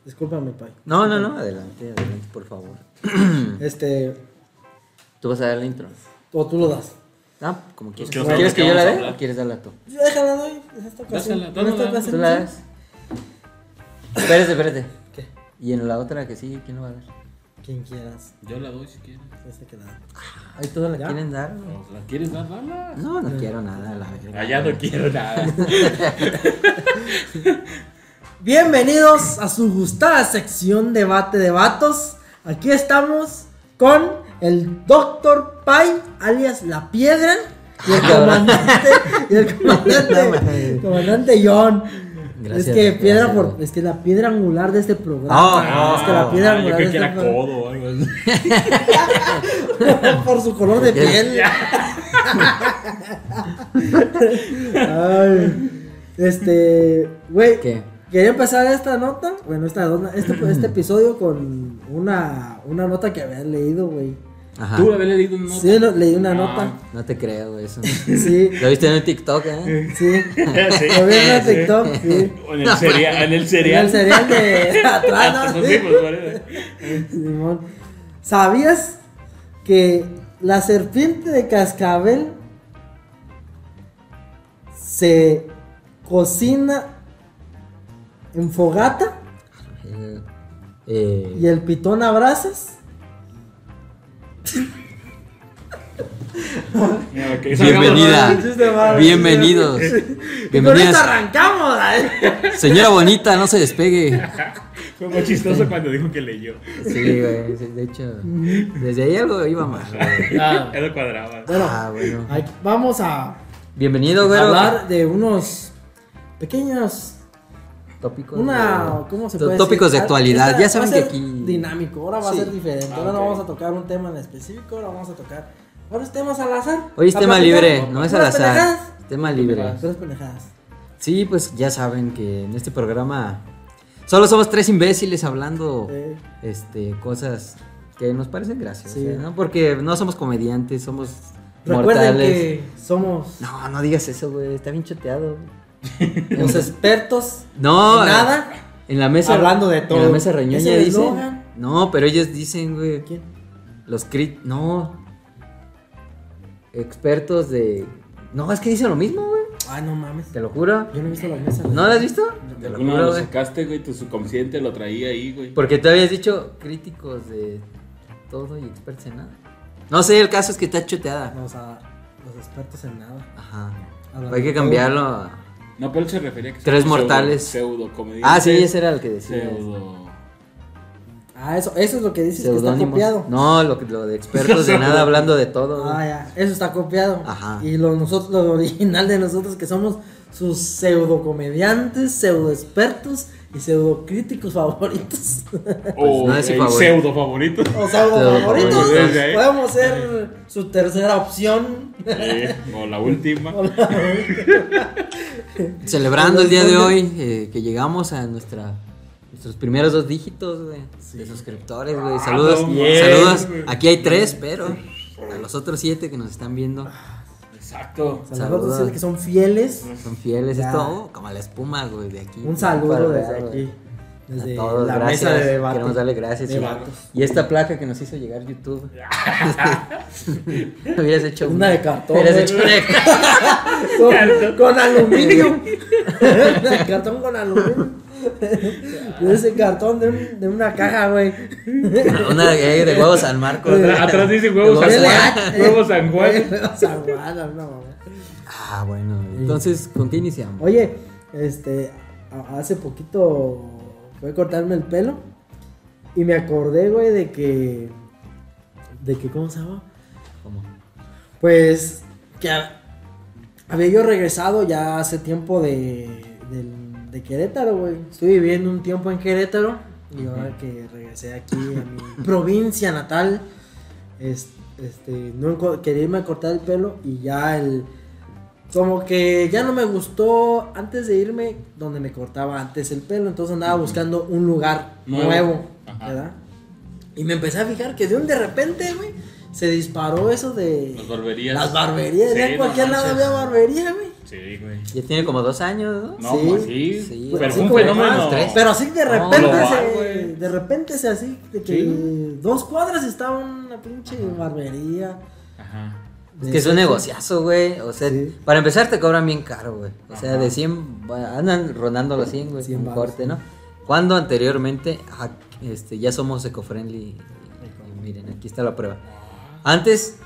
Discúlpame, Pai. No, adelante, por favor. ¿Tú vas a dar la intro? O tú lo das. Ah, como quieres. Pues ¿Quieres que yo la dé o quieres darla tú? Yo déjala, doy. En esta ocasión. ¿Tú la das? Espérate. ¿Qué? ¿Y en la otra que sigue, quién lo va a dar? Quien quieras. Yo la doy si quieres. Ese que da. Ay, ¿todas la ¿Ya? quieren dar? ¿La quieres dar? Dala. No quiero nada, la verdad. Allá no quiero nada. Bienvenidos a su gustada sección Debate de Vatos. Aquí estamos con el Dr. Pai, alias La Piedra, y el comandante John. Gracias, es que gracias. es que la piedra angular de este programa. Es que la piedra angular yo de creo que este era codo o algo así. por su color de piel. Ay, güey. ¿Qué? Quería empezar esta nota, este episodio con una nota que había leído, güey. Ajá. Tú habías leído una nota. Sí, leí una nota. No te creo, güey, eso. Sí, ¿Lo viste en el TikTok, eh? sí. Sí. Lo vi en TikTok, sí. O en el cereal. En el cereal. En el cereal de atrás, ¿no? Sí, pues, parece. Simón. ¿Sabías que la serpiente de cascabel se cocina en fogata y el pitón a brasas? Mira, ok, Bienvenidos. Con esto Bienvenidas. arrancamos. Señora bonita, no se despegue. Fue muy chistoso cuando dijo que leyó. Sí, güey, sí, de hecho, desde ahí algo iba mal. Güey. Eso cuadraba. Bueno. Vamos a Bienvenido, güey. hablar de unos pequeños Tópicos. ¿cómo se puede Tópicos decir? de actualidad. Ya Va saben a que ser aquí. dinámico, ahora va a Sí. ser diferente. Ahora no ok. vamos a tocar un tema en específico, ahora vamos a tocar varios temas al azar. Hoy es A tema platicar. libre, no es al Puras azar. pendejadas. Tema libre. Puras pendejadas. Sí, pues ya saben que en este programa solo somos tres imbéciles hablando cosas que nos parecen graciosas, Sí. ¿no? Porque no somos comediantes, somos Recuerden mortales. que somos No digas eso, güey, está bien choteado. los expertos No, en nada, en la mesa hablando de todo. En la mesa ¿Es reñoña el dicen. eslogan? No, pero ellos dicen, güey. ¿Quién? Expertos de. No, es que dicen lo mismo, güey. Ay, no mames. Te lo juro. Yo no he visto la mesa. ¿No lo has visto? Te lo Alguno juro, lo güey. sacaste, güey, tu subconsciente lo traía ahí, güey. Porque tú habías dicho críticos de todo y expertos en nada. No sé, el caso es que está choteada. No, o sea, los expertos en nada. Ajá. Hablando Hay que de todo. cambiarlo. a- No, pero él se refería a que Tres somos mortales. Pseudo comediante. Ah, sí, ese era el que decía. Pseudo. Ah, eso es lo que dices que está Seudónimos. copiado. No, lo de expertos de nada hablando de todo. güey. Ah, ya, eso está copiado. Ajá. Y lo original de nosotros que somos sus pseudo comediantes, pseudo expertos y pseudo críticos favoritos. O no es su el favorito. pseudo favorito. O pseudo favoritos. favoritos. Podemos ser su tercera opción. O la última. Celebrando el día de hoy que llegamos a nuestros primeros 2 dígitos, güey, de suscriptores, güey. Saludos, no mames, saludos. güey. Aquí hay 3, pero a los otros 7 que nos están viendo Exacto. O sea, nosotros sí que son fieles. son fieles. Ya. Esto como la espuma, güey, de aquí. Un saludo Para desde empezar, aquí. güey. Desde A todos, la gracias. mesa de debate. Queremos darle gracias. De Y, vatos. y esta placa que nos hizo llegar YouTube. Hubieras hecho Una de cartón. Hubieras güey. hecho una con aluminio. Cartón con aluminio. Ese cartón de una caja, güey. una de huevos San Marcos. Atrás dice huevos Huevos San Juan. Juan. Huevos San Juan. San Juan, no, mamá. Ah, bueno. Entonces, ¿con qué iniciamos? Oye, hace poquito fue a cortarme el pelo y me acordé, güey, de que ¿cómo se llama? ¿Cómo? Pues que había yo regresado ya hace tiempo de Querétaro, güey. Estuve viviendo un tiempo en Querétaro y ahora que regresé aquí a mi provincia natal, quería irme a cortar el pelo y ya como que ya no me gustó antes de irme donde me cortaba antes el pelo, entonces andaba buscando un lugar nuevo, Ajá. ¿verdad? Y me empecé a fijar que de repente, güey, se disparó eso de Las barberías. Las barberías, Sí, ya en cualquier no lado manches. había barbería, güey. Sí, Sí, güey. Ya tiene como 2 años, ¿no? No, Sí. pues sí. Sí, Pero así fue un como fenómeno. más, 3. Pero así de repente, global, güey. de repente se así, de que Sí. 2 cuadras estaba una pinche barbería. Ajá. Es que es un negociazo, güey. O sea, Sí. para empezar te cobran bien caro, güey. O sea, Ajá. de 100, andan rondando los 100, güey, 100 un varos, corte, sí. ¿no? Cuando anteriormente, ya somos eco-friendly. Y miren, aquí está la prueba. Antes,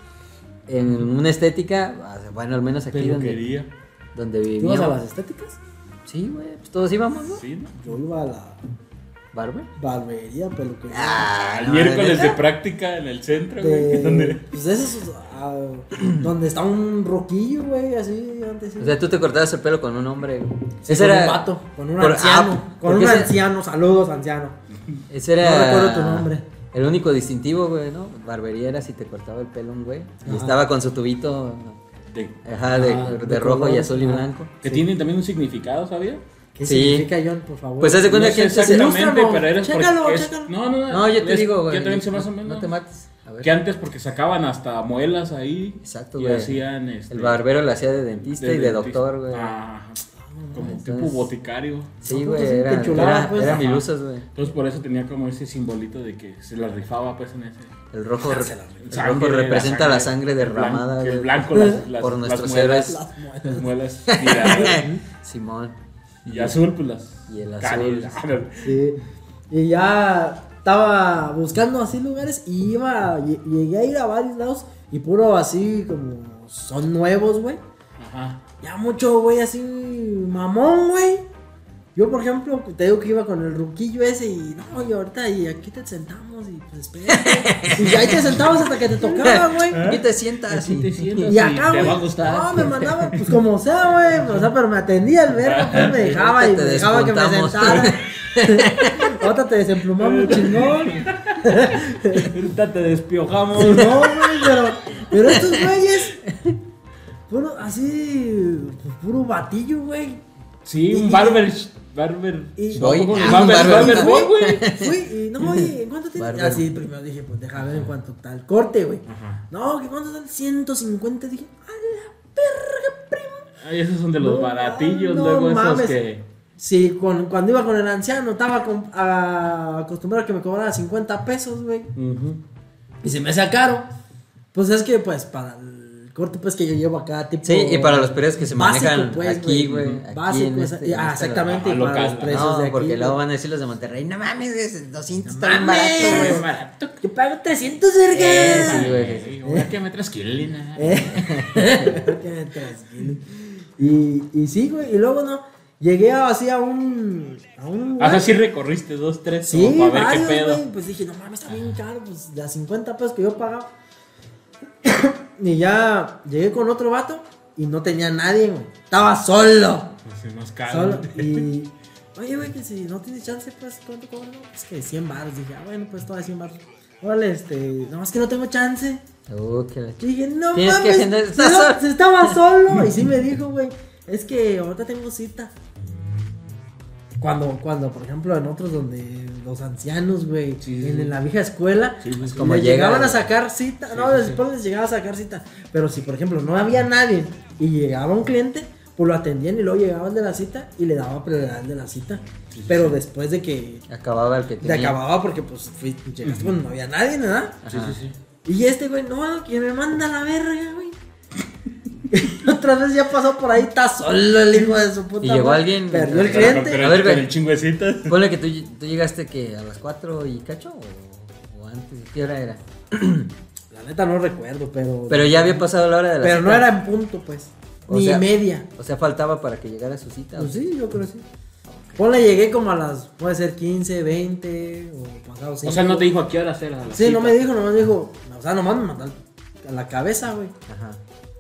en una estética, bueno, al menos aquí Peluquería. donde ¿Tú ibas a vivíamos. las estéticas? Sí, güey, pues todos íbamos, ¿no? Sí, ¿no? Yo iba a la ¿Barber? barbería, peluquería. Ah, El no, miércoles ¿neta? de práctica en el centro, güey. ¿Dónde? Pues esos, donde está un roquillo, güey, así, antes. Sí. O sea, tú te cortabas el pelo con un hombre. Sí, Ese con era un vato, con un por- anciano, con porque un ese- anciano, saludos, anciano. Ese era. No recuerdo tu nombre. El único distintivo, güey, ¿no? Barbería era si te cortaba el pelo un güey. Y Ajá. estaba con su tubito, De- ajá, de, Ah, de de rojo y colores, azul y ajá. blanco. Que tienen también un significado, ¿sabía? ¿Qué Sí. significa, John, por favor? Pues haz de cuenta No que sé antes exactamente, Ilústralo, pero era chécalo, porque chécalo. No, yo te digo, güey. Yo también sé más o menos. No te mates. A ver. Que antes porque sacaban hasta muelas ahí. Exacto, y güey. hacían El barbero lo hacía de dentista y de dentista. doctor, güey. Ah, como Entonces- tipo boticario. Sí, No, güey, pues, era, te chulaba, era, pues. eran Ajá. milusas, güey. Entonces por eso tenía como ese simbolito de que se la rifaba pues en ese. El rojo, Ah, se la el Sangre, rojo representa la sangre el derramada, El güey. blanco, Por nuestros muelas, Las muelas. las muelas tiradas. Simón. Y azul, pues las. Y el azul. cálidas. Sí. Y ya estaba buscando así lugares y llegué a ir a varios lados y puro así como son nuevos, güey. Ajá. Ya mucho, güey, así mamón, güey. Yo, por ejemplo, te digo que iba con el ruquillo ese y no, y ahorita y aquí te sentamos y pues espérate. Y ahí te sentabas hasta que te tocaba, güey. Aquí te sientas. Así te sientas Y acá, te güey, va a gustar. no, me mandaba, pues como sea, güey, o sea, pero me atendía el verga, pues me dejaba y Te me dejaba que me despuntamos. sentara. Ahorita te desemplumamos chingón. Ahorita te despiojamos. No, güey, pero estos güeyes, puro, así, pues, puro batillo, güey. Sí, Y- un barber. y- Boy. ¿Cómo? Ah, un Barber boy, güey. Fui y no, oye, ¿en cuánto te? Barber. Así primero dije, pues deja ver en cuánto está el corte, güey. Ajá. No, que cuánto están 150, dije, a la verga, primo. Ay, esos son de los No, baratillos, no luego mames. esos que. Sí, cuando iba con el anciano, estaba acostumbrado a que me cobrara 50 pesos, güey. Y se me hacía caro. Pues es que, pues, para el corte, pues, que yo llevo acá, tipo... Sí, y para los periodos que se básico, manejan pues, aquí, güey. aquí Básico, en este- en esta- exactamente, ajá, y para local. los precios No, de aquí. porque güey. luego van a decir los de Monterrey, no mames, es 200 está No bien barato, mames. güey. Es barato. Yo pago 300 vergas. Sí, güey. Ahora que me trasquilina. Que me trasquile. Y sí, güey, y luego no, llegué así a un O sea, sí recorriste 2, 3 sí, como para ver varios, qué pedo. güey, pues dije, no mames, está bien caro, pues de a 50 pesos que yo pagaba. Y ya llegué con otro vato y no tenía nadie, güey. Estaba solo. Pues sí, más caro. Solo. Y oye, güey, que si no tienes chance, pues ¿cuánto cobran? Es que 100 baros. Dije, ah, bueno, pues todavía 100 baros. Órale, no, es que no tengo chance. Que la Y dije, no Tienes que mames, agendar, estás solo. estaba solo. Y sí me dijo, güey, es que ahorita tengo cita. Cuando, por ejemplo, en otros donde los ancianos, güey, Sí, sí, en sí. la vieja escuela, Sí, pues, como les llega, llegaban a güey. sacar cita, Sí, no, sí, después les llegaba a sacar cita, pero si por ejemplo no había nadie y llegaba un cliente, pues lo atendían y luego llegaba el de la cita y le daba prioridad al de la cita, Sí, sí, pero sí. después de que acababa el que te tenía. acababa porque pues llegaste cuando no había nadie, ¿verdad? Sí, Ajá. sí, sí. Y este güey, no, que me manda a la verga, güey. Otra vez ya pasó por ahí, está solo el hijo de su puta. Y llegó madre. alguien- Perdió el Pero- cliente. A ver, con güey. el chingüecito. Ponle que tú llegaste que a las 4 y cacho o antes, ¿qué hora era? La neta no recuerdo, pero. Pero ya había pasado la hora de la Pero cita. no era en punto, pues. O Ni sea, media. O sea, faltaba para que llegara su cita. Pues sí, yo creo que sí. Ponle, llegué como a las, puede ser 15, 20 o pasado 5. O sea, no te dijo a qué horas era. la Sí, cita. no me dijo, nomás me dijo. O sea, nomás me mandó a la cabeza, güey. Ajá.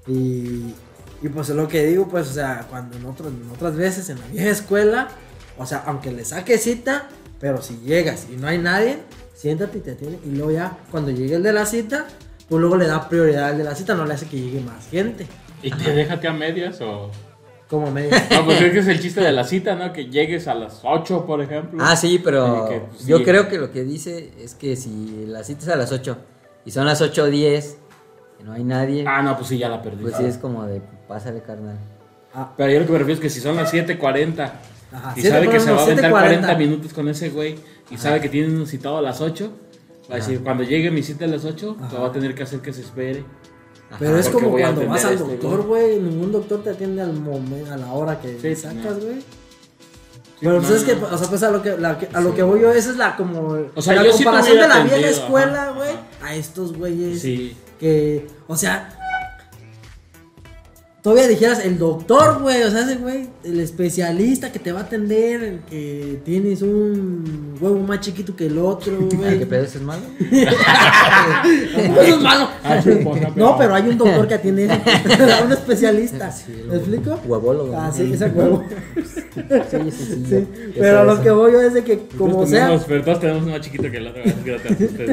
Y pues es lo que digo, pues, o sea, cuando en otras veces en la vieja escuela, o sea, aunque le saque cita, pero si llegas y no hay nadie, siéntate y te atiende. Y luego ya, cuando llegue el de la cita, pues luego le da prioridad al de la cita, no le hace que llegue más gente. ¿Y te déjate a medias o...? Como medio. No, pues es que es el chiste de la cita, ¿no? Que llegues a las 8, por ejemplo. Ah, sí, pero Y que, pues, yo sí. creo que lo que dice es que si la cita es a las 8 y son las 8:10 y no hay nadie, Ah, no, pues sí, ya la perdí. pues sí es como de pásale, carnal. Pero yo lo que me refiero es que si son las 7:40 Ajá, y sabe que se va a aventar 7:40. 40 minutos con ese güey y sabe que tiene un citado a las 8, va a decir, cuando llegue mi cita a las 8, te va a tener que hacer que se espere. Pero es porque como voy a cuando vas al atender a este doctor, güey. Ningún doctor te atiende al momento, a la hora que Sí, sacas, no. güey. Pero pues es que, o sea, pues a lo que voy yo, esa es la como. O sea, la yo sí te comparación de hubiera la vieja atendido, escuela, ajá, güey, ajá. a estos güeyes. Sí. Que, o sea. Todavía dijeras el doctor, güey, o sea, ese güey, el especialista que te va a atender, el que tienes un huevo más chiquito que el otro, güey. ¿Qué pedo, eso es malo? No, eso es malo. pues, No, pero hay un doctor que atiende eso. Un especialista. Sí, ¿Me explico? Huevólogo. Ah, sí, ese huevo. Sí. Sí, pero a lo que voy yo es de que como sea. Pero todos tenemos uno más chiquito que el otro. Así que no te asustes.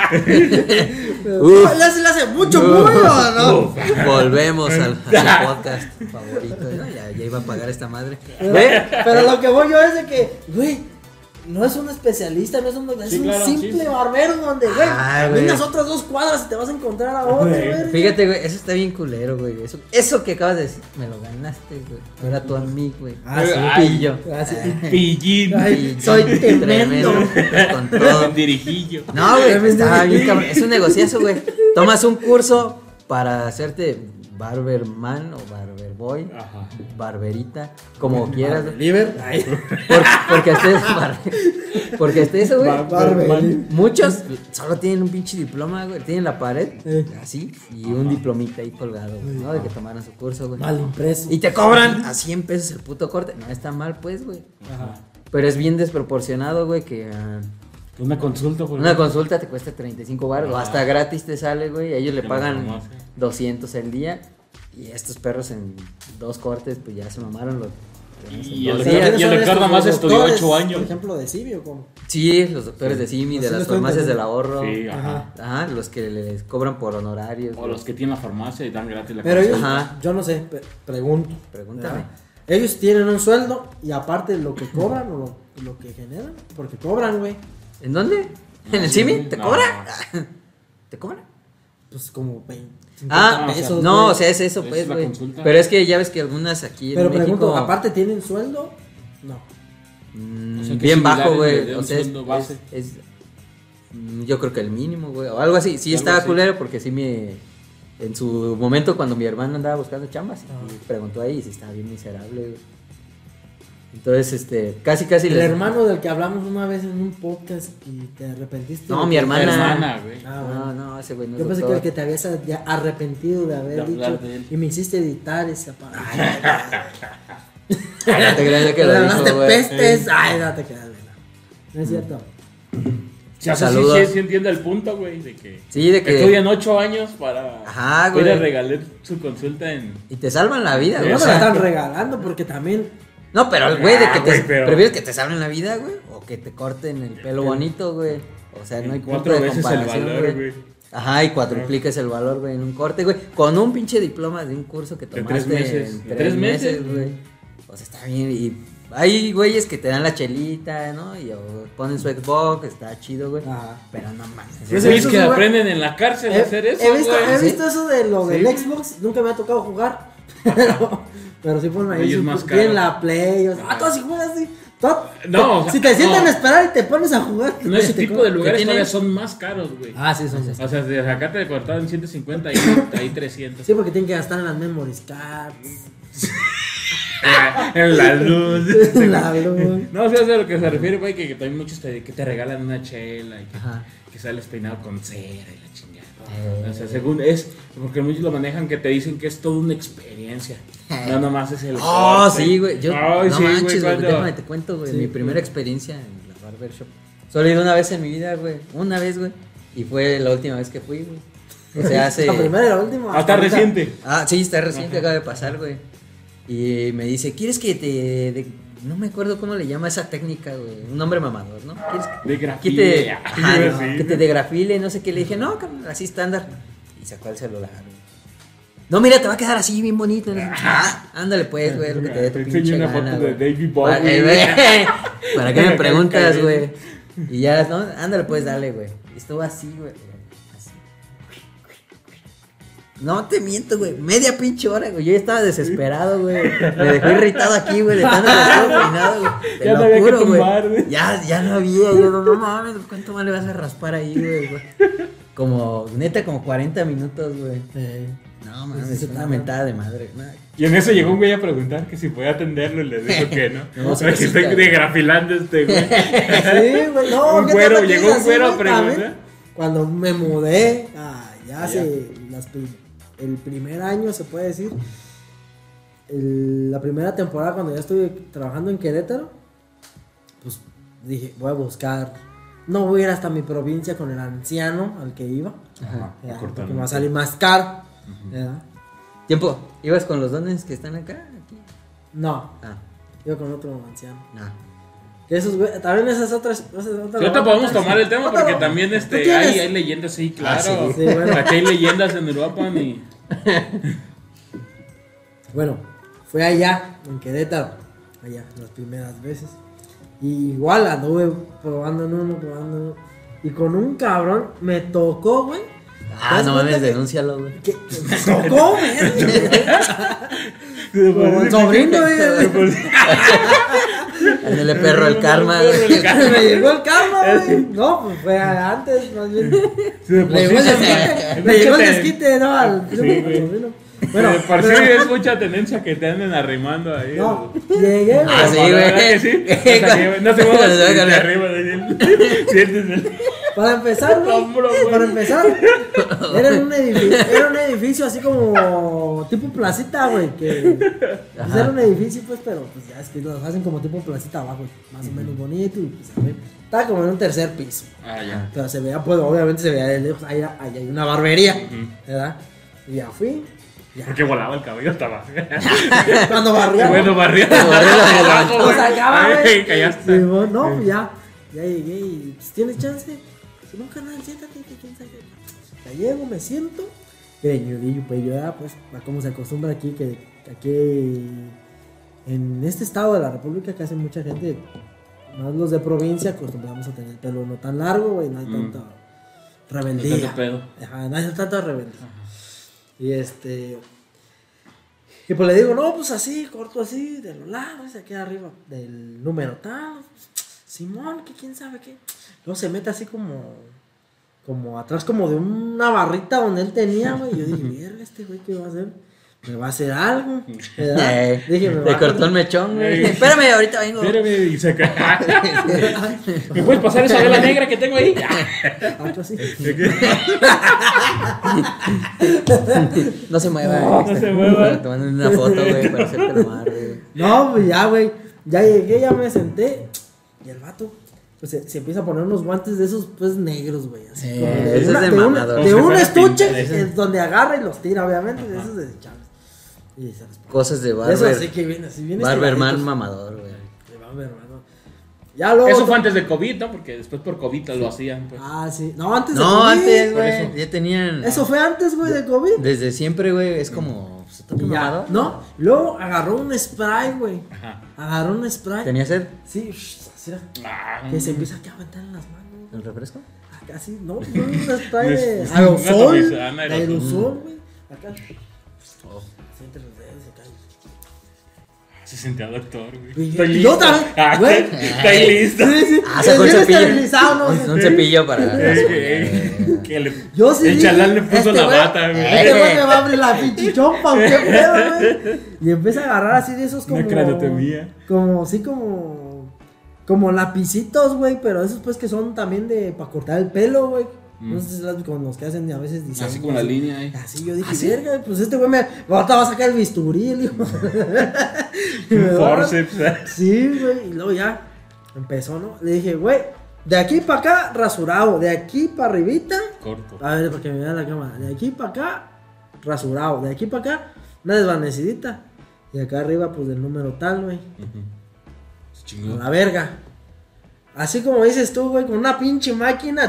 Uf. Le hace mucho bullying, ¿o no? Volvemos al podcast favorito. ¿No? Ya iba a pagar esta madre. Pero lo que voy yo es de que, güey, no es un especialista, no es un, es Sí, un claro, simple sí. barbero donde, güey, Ah, güey. caminas otras 2 cuadras y te vas a encontrar a otro, güey. Fíjate, güey, eso está bien culero, güey. Eso que acabas de decir, me lo ganaste, güey. Era tu amigo, güey. Ah, sí. Ay. Pillo. Así. Pillín. Ay, soy tremendo. Con todo. Un dirijillo. No, güey, Tremendo. estaba bien cabrón. Es un negociazo, güey. Tomas un curso para hacerte barberman o barberboy, Ajá. barberita, como quieras. güey. Liver. Ay. Porque hasta eso, güey. Barber. Muchos solo tienen un pinche diploma, güey. Tienen la pared, así, y un Ajá. diplomita ahí colgado, güey, ¿no? De que tomaron su curso, güey. Mal impreso. Y te cobran a 100 pesos el puto corte. No está mal, pues, güey. Ajá. Pero es bien desproporcionado, güey, que Una consulta, por una ejemplo. consulta te cuesta 35 baros. O Ah. hasta gratis te sale, güey. Ellos le Qué pagan mamás, 200 el día. Y estos perros en 2 cortes, pues ya se mamaron los. Y el dos doctor- días. y el doctor nada más Los estudió doctores, 8 años. Por ejemplo, de Sibio, como. Sí, los doctores de Simi, de Así las lo estoy farmacias del entendiendo. ahorro. Sí, ajá. Ajá, los que les cobran por honorarios. O güey. los que tienen la farmacia y dan gratis la Pero ellos, consulta. Ajá. yo no sé, pregunto. Pregúntame. ¿verdad? Ellos tienen un sueldo y aparte lo que cobran o lo que generan, porque cobran, güey. ¿En dónde? ¿En el Simi? ¿Te No. cobra? ¿Te cobra? Pues como 20. Ah, o sea, pesos, no, güey. o sea, es eso, Es pues, la güey. consulta. Pero es que ya ves que algunas aquí Pero en México. pregunto, aparte tienen sueldo? No. O sea, que Bien similares bajo, de güey. un O sea, sueldo base. yo creo que el mínimo, güey. O algo así. Sí, Algo estaba así. culero porque sí me. En su momento, cuando mi hermano andaba buscando chambas, Ah. y preguntó ahí si estaba bien miserable, güey. Entonces, casi El les- hermano del que hablamos una vez en un podcast y te arrepentiste. No, de mi que- hermana. Hermana, güey. Ah, bueno. No, ese güey no es Yo pensé que doctor. el que te habías ya arrepentido de haber De hablar dicho de él. y me hiciste editar esa parte. Ay, no te creas que Le lo hablaste dijo, güey. pestes. Ay, no te quedas, güey. No es cierto. O sea, Saludos. sí entiendo el punto, güey, de que Sí, de que. estudian 8 años para Ajá, ir a güey. regalar su consulta en... Y te salvan la vida, güey. No O me la sea, están regalando porque también. no, pero el güey de que te. güey, pero- ¿Prefieres que te salven la vida, güey? O que te corten el pelo bonito, güey. O sea, no hay punto 4 de veces el comparación, valor, güey. Ajá, y cuadrupliques el valor, güey, en un corte, güey. Con un pinche diploma de un curso que De tomaste 3 meses. en De 3 3 meses, meses, güey. O sea, está bien. Y hay güeyes que te dan la chelita, ¿no? Y o ponen su Xbox, está chido, güey. Ajá. Pero no mames. Pues Güeyes eso que es, güey. aprenden en la cárcel a hacer eso, he visto, güey. he visto eso de lo del Sí. Xbox. Nunca me ha tocado jugar. Pero sí ponen ahí. Ellos su- más tienen caro. la Play. O sea, ah, tú así juegas así. No, o sea, si te sientan no. a esperar y te pones a jugar. No, ese te tipo cobran. de lugares tiene? todavía son más caros, güey. Ah, sí, son. O sea, de acá te cortaban 150 y ahí 300. Sí, porque tienen que gastar en las memories cards. En la luz. La luz. No, o sea, es a lo que se refiere, güey, que también muchos que te regalan una chela y Ajá. que sales peinado con cera y la chingada. O sea, según es, porque muchos lo manejan que te dicen que es toda una experiencia. No nomás es el Oh, corte. sí, güey. Yo, Ay, no sí, güey, manches, güey. cuando- Déjame te cuento, güey. Sí, mi primera experiencia en la barbershop. Solo he ido una vez en mi vida, güey. Una vez, güey. Y fue la última vez que fui, güey. O sea, hace. La primera y la última. Hasta ahorita. reciente. Ah, sí, está reciente, acaba de pasar, güey. Y me dice, ¿quieres que no me acuerdo cómo le llama esa técnica, güey? Un nombre mamador, ¿no? ¿Quieres De que grafile. te, Ajá, ajá, sí. que te degrafile? No sé qué. Le dije, no, carnal, así estándar. Y sacó el celular, güey. No, mira, te va a quedar así bien bonito. Ándale, pues, güey, lo que te dé tu Te pinche enseñé una gana, foto de güey. David Bowie. ¿Para qué me preguntas, güey? Y ya, ¿no? Ándale, pues, dale, güey. Y estuvo así, güey. Así. No te miento, güey. Media pinche hora, güey. Yo ya estaba desesperado, güey. Me dejó irritado aquí, güey. De tanto que estuve peinado, güey. Te Ya lo no había que juro, tumbar, güey. güey. Ya no había. Yo no mames, ¿cuánto más le vas a raspar ahí, güey? Como, neta, como 40 minutos, güey. No, mames, Pues es una mentada de madre. No. Y en eso llegó un güey a preguntar que si podía atenderlo y le dijo que no. No, O sea, que estoy degrafilando este güey. Sí, güey, no, Un ¿qué güero, tal que llegó es un así, güero a güey? preguntar. También, cuando me mudé, ya Allá. hace el primer año, se puede decir, la primera temporada cuando ya estuve trabajando en Querétaro, pues dije, voy a buscar, no voy a ir hasta mi provincia con el anciano al que iba, Ajá, ¿verdad? cortando. Porque me va a salir más caro, ¿verdad? Tiempo, ¿ibas con los dones que están acá? Aquí. No, Ah, iba con otro anciano. no. Que esos, güey, también esas otras. Ahorita podemos tomar el tema porque también ¿Tú tienes? hay leyendas, sí, claro. Ah, sí, bueno. Aquí hay leyendas en Uruapan y. Bueno, fue allá, en Querétaro, allá, las primeras veces. Y igual anduve probando en uno. Y con un cabrón me tocó, güey. Ah, no mames, denúncialo, güey. Que me tocó, güey. Como el sobrino, güey. Ándale, perro, el karma, güey. Me llegó el karma, güey. No, pues fue antes, más bien. Me llegó el desquite, ¿no? Al sobrino. Bueno, por sí es mucha tendencia que te anden arrimando ahí. no, llegué, Ah, güey. sí, ¿Verdad güey. que sí? Hasta que no se muevan de arriba de él. Sientes el Para empezar, güey, hombro, güey. para empezar, era un edificio así como tipo placita, güey, que pues era un edificio, pues, pero pues ya es que los hacen como tipo placita abajo, más o menos bonito, y pues a ver, estaba como en un tercer piso, Ah, ya. pero se veía, pues, obviamente se veía de lejos, ahí hay una barbería, ¿verdad? Y ya fui, ya. Porque volaba el cabello hasta abajo. Cuando barría, Bueno, barrió. Lo sacaba, güey. Callaste. Sí, bueno, no, pues ya llegué y pues, ¿tienes chance? Si no, canal, siéntate, que quién sabe. Ya llego, me siento. Greñudillo, pues yo ya, pues, a como se acostumbra aquí, que aquí en este estado de la República que hace mucha gente, más los de provincia, acostumbramos a tener el pelo no tan largo, güey, no hay tanta rebeldía. No tanto pedo. Ajá, no hay tanta rebeldía. Y y pues le digo, no, pues así, corto así, de los lados, aquí arriba, del número tal, Simón, que quién sabe qué. Luego se mete así como atrás, como de una barrita donde él tenía, güey. Yo dije, mierda, este güey, ¿qué va a hacer? Me va a hacer algo, ¿verdad? Dije, me Te va cortó el mechón, güey. Espérame, ahorita vengo. Espérame, y se cae. ¿Me puedes pasar esa vela negra que tengo ahí? algo así. No se mueva, No se mueva. Tomando una foto, güey, para hacerte la madre, güey. No, pues ya, güey. Ya llegué, ya me senté. Y el vato, pues se empieza a poner unos guantes de esos, pues negros, güey. Así como eso es de mamador. de Como un si fuera estuche, pinta, es donde agarra y los tira, obviamente. De esos desechables. Y se los pone. Cosas de Eso barber. sí que viene, así viene. Barberman estiraditos. mamador, güey. De Barberman, ¿no? Ya luego. Eso fue antes de COVID, ¿no? Porque después por COVID lo hacían, pues. Ah, sí. No, antes de No, COVID. antes, por güey. eso. Ya tenían. Eso fue antes, güey, de COVID. Desde siempre, güey. Es como. ¿Se toca Y ya, mamador? no, luego agarró un spray, güey. Ajá. Agarró un spray. ¿Tenía sed? Sí, así era. Ah, Que se empieza a aventar en las manos. ¿El refresco? Acá sí, no, fue un spray de Una aerosol. tomizana, De aerosol. aerosol, güey. Acá. Oh. Se entre los dedos y se cae. se sentía doctor, güey. Y Estoy yo listo. también, Ah, güey. estoy listo. Sí, sí. Ah, sacó un Bien cepillo. esterilizado, ¿no? Un cepillo para. Que le- Yo sí el dije, chalán le puso este la güey- bata, güey. Este güey me va a abrir la pinche chompa, ¿o qué pedo, güey? Y empieza a agarrar así de esos como... Una craneotomía. Como, sí, como lapicitos, güey, pero esos pues que son también de... para cortar el pelo, güey. No sé si las con los que hacen a veces diseños. Así como la línea ahí. Así yo dije, verga, pues este güey ahorita va a sacar el bisturí, el hijo. Y me Un va a- forceps. Sí, güey, y luego ya empezó, ¿no? Le dije, güey, de aquí para acá, rasurado, de aquí para arribita, Corto. a ver, para que me vea la cámara, de aquí para acá, rasurado, de aquí para acá, una desvanecidita, y acá arriba, pues del número tal, güey, Se a chingó. la verga. Así como dices tú, güey, con una pinche máquina.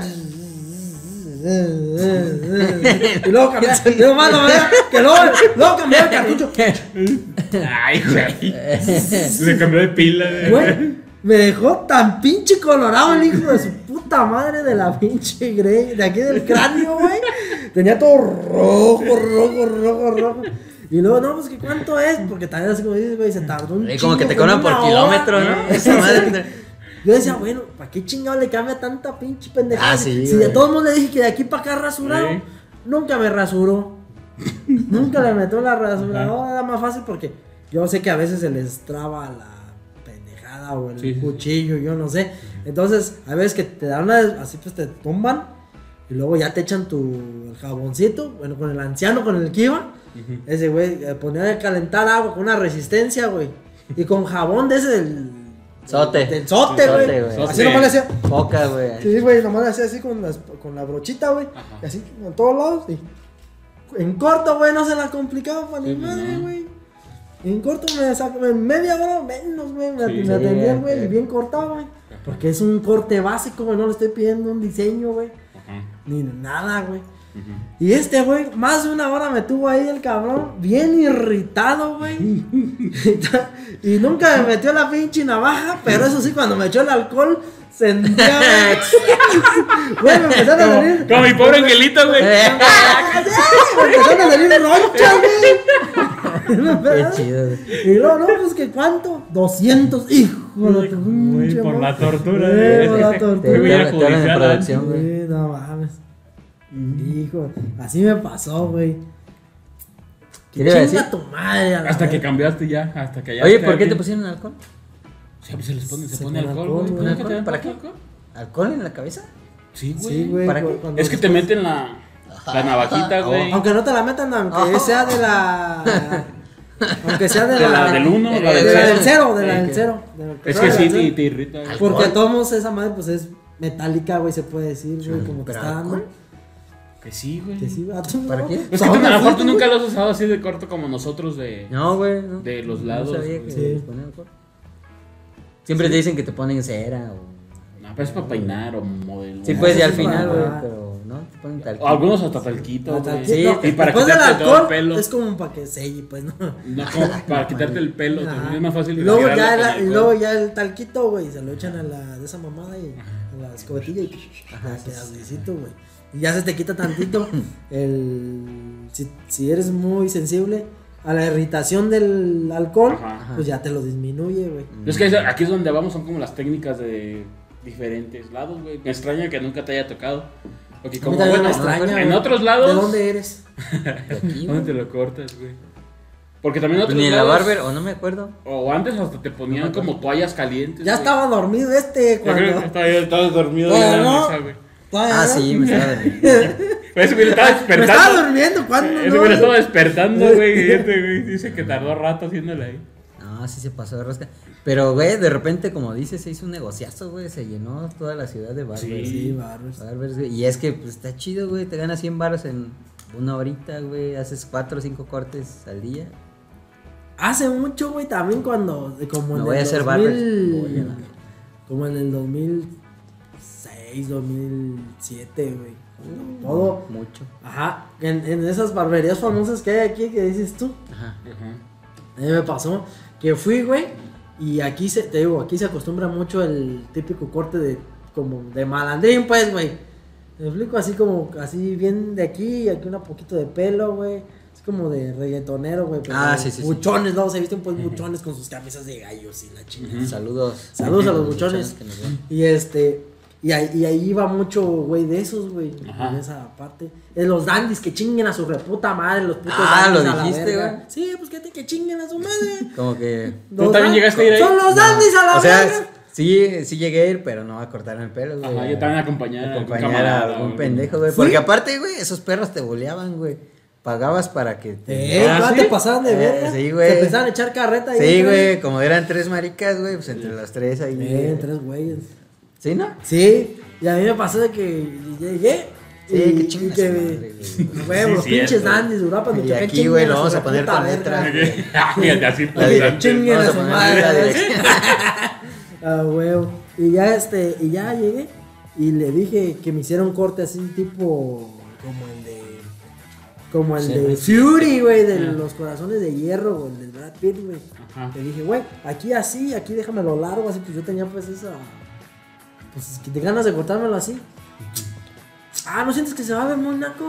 Y luego cambiar, luego más, que luego cambiar el cartucho. Ay, güey. Se cambió de pila, Güey, me dejó tan pinche colorado el hijo de su puta madre de la pinche Grey, de aquí del cráneo, güey. Tenía todo rojo. Y luego, no, pues que cuánto es, porque también así como dices, güey, se tardó un chingo. Como que te cobran por kilómetro, ¿no? Esa madre. Yo decía, bueno, ¿para qué chingado le cambia tanta pinche pendejada? Sí, si de todos modos le dije que de aquí para acá rasurado, nunca me rasuró. Nunca le metió la rasuradora, era más fácil porque yo sé que a veces se les traba la pendejada o el cuchillo, yo no sé. Entonces, a veces que te dan así, pues te tumban y luego ya te echan el jaboncito, bueno, con el anciano, con el que iba. Ese güey ponía a calentar agua con una resistencia, güey. Y con jabón de ese del sote. Del sote, güey. Así nomás le hacía. Poca, güey. Sí, güey, nomás le hacía así con la brochita, güey. Y así, en todos lados. Y en corto, güey, no se la complicaba para ni madre, güey. En corto en media hora menos, güey. Me atendía, güey, y bien cortado, güey. Porque es un corte básico, güey. No le estoy pidiendo un diseño, güey. Ni nada, güey. Y güey, más de una hora me tuvo ahí el cabrón, bien irritado, güey. Y nunca me metió la pinche navaja, pero eso sí, cuando me echó el alcohol, sentía. Güey, me empezaron a salir. Como mi pobre angelito, güey. Me empezaron a salir ronchas, güey. Qué chido, güey. Y luego, no, pues que cuánto, 200, hijo de tu pinche. Por la tortura, por la tortura. Te hablan en producción, güey. Sí, no mames. Hijo, así me pasó, güey. ¿Qué le iba a decir? Chinga tu madre. Hasta que cambiaste ya, hasta que ya. Oye, ¿por qué te pusieron alcohol? Sí, pues se pone alcohol, alcohol, güey. güey. ¿Nunca te dan ¿Para qué? alcohol? ¿Alcohol en la cabeza? Sí, güey. Sí, güey. ¿Para qué? cuando Es que te meten la navajita, güey. Aunque no te la metan, aunque sea de la. Aunque sea de la del 1, la del del 0. 0, de la del 0. Es que sí, te irrita. Güey. Porque todos esa madre, pues es metálica, güey, se puede decir, güey, como que ¿Pero está dando. alcohol? Que sí, güey. Que sí, vato. ¿Para ¿no? qué? Es que tú, a lo mejor tú nunca lo has usado así de corto como nosotros de. No, güey. No. De los lados, No sabía que güey. Sí. les ponían alcohol. Siempre te dicen que te ponen cera o. No, pero es para peinar o modelo. Sí, pues, y al sí, final, güey, ajá. pero no, te ponen tal. O algunos hasta talquito, güey. Sí, y para después del quitarte todo el alcohol, pelo. es como para que selle, pues, ¿no? No, como para quitarte el pelo, Ajá. también es más fácil. Y luego, retirarlo ya con y alcohol. luego ya el talquito, güey, se lo echan de esa mamada y a la escobetilla y ya quedas lisito, güey. Y ya se te quita tantito si eres muy sensible a la irritación del alcohol, Ajá. pues ya te lo disminuye, güey. Es que aquí es donde vamos, son como las técnicas de diferentes lados, güey. Me extraña que nunca te haya tocado. Porque A mí como, también bueno, me extraña, en güey. otros lados. ¿De dónde eres? ¿Dónde te lo cortas, güey? Porque también en otros Ni en la lados. barber, o no me acuerdo. O antes hasta te ponían como toallas calientes. Ya güey. estaba dormido Yo creo cuando. que estaba dormido Bueno, en la no. mesa, güey. Todavía Ah, no. sí, me estaba durmiendo. Ese güey le estaba Me despertando. estaba durmiendo, ¿cuándo? Ese no? güey le estaba despertando, güey. Y este güey dice que tardó rato haciéndole ahí. No, sí se pasó de rosca. Pero, güey, de repente, como dices, se hizo un negociazo, güey. Se llenó toda la ciudad de barbers. Sí, barbers. Barbers, güey. Y es que, pues, está chido, güey. Te ganas 100 baros en una horita, güey. Haces 4 o 5 cortes al día. Hace mucho, güey, también cuando. Como Me en voy a el hacer 2000, barbers. Oye, no. Como en el 2006, 2007, güey. Todo. Mucho. Ajá. En esas barberías famosas que hay aquí, que dices tú. Ajá. A mí me pasó que fui, güey. Y aquí te digo, aquí se acostumbra mucho el típico corte como de malandrín, pues, güey. Me explico, así como, así bien de aquí, aquí un poquito de pelo, güey. Es como de reggaetonero, güey. Ah, sí, sí, sí. Buchones, ¿no? Se visten pues buchones con sus camisas de gallos y la chingada. Saludos. Saludos a los buchones. que nos ven. Y ahí iba mucho, güey, de esos, güey. Ajá. En esa parte. De los dandies que chinguen a su reputa madre, los putos Ah, dandies lo a la dijiste, verga. güey. Sí, pues que chinguen a su madre. Como que. Los también dan- llegaste a ir ahí? Son los dandies a la O sea, verga. sí llegué a ir, pero no a cortarme el pelo, güey. Ajá, yo también acompañar a algún Acompañar a camarada, algún güey. pendejo, güey. ¿Fui? Porque aparte, güey, esos perros te boleaban, güey. Pagabas para que te. Ah, ¿Cuánto ¿sí? te pasaban de verga? Sí, güey. Se empezaban a echar carreta ahí. Sí, güey, como eran 3 maricas, güey, pues entre las 3 ahí. Tres güeyes. ¿Sí, no? Sí, y a mí me pasó de que llegué. Sí, y- qué y chingas que, madre, güey. güey, los Sí, pinches cierto. dandies, Uruapan, Y Michoacán, aquí, chinguen güey, lo a su vamos a poner reputa con verga. letra. Fíjate, así La dirección. Chinguen a Vamos a su poner madre. la ¿verdad? dirección. Ah, güey. Y ya llegué y le dije que me hiciera un corte así tipo como el de Fury, güey, de los corazones de hierro, güey, el de Brad Pitt, güey. Ajá. Le dije, güey, aquí así, aquí déjamelo largo, así, pues yo tenía pues esa, pues que te ganas de cortármelo así. Ah, ¿no sientes que se va a ver muy naco?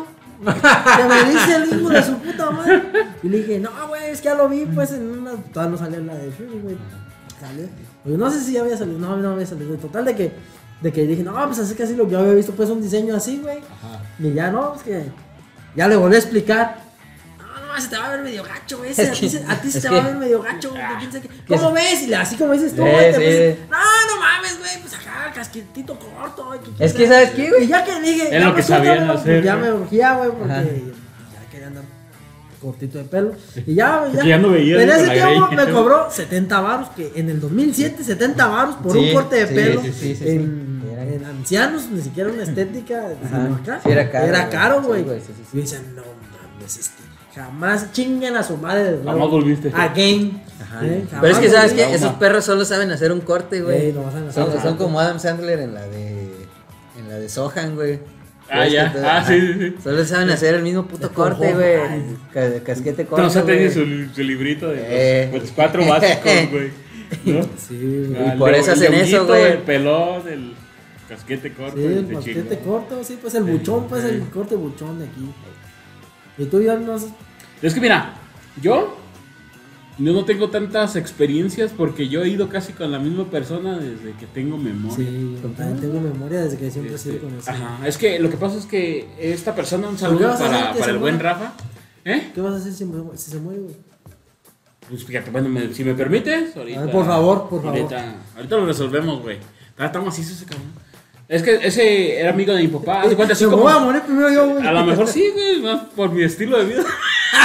Que me dice el hijo de su puta madre. Y le dije, no, güey, es que ya lo vi, pues en una. Todavía no salió la de Fury, güey. Salió. Pues no sé si ya había salido. No había salido. Total de que dije, no, pues así que así lo que yo había visto, pues un diseño así, güey. Y ya no, es que. Ya le volví a explicar. No, se te va a ver medio gacho, güey. A ti se te va a ver medio gacho, güey. ¿Cómo ves? Y así como dices tú, güey. No mames, güey. Pues acá, casquetito corto. Es que, ¿sabes qué, güey? Y ya que dije. Es lo que sabían hacer. Ya me urgía, güey, porque ya quería andar cortito de pelo. Y ya. Ya no veía. En ese tiempo me cobró 70 varos, que en el 2007, 70 varos por un corte de pelo. En ancianos, ni siquiera una estética. Acá. Sí, era caro, güey. Sí. Y dicen, no mames, jamás chinguen a su madre de nuevo. Jamás volviste. Again. Pero es que, ¿sabes qué? Esos perros solo saben hacer un corte, güey. Son como Adam Sandler en la de Sohan, güey. Sí. Solo saben hacer el mismo puto corte, güey. Casquete corto. No, se tenía su librito de los 4 básicos, güey. ¿No? Sí, güey. Y por eso hacen eso, güey. El pelón, el casquete corto. Sí, el casquete corto, sí, pues el buchón, pues el corte buchón de aquí. Y tú ya no sé. Es que mira, yo no tengo tantas experiencias porque yo he ido casi con la misma persona desde que tengo memoria. Sí, yo también tengo memoria desde que siempre he sido con eso. Ajá, es que lo que pasa es que esta persona, un saludo para el buen Rafa. ¿Qué vas a hacer si se muere, güey? Pues fíjate, bueno, si me permites, ahorita. A ver, por favor. Ahorita lo resolvemos, güey. Estamos así, ese cabrón. Es que ese era amigo de mi papá. ¿Te cuenta así como? Me voy a morir primero yo, güey. A lo mejor sí, güey, más por mi estilo de vida.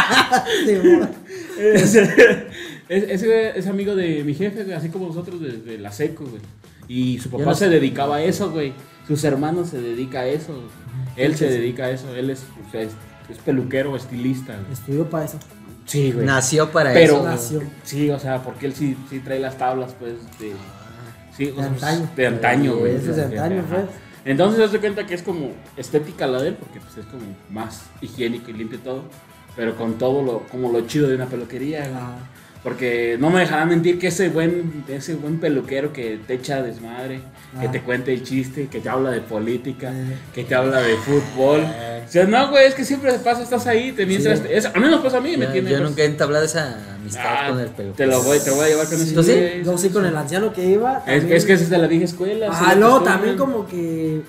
Ese es amigo de mi jefe, güey, así como nosotros desde la seco, güey. Y su papá se dedicaba a eso, güey. Sus hermanos se dedican a eso. Él se dedica a eso. Él es peluquero, estilista. Güey. Estudió para eso. Sí, güey. Nació para pero, eso. Nació. Sí, o sea, porque él sí trae las tablas, pues, de antaño. De antaño, güey. Eso es de antaño, pues. Entonces, se da cuenta que es como estética la de él, porque pues es como más higiénico y limpio todo. Pero con todo como lo chido de una peluquería, güey. Porque no me dejarán mentir que ese buen peluquero que te echa desmadre, que te cuenta el chiste, que te habla de política, que te habla de fútbol. O sea, no, güey, es que siempre pasa, estás ahí, a mí nos pasa a mí, yo nunca he entablado esa amistad con el peluquero. Te voy a llevar con ese. ¿Tú sí? Yo sí, con el anciano que iba. Es que ese es de la vieja escuela. No, también como que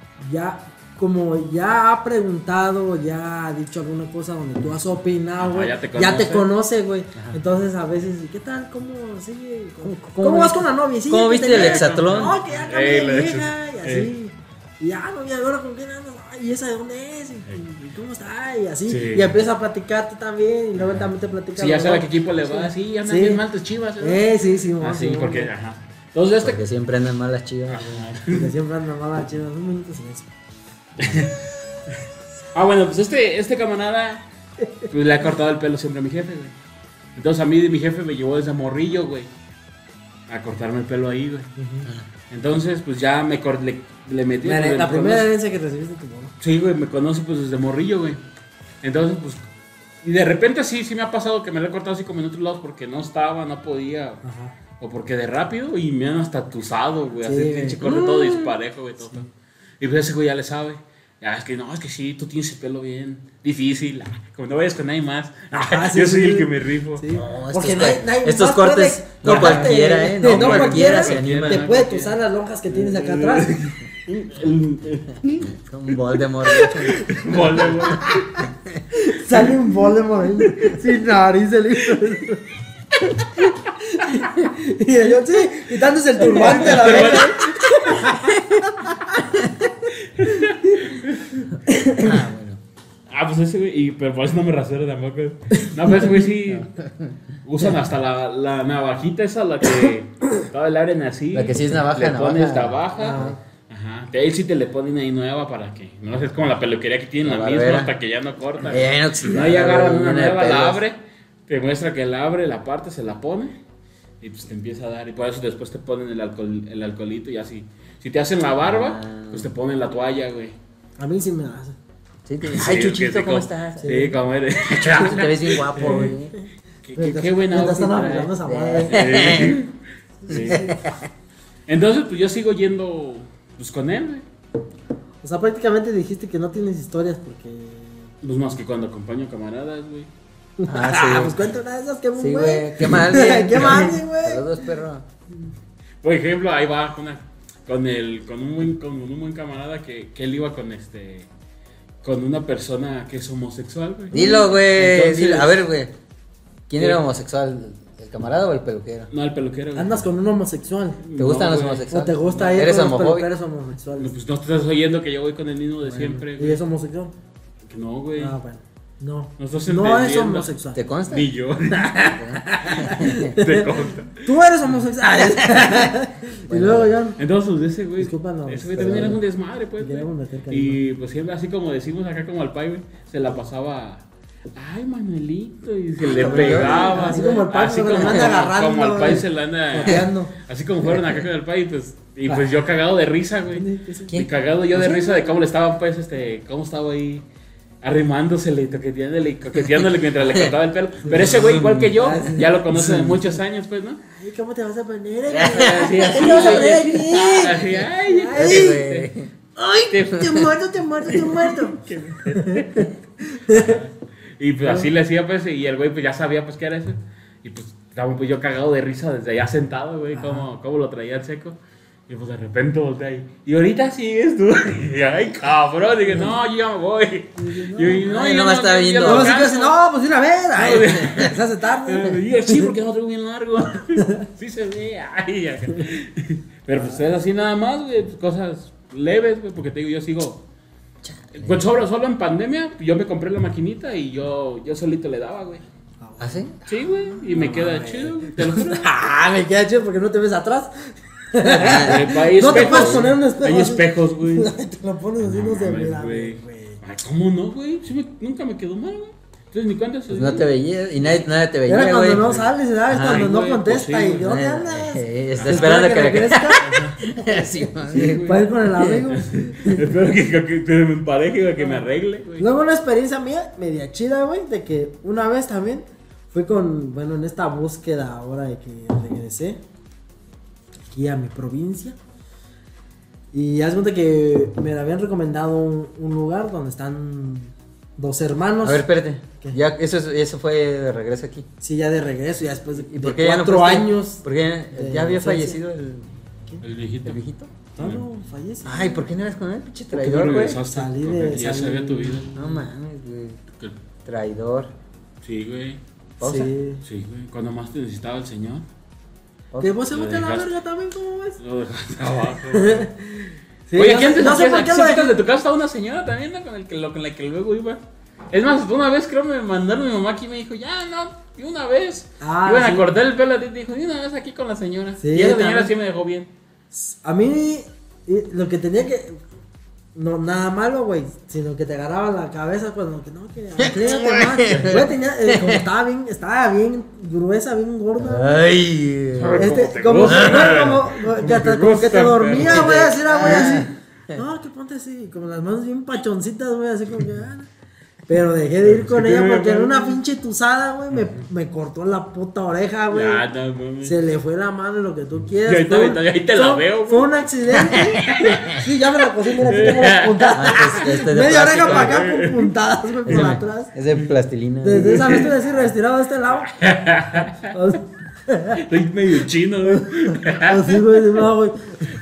ya ha preguntado, ya ha dicho alguna cosa donde tú has opinado, güey. Ya te conoce, güey. Entonces a veces, ¿qué tal? ¿Cómo sigue? ¿Cómo vas con la novia? ¿Sí? ¿Cómo viste el hexatlón? No, que ya cambié de vieja y así. Y ya, no, y ahora con quién andas. ¿Y esa de dónde es? ¿Y cómo está? Y así. Sí. Y empieza a platicarte también. Y luego también te platica. Sí, ya sabe a qué equipo le va. Sí, andan bien mal tus Chivas. Sí. Así, porque, Entonces, porque siempre andan mal las Chivas. Porque siempre andan mal las Chivas. Un minuto sin eso. Bueno, pues este camarada pues, le ha cortado el pelo siempre a mi jefe, güey. Entonces a mí mi jefe me llevó desde morrillo, güey, a cortarme el pelo ahí, güey. Entonces pues ya le metí la primera herencia que recibiste de tu mamá. Sí, güey, me conoce pues desde morrillo, güey. Entonces pues y de repente sí me ha pasado que me lo he cortado así como en otros lados porque no podía. O porque de rápido y me han hasta tusado, güey, así pinche corte todo disparejo, güey, todo. Y pues ese güey ya le sabe. Es que sí, tú tienes el pelo bien difícil. Como no vayas con nadie más. Yo soy el que me rifo. Sí. No, porque estos cortes no cualquiera, ¿eh? No cualquiera se anima. Te puede tusar las lonjas que tienes acá atrás. Un Voldemort. Sale un Voldemort ahí. Sin nariz el hijo. Y yo quitándose el turbante a la vez. Bueno. Pues ese güey, pero por eso no me rasuro tampoco. No, pero ese güey sí usan hasta la navajita esa, la que todo el abren así. La que sí es navaja, le pones navaja. Ajá. De ahí sí te le ponen ahí nueva para que no es como la peluquería que tienen la misma hasta que ya no corta. No, ya agarran una nueva, la abre, te muestra que la abre, la parte, se la pone y pues te empieza a dar. Y por eso después te ponen el alcoholito y así. Si te hacen la barba, pues te ponen la toalla, güey. A mí sí me hace. Sí, ay, Chuchito, ¿cómo estás? Sí, como eres. Te ves bien guapo, güey. Qué buena onda. Están hablando esa madre. Sí. Entonces, pues yo sigo yendo pues con él, güey. O sea, prácticamente dijiste que no tienes historias porque... Pues más que cuando acompaño a camaradas, güey. Pues cuenta una de esas que Sí, güey. güey. Qué mal, güey. Qué mal, güey. Saludos, perro. Por ejemplo, ahí va con un buen camarada que él iba con una persona que es homosexual, güey. Dilo, güey. Entonces- Dilo. A ver, güey. ¿Quién ¿Qué? era homosexual? ¿El camarada o el peluquero? No, el peluquero, güey. Andas con un homosexual. ¿Te gustan los güey. O homosexuales? te gusta ir ¿Eres con los homofóbico? peluqueros No, homosexuales. pues no te estás oyendo que yo voy con el mismo de siempre, ¿Y güey. es homosexual? Que no, güey. Ah, bueno. No. No estás No es entendiendo. homosexual. ¿Te consta? Ni yo. Te consta. Tú eres homosexual. Y Bueno. luego ya. Entonces, pues, ese güey. Discúlpanos, Ese güey también pero- era un desmadre, pues. Te queremos güey. meter cariño. Y pues siempre, así como decimos acá, como al pai, güey, se la pasaba. Ay, Manuelito. Y se le pegaba. Así como al pai se lo anda agarrando, Como al pai güey. se la anda. Joteando. Así como fueron acá con el pai, pues. Y pues yo cagado de risa, güey. ¿Quién? Y cagado yo de risa de cómo le estaban, pues, cómo estaba ahí arrimándosele y toqueteándole y coqueteándole mientras le cortaba el pelo. Pero ese güey, igual que yo, ya lo conoce de muchos años, pues, ¿no? Ay, ¿cómo te vas a poner? Así, así, ¿Qué te vas a poner güey. aquí? Así, ay, Sí, güey. Ay, te muerto, te muerto, te muerto. Y pues así le hacía, pues, y el güey pues ya sabía pues qué era eso. Y pues estaba pues yo cagado de risa desde allá sentado, güey, cómo lo traía el seco. Y pues de repente volteé ahí. Y ahorita sigues tú. Y ay, cabrón. Dije, no, yo ya me voy. Ay, yo no me estaba viendo. Luego se alcanzo. queda así, no, pues de una vez. Ay, se hace tarde. Y yo, sí, porque no traigo bien largo. Sí se ve. Ay, acá. Pero pues es así nada más, güey. Pues, cosas leves, güey. Porque te digo, yo sigo. Pues solo en pandemia, yo me compré la maquinita y yo solito le daba, güey. ¿Ah, sí? Sí, güey. Y me queda chido, güey. Te lo juro. Ah, me queda chido porque no te ves atrás. Hay No te espejos. puedes poner un espejo Hay así. espejos, güey. Te lo pones así, no se mames, mira, güey. güey. Ay, ¿cómo no, güey? Sí nunca me quedó mal, güey. Entonces, ni cuánto se Pues no te veía y nadie te veía, Era güey. cuando no sales, ¿sabes? Ajá. Cuando no Güey, contesta pues sí, y ¿dónde andas? Está esperando que regrezca Sí, man. Sí, güey. para ir con el amigo. Espero que me empareje, güey, que me arregle, güey. Luego una experiencia mía media chida, güey, de que una vez también fui en esta búsqueda ahora de que regresé aquí a mi provincia. Y haz cuenta que me habían recomendado un lugar donde están dos hermanos. A ver, espérate. ¿Qué? Ya, eso fue de regreso aquí. Sí, ya de regreso, ya después de, ¿Y de por qué ya no 4 fuiste? años. ¿Por qué de ya había ausencia. fallecido El viejito. el viejito? No, fallece. Ay, ¿por qué no eras con él, pinche ¿Por qué no traidor, güey? regresaste? Salí Porque de- ya salí- sabía tu vida. No mames, güey. Que- Traidor. Sí, güey. Pausa. Sí. Sí, güey. Cuando más te necesitaba el señor, Que vos se Lo mete a la dejaste. verga también, ¿cómo ves? lo dejaste abajo, güey. Sí, Oye, no ¿qué sé- antes no sé hacías? por Aquí qué lo cerquita dejé. de tu casa estaba una señora también, ¿no? Con la que luego iba. Es más, una vez creo me mandaron mi mamá aquí y me dijo, ya, no, y una vez. Ah, Iban sí. a cortar el pelo a ti y te dijo, y una vez aquí con la señora. Sí, y esa señora también. sí me dejó bien. A mí, lo que tenía que. No, nada malo, güey. Sino que te agarraba la cabeza cuando. Que no, que. Inclínate más. Güey, tenía. Como estaba bien gruesa, bien gorda. Ay. Como que te gustan, dormía, pero- güey. Así era, güey, así. No, que ponte así. Como las manos bien pachoncitas, güey. Así como que. Pero dejé de ir con Sí, ella güey, porque en güey. una pinche tuzada, güey. Me cortó la puta oreja, güey. Ya, no, mames. Se le fue la mano, lo que tú quieras. Y ahorita- Fue un- ahí te la fue- veo, güey. Fue un accidente. Sí, ya me la cosí, mira, aquí tengo las puntadas. Ah, este es de Media oreja plástico, para acá güey. con puntadas, güey, por atrás. Es de plastilina. Desde esa vez estoy así retirado de este lado. Estoy medio chino, güey. Así, güey, no, güey.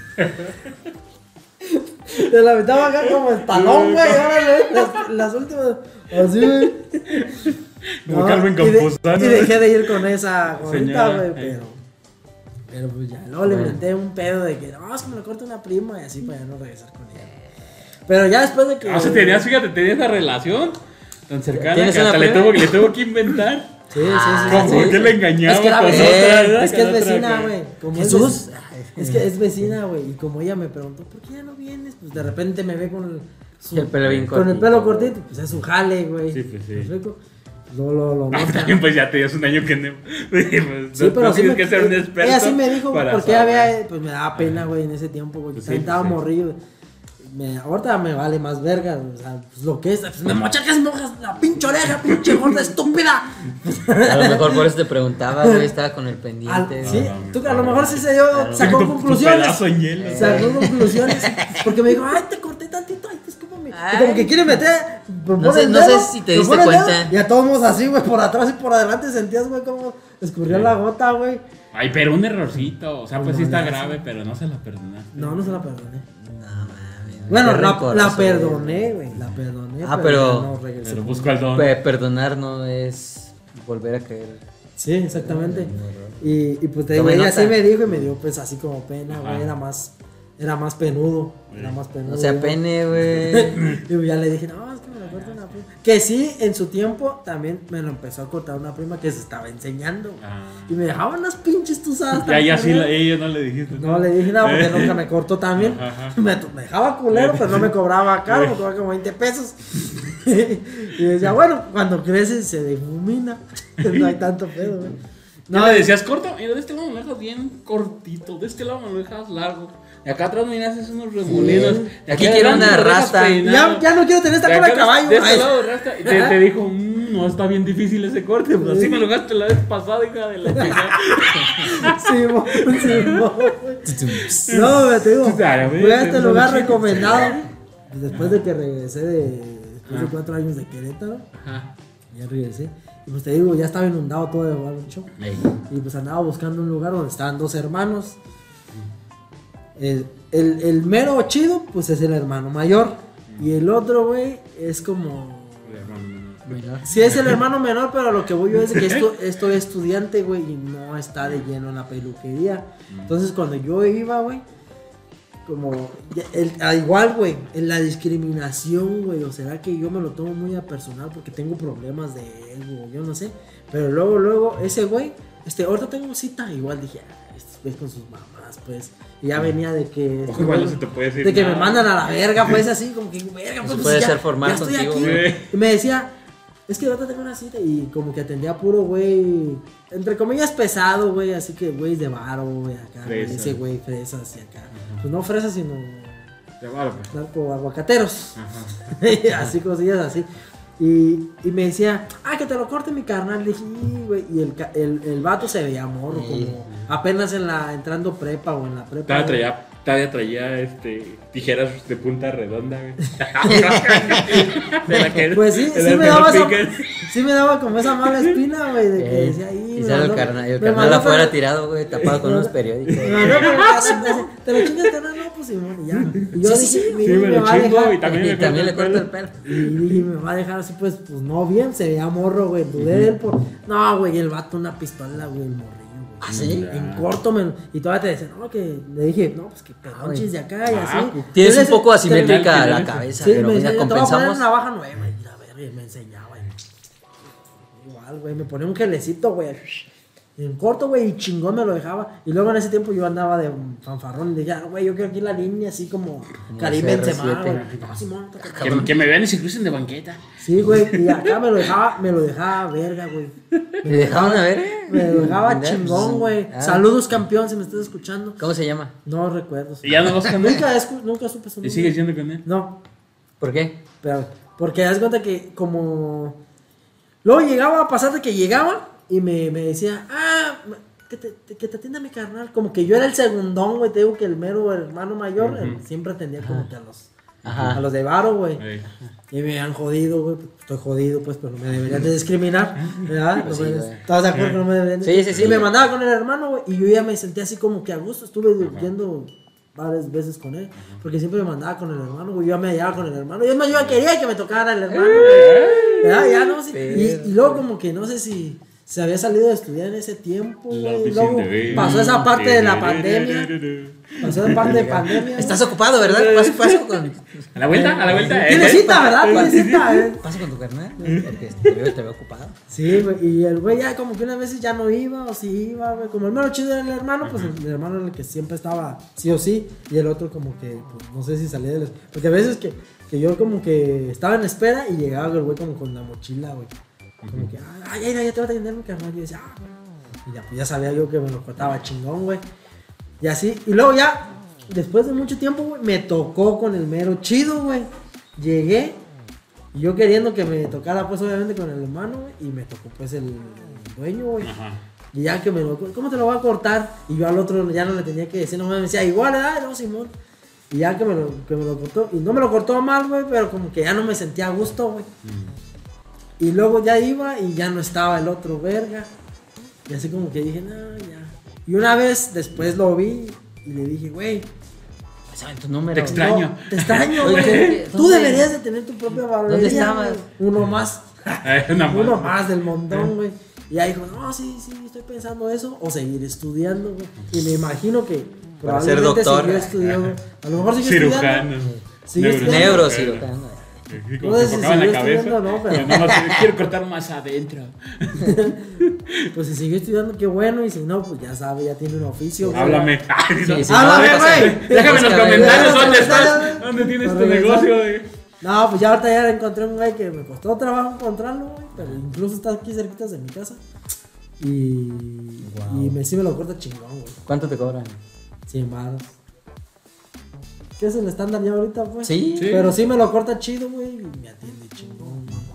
De la mitad para acá como el talón, güey. Ahora, las últimas. Así, güey. Como Carmen y de- Campuzano. Y dejé de ir con esa Señora, ahorita, güey, pero pues ya, luego le inventé un pedo de que no, es que me lo corta una prima y así para ya no regresar con ella. Pero ya después de que. O sea, fíjate, tenías esa relación tan cercana ¿Tienes que hasta una prima? le tuvo que inventar. Sí, sí, sí. Como sí. que le engañaba Es que era con vecina, otra, ¿verdad? es que Con es otra vecina, acá. güey. Como Jesús. Es que es vecina, güey. Y como ella me preguntó, ¿por qué ya no vienes? Pues de repente me ve con El pelo bien con el cortito. pelo cortito. Pues es su jale, güey. Sí, pues sí. ¿Me explico? Lo Ah, nota. también pues ya tenías un año que no. Pues, Sí, no pero sí tienes me, que ser un experto. ella sí me dijo, para porque saber. había, pues me daba pena, güey, en ese tiempo, güey. Pues También sí, estaba pues sí. morrido, güey. Ahorita me vale más verga, o sea, pues lo que es, pues me mochacas, mojas la pinche oreja, pinche gorda estúpida. A lo mejor por eso te preguntaba, güey. Estaba con el pendiente. Sí, no, tú no, a lo no, mejor no. sí se dio, sacó Tu conclusiones. pedazo en hielo. Sacó conclusiones. Porque me dijo, ay, te corté tantito, ay, discúlpame. Y Ay. como que quiere No sé si te diste cuenta. Y a todos modos así, güey, por atrás y por adelante sentías, güey, cómo escurría la gota, güey. Ay, pero un errorcito. O sea, pues No, sí está ya, grave, sí. pero no se la perdonaste. No se la perdoné. No mames. Bueno, qué la rencoroso, perdoné, güey, la perdoné. Ah, pero- ya no regresé. Pero busco el don. Perdonar no es volver a caer. Sí, exactamente. Y pues te digo, Tome ella nota. así me dijo y me dio pues así como pena, Ajá. güey, era más penudo, era más penudo. No sea yo. pene, güey. Y ya le dije, no, es que me lo corta una prima. Que sí, en su tiempo también me lo empezó a cortar una prima que se estaba enseñando. Ah. Y me dejaban unas pinches tuzadas. Ya tan sí, culeras. ella no le dijiste. No le dije nada porque nunca me cortó también. Ajá. Me dejaba culero, pero no me cobraba caro, me cobraba como 20 pesos. Y decía, bueno, cuando crece se difumina. No hay tanto pedo, güey. No, le decías corto, mira, de este lado me lo dejas bien cortito, de este lado me lo dejas largo. Y acá atrás me haces unos remolinos. Y Aquí quiero adelante una me dejas rasta. peinado. Ya no quiero tener esta Y cola de acá caballo. de este Ay. lado rasta. Y te dijo, no, está bien difícil ese corte. Pues así me lo gaste la vez pasada, hija de la chingada. Sí, no, me te digo, Claro, fui a este sí, lugar sí, recomendado. Después de que regresé después de 4 años de Querétaro, Ajá. ya regresé. Y pues te digo, ya estaba inundado todo de Guadalajara. Ey. Y pues andaba buscando un lugar donde estaban 2 hermanos. El mero chido, pues es el hermano mayor. Y el otro, güey, es como. Sí, es el hermano menor, pero lo que voy yo es que estoy estudiante, güey, y no está de lleno en la peluquería. Entonces, cuando yo iba, güey, como. Igual, güey, en la discriminación, güey, o será que yo me lo tomo muy a personal porque tengo problemas de ego, yo no sé. Pero luego, ese güey, ahorita tengo cita, igual dije, estos güeyes con sus mamás, pues. Y ya venía de que. Igual no se te puede decir De que me nada. mandan a la verga, pues así, como que, verga, pues. Eso puede ya- ser formal ya estoy contigo, aquí. güey. Y me decía, es que ahorita tengo una cita y como que atendía puro güey, entre comillas pesado, güey, así que güey de varo, güey, acá, güey, Fresa. ese güey fresas y acá. Pues no fresas, sino Te vale, pues. narco aguacateros. Ajá. Así cosillas así. Y me decía, que te lo corte mi carnal. Le dije, "Y, güey", y el vato se veía morro, como apenas entrando prepa o en la prepa. Todavía traía tijeras de punta redonda, güey. De la que- Pues sí, de la que me no daba pican. sí me daba como esa mala espina, güey, de que decía, Y me sale el mandó- carnal, el me carnal mandó afuera para- tirado, güey, tapado con unos periódicos. Me mandó para casa, me dice, te lo chingas, carnal, no, pues Simón, y ya. Y yo Sí, dije, Sí, me lo va a chingo dejar. y también Y también le corta el pelo. Y dije, me va a dejar así, pues no bien, se veía morro, güey, dudé de él por. No, güey, el vato una pistola, güey, el morrillo, güey. ¿Ah, sí? En corto, y todavía te decía, no, que le dije, no, pues que pedonches de acá y así. Tienes un Entonces, poco te- asimétrica te- la te- cabeza, Sí, pero me mira, decía, te voy a poner compensamos. una baja nueva, y la verga, y me enseñaba, güey. Igual, güey, me ponía un gelecito, güey. En corto, güey, y chingón me lo dejaba. Y luego en ese tiempo yo andaba de fanfarrón y dije, güey, yo quiero aquí la línea así como Karim CR7. Benzema, güey. No, Simón, Que me vean y se crucen de banqueta. sí, güey, y acá me lo dejaba verga, güey. ¿Te dejaban a ver? Me lo dejaba Mira, chingón, güey. ah. Saludos, campeón, si me estás escuchando. ¿Cómo se llama? No recuerdo. Y ya no vas con él. Nunca supe su Y nombre. sigues yendo con él. No, ¿Por qué? pero porque das cuenta que como. Luego llegaba a pasar de que llegaba y me decía, que te atienda mi carnal. Como que yo era el segundón, güey. Te digo que el mero hermano mayor siempre atendía como que Ajá. a los de varo, güey. Ey. Y me han jodido, güey. Estoy jodido, pues, pero no me deberían de discriminar. ¿Verdad? Pues No sí, me- güey. ¿Estás de acuerdo que no me deberían de Sí, sí, sí. Y me mandaba con el hermano, güey. Y yo ya me sentía así como que a gusto. Estuve yendo varias veces con él. Porque siempre me mandaba con el hermano, güey. Yo ya me hallaba con el hermano. Y es más, yo ya quería que me tocara el hermano, güey. ¿Verdad? Ya no sé. Y luego como que no sé si se había salido de estudiar en ese tiempo, güey. Luego pasó esa parte de la pandemia. Pasó esa parte de pandemia. Estás ocupado, ¿verdad? Paso con... A la vuelta. Tiene cita, ¿verdad? Tiene Sí, cita, Paso con tu carnal, porque te veo ocupado. Sí, güey, y el güey ya como que unas veces ya no iba, o sí iba, güey. Como el mero chido era el hermano, pues el hermano era el que siempre estaba sí o sí. Y el otro como que, pues no sé si salía de la. Porque a veces que yo como que estaba en espera y llegaba el güey como con la mochila, güey. Como que, ya te voy a atender mi carnal. Y yo decía, y ya, pues ya sabía yo que me lo cortaba chingón, güey. Y así, y luego ya, después de mucho tiempo, güey, me tocó con el mero chido, güey. Llegué, y yo queriendo que me tocara, pues obviamente con el hermano, güey, y me tocó pues el dueño, güey. Ajá. Y ya que me lo, ¿cómo te lo voy a cortar? Y yo al otro ya no le tenía que decir, no me decía, igual, ¿verdad? No, Simón. Y ya que me lo cortó, y no me lo cortó mal, güey, pero como que ya no me sentía a gusto, güey. Y luego ya iba y ya no estaba el otro verga. Y así como que dije, no, ya. Y una vez después lo vi y le dije, güey, ¿Saben tu número? Te extraño. no, te extraño, Oye, güey. Tú ¿dónde? deberías de tener tu propia barbería. ¿Dónde estabas? Güey. Uno más. Una más. Uno más del montón, güey. Y ahí dijo, no, sí, estoy pensando eso. O seguir estudiando, güey. Y me imagino que Para ser probablemente doctor. siguió estudiando. A lo mejor siguió Cirujano. estudiando. Sigue estudiando. Neurocirujano. Sí, como No se sé si enfocaba en la siguió cabeza. estudiando, no, pero- No, quiero cortar más adentro. Pues si siguió estudiando, qué bueno. Y si no, pues ya sabe, ya tiene un oficio. güey. Háblame. Sí, sí, Háblame, no, güey. Déjame en los Búscame. comentarios dónde Búscame. estás. ¿Dónde tienes tu Para regresar. negocio, güey? No, pues ya ahorita ya encontré un güey que me costó trabajo encontrarlo, güey. Pero incluso está aquí cerquita de mi casa. Y sí me lo corta chingón, güey. ¿Cuánto te cobran? 100 baros. ¿Qué es el estándar ya ahorita, pues? Sí. Sí. Pero sí me lo corta chido, güey. Y me atiende chingón, güey.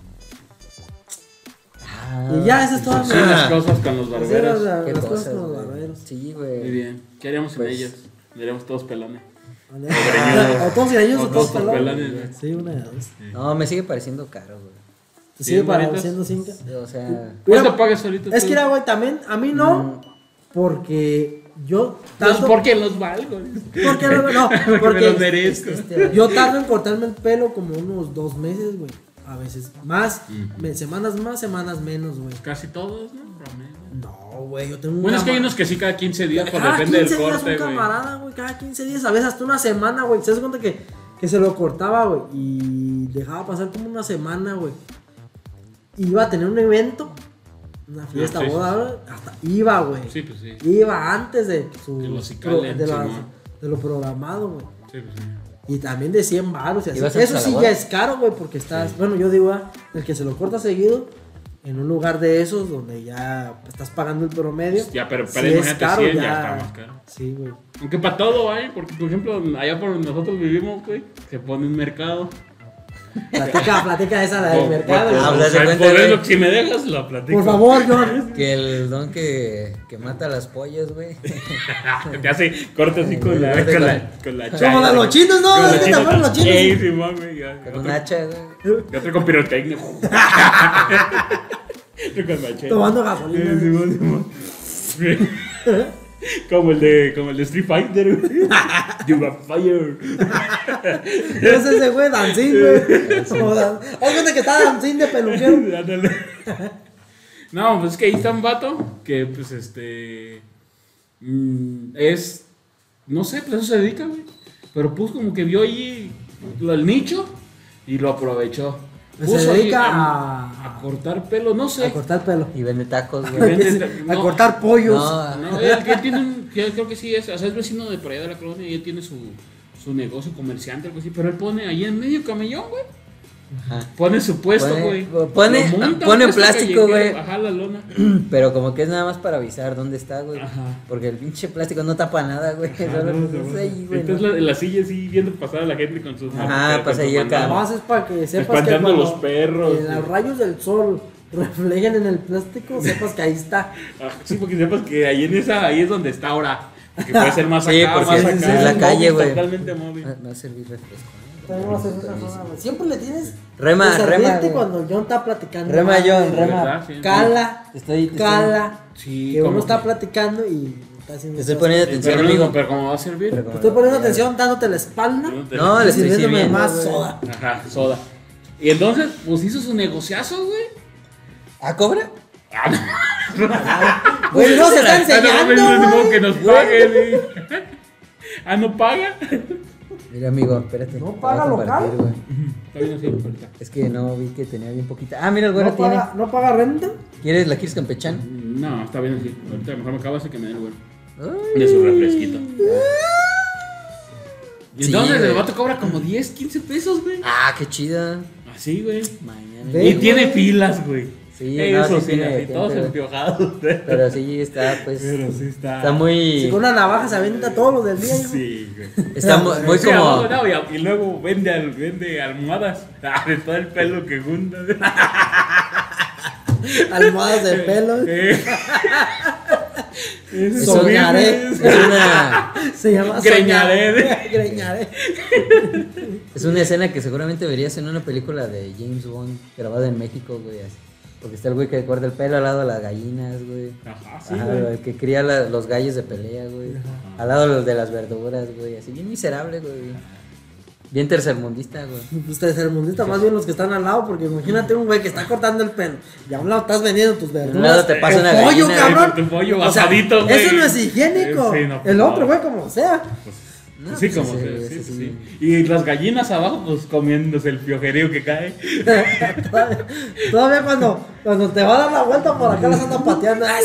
Y ya, esa es toda Sí, mi- las cosas con los Así eran barberos. las Qué cosas cosas, con los güey. barberos. Sí, Muy güey. bien. ¿Qué haríamos sin Pues- ellos? Seríamos todos pelones. O todos ellos O o todos todos pelones. pelones, güey. Sí, una de dos. No, me sigue pareciendo caro, güey. Te sigue 100 para varitos. siendo 5. O sea, ¿Cuánto pagas ahorita? Es tú? que era, güey, también, a mí no, porque yo Pues tardo, porque los valgo. porque no, Porque me porque los merezco. yo tardo en cortarme el pelo como unos 2 meses, güey, a veces más, semanas más, semanas menos, güey. Casi todos, ¿no? Promedio. No, güey, yo tengo un Bueno, es que hay cama- unos que sí cada 15 días, pues cada depende 15 del días corte, un güey. camarada, güey, cada 15 días, a veces hasta una semana, güey, ¿se das cuenta que se lo cortaba, güey, y dejaba pasar como una semana, güey? Iba a tener un evento, una fiesta, sí, sí, boda, güey, hasta iba, güey. Sí, pues sí. Iba antes de su Que lo cicalen, Simón. de lo programado, güey. Sí, pues sí. Y también de 100 baros y así. ¿Ibas Eso antes a la sí boda? ya es caro, güey, porque estás, bueno, yo digo, el que se lo corta seguido en un lugar de esos donde ya estás pagando el promedio. Ya, pero sí imagínate 100 ya está más caro. Sí, güey. Aunque para todo hay, porque por ejemplo, allá por donde nosotros vivimos, güey, se pone un mercado. Platica esa la del mercado. Pues, güey. Hablas o sea, de cuenta, por eso, güey. si me dejas, lo platico. Por favor, John. que el don que mata las pollas, güey. Te hace corte así con la Como chaira. la los chinos, ¿no? Con Es los que te chinos. fueron los chinos. Ey, Simón, güey, ya. Con Otro- un hacha, güey. Ya estoy con pirotecnia. Estoy con machete. Tomando gasolina. Simón. Como el de Street Fighter, güey. You are fire. Es ese güey, Dancing, güey. Como Haz cuenta que está Dancing de peluquero. Ándale. No, pues es que ahí está un vato que, pues, es, no sé, pues eso se dedica, güey. Pero pues como que vio ahí el nicho y lo aprovechó. Se Puso ahí dedica a cortar pelo, no sé. A cortar pelo. Y vende tacos, A güey. vende- A no. cortar pollos. No, No, él tiene un, yo creo que sí es, o sea, es vecino de por allá de la colonia y él tiene su negocio comerciante, algo así, pero él pone ahí en medio camellón, güey. Ajá. Pone su puesto, Pone- güey. pone- Lo monta, pone puesto plástico, callejero, güey. Ajá, la lona. Pero como que es nada más para avisar dónde está, güey. Ajá. Porque el pinche plástico no tapa nada, güey. Solo es ahí, güey. Entonces ¿no? la silla así viendo pasar a la gente con sus Ajá, con pasa sus ahí acá. mandados. Además es para que sepas que Espantando cuando los perros. los rayos del sol reflejen en el plástico, sepas que ahí está. Ah, sí, porque sepas que ahí ahí es donde está ahora. Que puede ser más Sí, acá, porque más es acá. la calle, güey. Totalmente móvil. Va a servir refresco. Tenemos en esa zona, güey. Siempre le tienes Rema, que rema, servirte güey. cuando John está platicando. Rema, Ah, John, güey. rema. ¿Verdad? Sí. Cala, Te estoy- cala. Sí, Que como uno está que- platicando y está haciendo. Te estoy cosas. poniendo atención, Pero, amigo. pero como va a servir. Pero Te como- estoy poniendo atención, dándote la espalda. No, y le estoy sirviéndome sirviendo, más güey. soda. Ajá, soda. Y entonces, pues hizo su negociazo, güey. ¿Ah, cobra? Ah, no. Güey, no se está Ah, no, enseñando. no, ni modo güey. que nos paguen. Ah, ¿no paga? Mira, amigo, espérate. ¿No te voy a paga compartir, local? güey. Está bien así, ahorita. Es que no vi que tenía bien poquita. Ah, mira, el güero ¿No tiene. paga, ¿No paga renta? ¿La quieres campechana? No, está bien así. Ahorita mejor me acabo así que me den el güey. Ay. De su refresquito. Y Sí, entonces el güey. vato cobra como 10, 15 pesos, güey. Ah, qué chida. Así, güey. Mañana. Ve, Y tiene güey. filas, güey. Sí, Eso no, sí, tiene así, tiempo, todos güey. empiojados. Pero sí está, pues. Pero sí está. Está muy. Si con una navaja se aventa todos los del día. hijo. Sí, güey. Está muy Sí, como. abajo, no, y luego vende almohadas de todo el pelo que junta. Almohadas de pelo. Soñaré. Es una, Se llama Greñaré. Greñaré. es una escena que seguramente verías en una película de James Bond grabada en México, güey. Así. Porque está el güey que corta el pelo al lado de las gallinas, güey. Ajá, sí, Ajá, güey. el que cría los gallos de pelea, güey. Al lado de las verduras, güey. Así bien miserable, güey. Bien tercermundista, güey. Pues tercermundista, más bien los que están al lado, porque imagínate un güey que está cortando el pelo y a un lado estás vendiendo tus verduras. un lado te pasa o una pollo, gallina, cabrón. Tu pollo O sea, asadito, güey. eso no es higiénico. Sí, no, pues, el otro, no. güey, como sea. No, Sí, pues, como ese, que, ese sí, sí. sí. Y las gallinas abajo, pues comiéndose el piojerío que cae. Todavía cuando te va a dar la vuelta por acá las anda pateando. ¡Ay,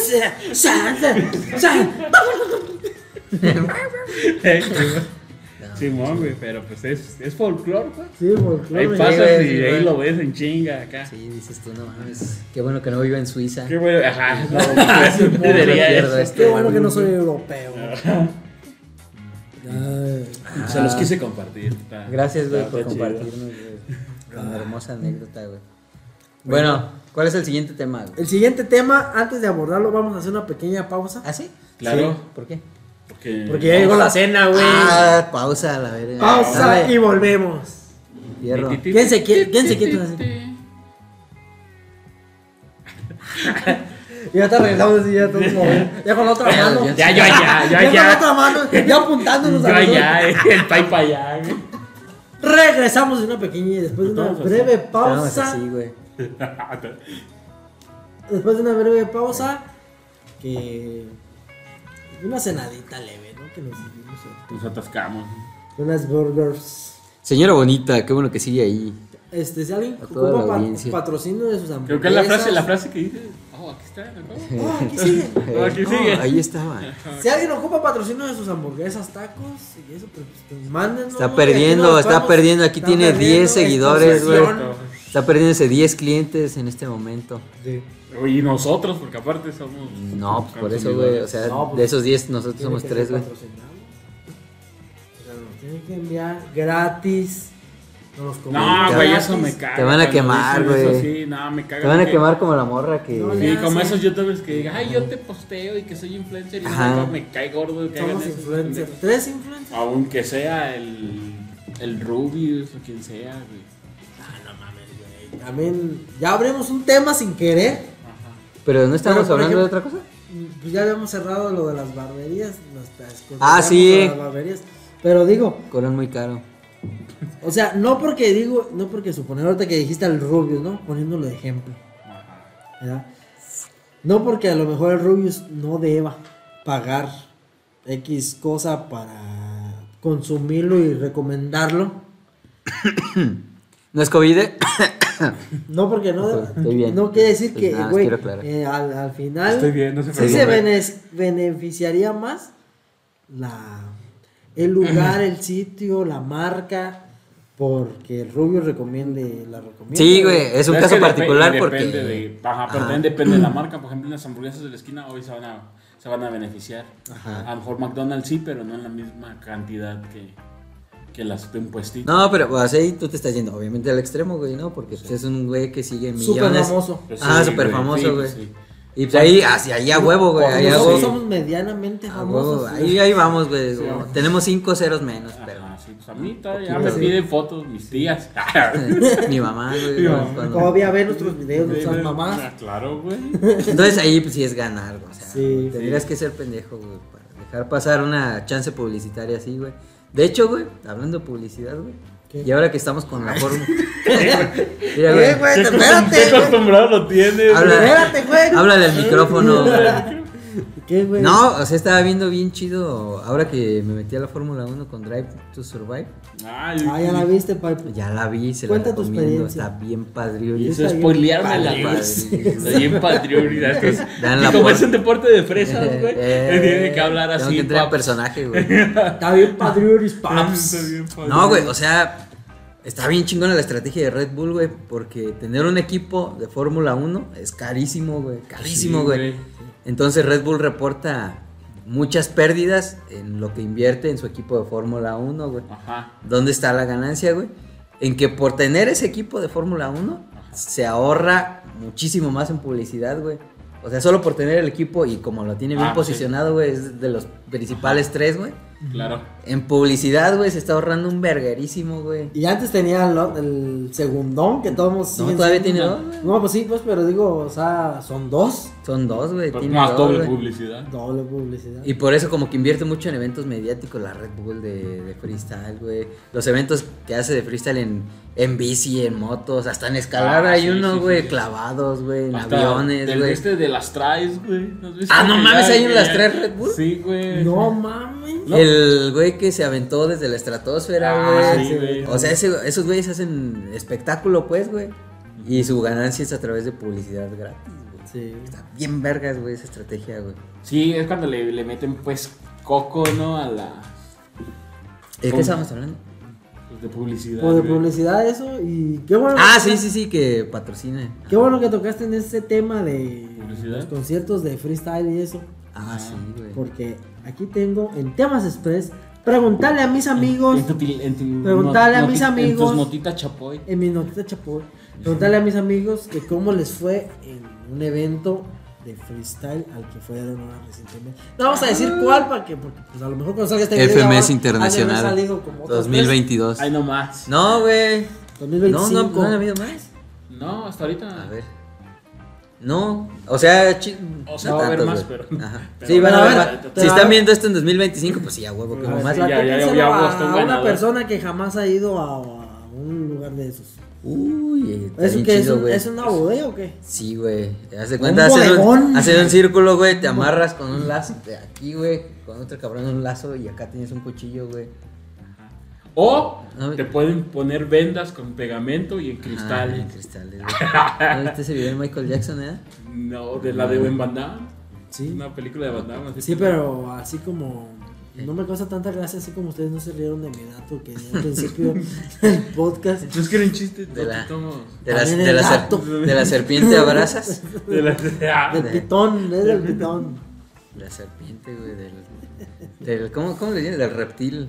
Simón, güey, pero pues es folclore, güey. Sí, folclore. Ahí Sí, pasas güey, y sí, ahí güey. lo ves en chinga acá. Sí, dices tú, no mames. Qué bueno que no vivo en Suiza. Qué bueno, ajá, no, pues, debería pierdo eso. esto. Qué bueno que no soy europeo. Ay. Se los quise compartir. Está- Gracias, güey, está por chido. compartirnos, güey. Una hermosa anécdota, güey. Bueno, ¿cuál es el siguiente tema, güey? El siguiente tema, antes de abordarlo, vamos a hacer una pequeña pausa. ¿Ah, sí? Claro. Sí. ¿Por qué? Porque ya llegó la cena, güey. Ah, pausa, la verga. Pausa Dale, y volvemos. fierro. ¿Quién se quietos así? Y ya te arreglamos así, ya todos moviendo. Ya con la otra mano. Ya, Ya con la otra mano, ya apuntándonos Yo a los dos. allá, el pai para allá, güey. Regresamos de una pequeña y después de una Estamos así. breve Estamos pausa. así, güey. Después de una breve pausa, que una cenadita leve, ¿no? Que nos hicimos Nos atascamos. unas burgers. Señora bonita, qué bueno que sigue ahí. Si alguien A toda ocupa la audiencia. patrocinio de sus hamburguesas. Creo que es la frase que dice. Oh, aquí está, ¿no? Oh, aquí sigue. Aquí sigue. Ahí estaba. Si alguien ocupa patrocinio de sus hamburguesas, tacos y eso, pues mándenos. Está perdiendo, está perdiendo. Aquí Está tiene perdiendo 10 seguidores, güey. exposición. Está perdiéndose 10 clientes en este momento. Sí. Y nosotros, porque aparte somos. No, pues por eso, güey. O sea, No, pues, de esos 10, nosotros Tiene somos que 3, ser güey. patrocinado. O sea, nos tienen que enviar gratis. No los No, comemos güey, gratis. eso me caga. Te van a cuando quemar, dicen eso, güey. Sí, no, me caga. Te van a porque- quemar como la morra que. No, Sí, ya como sé. esos youtubers que digan, ay, yo te posteo y que soy influencer y Ajá. no, me cae gordo que hagan Somos eso. influencers. 3 influencers. Aunque sea el Rubius o quien sea, güey. Ah, no mames, güey. También ya abrimos un tema sin querer. Ajá. Pero no estamos Pero, por hablando de ejemplo- otra cosa. Pues ya habíamos cerrado lo de las barberías. Ah, sí. lo de las barberías. Pero digo, Cobran muy caro. o sea, no porque suponer ahorita que dijiste al Rubius, ¿no? Poniéndolo de ejemplo. ¿Verdad? No porque a lo mejor el Rubius no deba pagar X cosa para consumirlo y recomendarlo. ¿No es COVID? No porque no deba. Estoy bien. No quiere decir Pues que, nada más güey, quiero aclarar. al final Estoy bien, no se sí se preocupe. beneficiaría más el lugar, el sitio, la marca, porque el Rubio la recomienda. Sí, güey, es un Pero caso que particular depende porque. de, ajá, pero Ajá. también depende de la marca. Por ejemplo, las hamburguesas de la esquina hoy se van a beneficiar. Ajá. A lo mejor McDonald's sí, pero no en la misma cantidad que las de un puestito. No, pero pues, ahí tú te estás yendo, obviamente, al extremo, güey, ¿no? Porque pues, es un güey que sigue millones. Súper famoso. Pues Ah, sí, súper güey, famoso, sí, güey. sí. Y pues ahí, hacia ahí a huevo, güey. Ahí a Nosotros huevo. somos medianamente A huevo, famosos. ahí vamos, güey. Sí, como- sí. tenemos 5 ceros menos, pero. Ajá, sí, pues a mí todavía Poquito, me sí. piden fotos mis tías. Mi mamá, güey. Mi ¿no? mamá. Cuando- Todavía ve nuestros videos, nuestras mamás. Ah, claro, güey. Entonces ahí pues sí es ganar, güey. O sea, Sí, tendrías que ser pendejo, güey, para dejar pasar una chance publicitaria así, güey. De hecho, güey, hablando de publicidad, güey. ¿Qué? Y ahora que estamos con la fórmula. Mira, güey. güey, ¿Qué espérate, güey. acostumbrado lo tienes? Habla. Espérate, güey. Háblale al micrófono, güey. ¿Qué, güey? No, o sea, estaba viendo bien chido ahora que me metí a la Fórmula 1 con Drive to Survive. Ay, Ah, ya la viste, Pipe. Ya la vi, se Cuenta la tu recomiendo. experiencia. Está bien Y padre. eso es Está bien spoilearme padre, la padre. Está bien patriota. Dan Y la como por- es un deporte de fresas, güey, tiene que hablar Tengo así. que entrar a paps. personaje, güey. Está bien Padriuris, Está paps. bien padre. No, güey, o sea, está bien chingona la estrategia de Red Bull, güey, porque tener un equipo de Fórmula 1 es carísimo, güey, carísimo, Sí, güey. Entonces Red Bull reporta muchas pérdidas en lo que invierte en su equipo de Fórmula 1, güey. Ajá. ¿Dónde está la ganancia, güey? En que por tener ese equipo de Fórmula 1 se ahorra muchísimo más en publicidad, güey. O sea, solo por tener el equipo y como lo tiene bien Sí. posicionado, güey, es de los principales 3, güey. Claro. En publicidad, güey, se está ahorrando un verguerísimo, güey. Y antes tenía el segundón, que todos No, siguen todavía siendo- tiene 2, güey. No, pues sí, pues, pero digo, o sea, son 2. Son 2, güey. Pues Tiene más 2, doble güey. publicidad. Doble publicidad. Y por eso como que invierte mucho en eventos mediáticos, la Red Bull de freestyle, güey. Los eventos que hace de freestyle en bici, en motos, hasta en escalada hay Sí, uno, sí, güey, sí. clavados, güey, en Hasta aviones, del güey. de las traes, güey. ¿No has visto Ah, no que mames, ya- hay un que las ya- traes Red Bull. Sí, güey. No mames. ¿No? El güey que se aventó desde la estratosfera, Ah, güey. sí, güey. O sea, esos güeyes hacen espectáculo, pues, güey. Y su ganancia es a través de publicidad gratis, güey. Sí. Está bien vergas, güey, esa estrategia, güey. Sí, es cuando le meten, pues, coco, ¿no? A la. ¿De qué estábamos hablando? Pues, de publicidad. Pues de güey. publicidad eso y qué bueno. Ah, que- sí, que patrocina. Qué bueno que tocaste en ese tema de ¿Publicidad? los conciertos de freestyle y eso, Ah, sí, güey. porque aquí tengo en temas express preguntarle a mis amigos En tu Preguntarle a mis En amigos. tus notitas chapoy. en mi notita chapoy, preguntarle a mis amigos que cómo les fue en un evento de freestyle al que fueron ahora recientemente. No vamos a decir cuál para que porque pues a lo mejor cuando salga este video ya FMS ha de Internacional haber salido como otros 2022. Ay, no más. No, güey. tres. 2025. No ha habido más. No, hasta ahorita. A ver. No, o sea, O sea, no va a haber tantos, más, güey. pero- Ajá. pero Sí, van a bueno, haber a ver, más. pero Si a están ver. viendo esto en 2025, pues sí, a huevo que A hubo ver, más. ya, platíquenselo ya a está un una ganador. persona que jamás ha ido a un lugar de esos. Uy, está ¿Eso bien qué es? chido, güey. ¿Es una bodega o qué? Sí, güey. Haz de cuenta, bodegón. haces un círculo, güey, te amarras con un lazo de aquí, güey, con otro cabrón un lazo y acá tienes un cuchillo, güey. O No, te pueden poner vendas con pegamento y en Ah, cristal. en cristales, güey. ¿No viste ese video de Michael Jackson, No, de la de Ben Van Damme. Sí. Una película de Van Damme. así Sí, que- pero así como no me causa tanta gracia así como ustedes no se rieron de mi dato que al principio del podcast. No es que era un chiste. De la- tomo- También el gato. de la serpiente abrazas. de la- Del pitón, es del pitón. La serpiente, güey, del ¿cómo le dicen? Del reptil.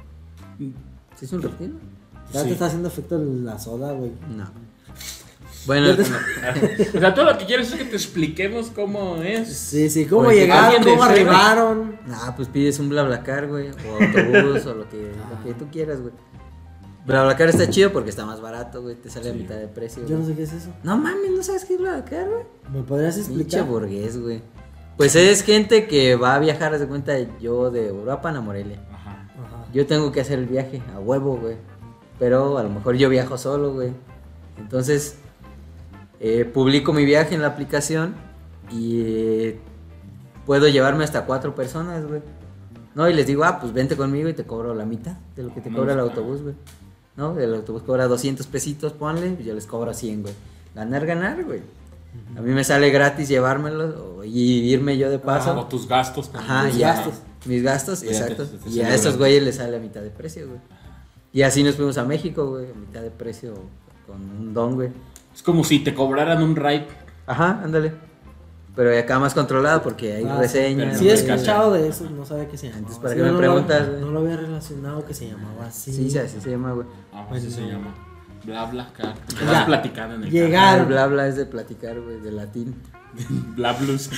¿Sí es un reptil? Ya Sí. te está haciendo efecto la soda, güey. No. Bueno, O sea, todo lo que quieres es que te expliquemos cómo es. Sí, cómo Pues, llegaron, alguien de cómo Cemex. arribaron. nah, pues pides un BlaBlaCar, güey, o autobús, o lo que tú quieras, güey. BlaBlaCar está chido porque está más barato, güey, te sale a mitad de precio. Yo no güey. sé qué es eso. No mames, ¿no sabes qué es BlaBlaCar, güey? ¿Me podrías Pinche explicar? burgués, güey. Pues es gente que va a viajar, haz de cuenta, yo de Europa a Morelia. Ajá. Ajá. Yo tengo que hacer el viaje a huevo, güey. Pero a lo mejor yo viajo solo, güey. Entonces, publico mi viaje en la aplicación y puedo llevarme hasta 4 personas, güey. No, y les digo, pues vente conmigo y te cobro la mitad de lo que te No, cobra el está. autobús, güey. ¿No? El autobús cobra 200 pesitos, ponle, y yo les cobro 100, güey. Ganar, güey. A mí me sale gratis llevármelo y irme yo de paso. O tus gastos. Ajá, Tus ya. gastos. Mis gastos, Ya exacto. te Y sale a estos gratis. güeyes les sale a mitad de precio, güey. Y así nos fuimos a México, güey, a mitad de precio con un don, güey. Es como si te cobraran un ride. Ajá, ándale. Pero acá más controlado porque hay Ah, reseñas. Sí, he güey. escuchado de eso, no sabía que se llamaba. Entonces, ¿para así. qué me No preguntas, lo- güey? No lo había relacionado que se llamaba así. Sí, así se llama, güey. Así se llama. Bla, bla, car. Te Ya. vas platicando en el Llegaron. El bla bla es de platicar, güey, de latín. carro. Bla, blues.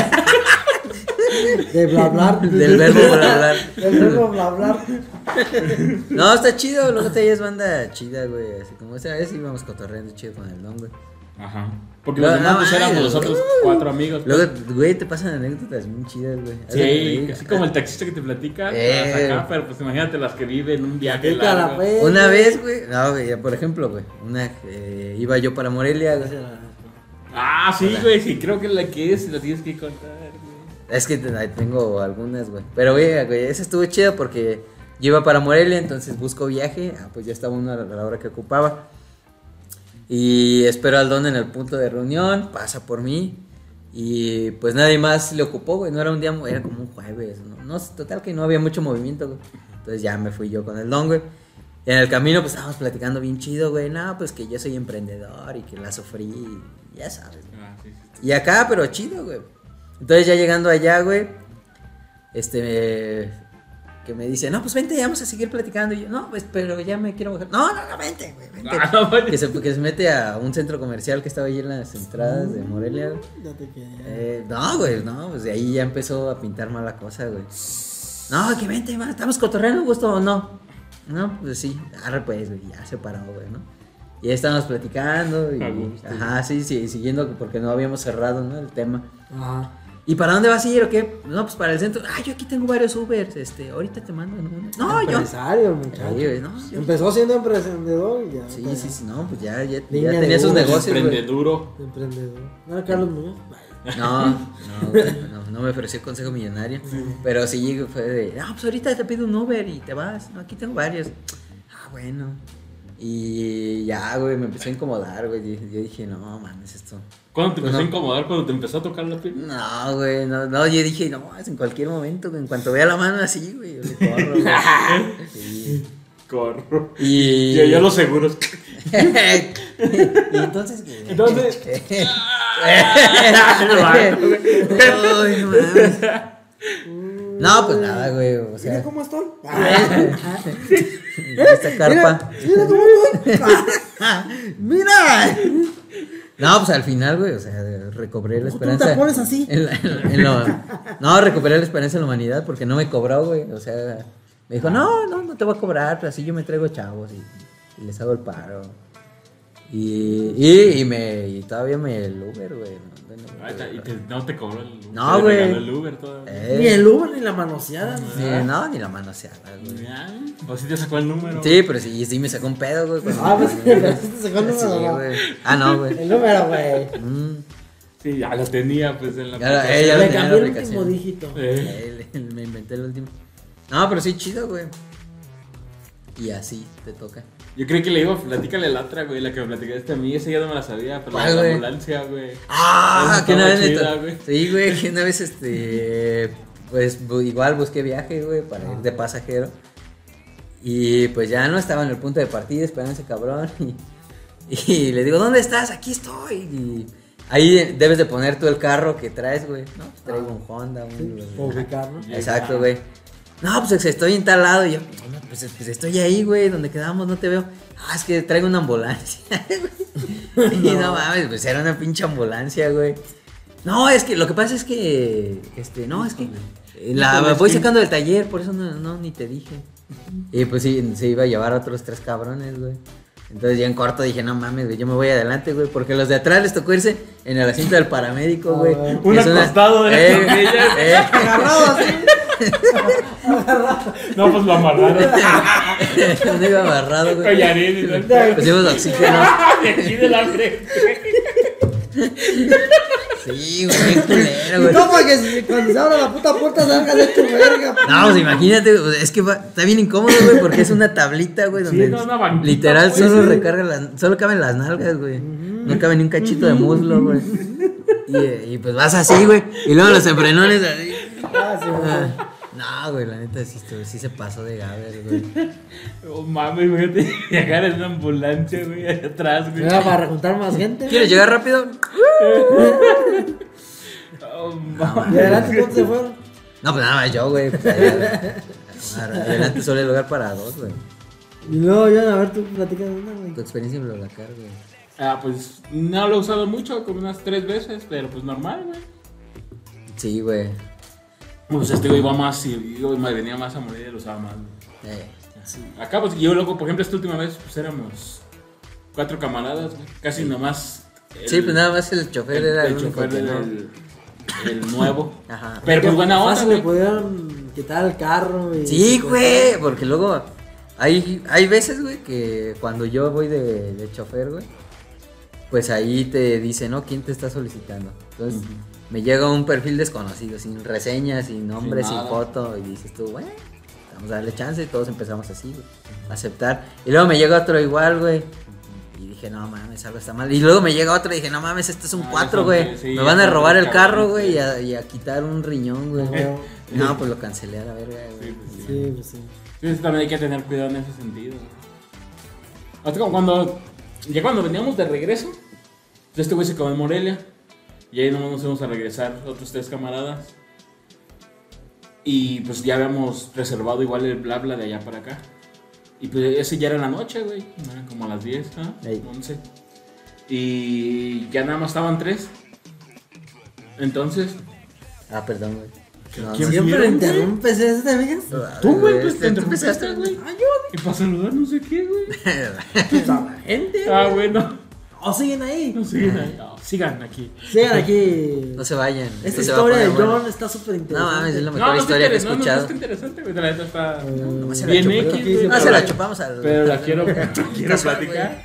De bla bla. Del verbo bla bla. Del verbo bla bla. No, está chido, luego te es banda chida, güey. Así como esa vez íbamos cotorreando chido con el don, güey. Ajá. Porque No, los demás no, pues éramos ay, los otros 4 amigos. Luego, güey, te pasan anécdotas muy chidas, güey. Sí, así como el taxista que te platica, las acá, pero pues imagínate las que viven un viaje Explícala, largo. pues. Una vez, güey, no, güey, ya, por ejemplo, güey, iba yo para Morelia, güey. Ah, sí, Hola. güey, sí, creo que la que es, la tienes que contar, güey. Es que tengo algunas, güey. Pero, güey, esa estuvo chida porque yo iba para Morelia, entonces busco viaje. Pues ya estaba uno a la hora que ocupaba. Y espero al don en el punto de reunión, pasa por mí. Y pues nadie más le ocupó, güey. No era un día, era como un jueves. No, total que no había mucho movimiento, güey. Entonces ya me fui yo con el don, güey. Y en el camino, pues estábamos platicando bien chido, güey. No, pues que yo soy emprendedor y que la sufrí, ya sabes, güey. Ah, sí, sí. Y acá, pero chido, güey. Entonces ya llegando allá, güey, que me dice, no, pues vente, ya vamos a seguir platicando. Y yo, no, pues, pero ya me quiero bajar. No, vente, güey, vente. Que se mete a un centro comercial que estaba ahí en las entradas de Morelia, güey. Ya te quedé. No, güey, no, pues de ahí ya empezó a pintar mala cosa, güey. No, que vente, man, estamos cotorreando, gusto o no. No, pues sí, arre pues, güey, ya se paró, güey, ¿no? Y ahí estábamos platicando y, ajá, sí, siguiendo porque no habíamos cerrado, ¿no? El tema. Ajá. ¿Y para dónde vas a ir o qué? No, pues para el centro. Ah, yo aquí tengo varios Ubers, ahorita te mando en uno. No, Empresario, muchacho. Sí, no, yo... Empezó siendo emprendedor y ya. Sí, no, pues ya Línea de tenía sus Uber. negocios, güey. Emprendedor. ¿No era Carlos Muñoz? No me ofreció consejo millonario. Pero sí fue de, no, pues ahorita te pido un Uber y te vas. No, aquí tengo varios. Ah, bueno. Y ya, güey, me empezó a incomodar, güey. Yo dije, no, mames, esto. ¿Cuándo te empezó a incomodar? ¿Cuando te empezó a tocar la piel? No, güey, no, yo dije, no, es en cualquier momento, güey, en cuanto vea la mano así, güey, yo le corro, güey. Sí. Corro. Y yo los seguros. y entonces, ¿qué? Entonces. Ay, no mames. No, pues nada, güey, o sea. Mira cómo estoy. Esta carpa. Mira cómo estoy. Mira. No, pues al final, güey, o sea, recobré la esperanza. ¿Tú te pones así? No, recuperé la esperanza en la humanidad porque no me cobró, güey, o sea, me dijo, no te voy a cobrar, pero así yo me traigo chavos y les hago el paro. Y todavía el Uber, güey. No te cobró el Uber. No, güey. El Uber todavía. Ni el Uber ni la manoseada. Ni la manoseada, güey. O si te sacó el número. Sí, pero sí me sacó un pedo, güey. Pues te sacó el número. Sí, güey. Ah, no, güey. El número, güey. Sí, ya lo tenía, pues, en la ya Le lo cambié el aplicación. último dígito. Me inventé el último. No, pero sí, chido, güey. Y así te toca. Yo creí que le iba a platicarle la otra, güey, la que me platicaste a mí. Esa ya no me la sabía, pero ¿Cuál, la güey? ambulancia, güey. Que una vez chida, güey. Sí, güey, que una vez pues igual busqué viaje, güey, para ir de pasajero. Y pues ya no estaba en el punto de partida esperando a ese cabrón. Y le digo, ¿dónde estás? Aquí estoy. Y ahí debes de poner tú el carro que traes, güey. No, pues traigo un Honda, Por ubicar, ¿no? Exacto, güey. No, pues estoy en tal lado. Y yo, no, pues estoy ahí, güey, donde quedamos, no te veo. Ah, es que traigo una ambulancia, güey. Y no mames, pues era una pinche ambulancia, güey. No, es que lo que pasa es que, no, es que la voy sacando del taller, por eso no, ni te dije. Y pues sí, se iba a llevar a otros 3 cabrones, güey. Entonces ya en corto dije, no mames, güey, yo me voy adelante, güey, porque los de atrás les tocó irse en el asiento del paramédico, güey. Un acostado de las camillas. Agarrado así. No, pues lo amarraron. No iba amarrado, güey. Collarín y todo. Pues llevamos oxígeno. De aquí de la frente. Sí, güey, bien culero, güey. No, para que cuando se abra la puta puerta salga de tu verga. No, pues imagínate, es que está bien incómodo, güey, porque es una tablita, güey, donde una banquita, literal pues, solo sí. recarga solo caben las nalgas, güey. No cabe ni un cachito de muslo, güey. Y pues vas así, güey, y luego los enfrenones así. No, güey, la neta sí se pasó de gaber, güey. Oh, mames, güey, llegar en una ambulancia, güey, allá atrás, güey. Era para juntar más gente. ¿Quieres llegar rápido? Oh, ¿Y mames. adelante cuántos se fueron? No, pues nada más yo, güey. Adelante solo hay lugar para 2, güey. Y luego ya, a ver, tú platicas de una, güey. Tu experiencia en Blablacar, güey. Pues no lo he usado mucho, como unas 3 veces, pero pues normal, güey. Sí, güey. Pues güey iba más y yo me venía más a morir y lo usaba más, güey. Acá, pues yo loco, por ejemplo, esta última vez, pues éramos 4 camaradas, güey. Casi nomás. Sí, pues nada más el chofer era el único chofer que era no. el nuevo. Ajá. Pero pues buena onda, Fácil güey. le pudieron quitar el carro. Y Sí, güey, porque luego hay veces, güey, que cuando yo voy de chofer, güey, pues ahí te dice, ¿no? ¿Quién te está solicitando? Entonces me llega un perfil desconocido, sin reseñas, sin nombre, sin nada. foto, y dices tú, güey, vamos a darle chance, y todos empezamos así, güey, a aceptar. Y luego me llega otro igual, güey. Y dije, no mames, algo está mal. Y luego me llega otro y dije, no mames, este es un 4, güey. sí, Me van a ya robar el son carro, cabrones, güey, y a quitar un riñón, güey. No, pues lo cancelé a la verga, güey. Sí, pues, Sí, pues sí. Sí, también hay que tener cuidado en ese sentido, güey. Así como cuando veníamos de regreso, pues este güey se quedó en Morelia. Y ahí nomás nos íbamos a regresar otros 3 camaradas. Y pues ya habíamos reservado igual el bla bla de allá para acá. Y pues ese ya era en la noche, güey. Eran como a las 10, ¿ah? 11. Y ya nada más estaban 3. Entonces. Perdón, güey. ¿Quién Siempre vieron, interrumpes, ¿te fijas? Tú, güey, pues te empezaste, empezaste, güey. Ah, Y para saludar no sé qué, güey. Pues a la gente. Bueno. O siguen ahí. No sigan ahí. No, sigan aquí. Sigan aquí. No se vayan. Esta esto se va a historia de poner bueno. John está súper No interesante. mames, es la No, mejor historia que he no escuchado. está interesante, güey. La neta está Nomás se la bien chupó. X, güey. No se la chupamos al. Pero la quiero Casual, platicar.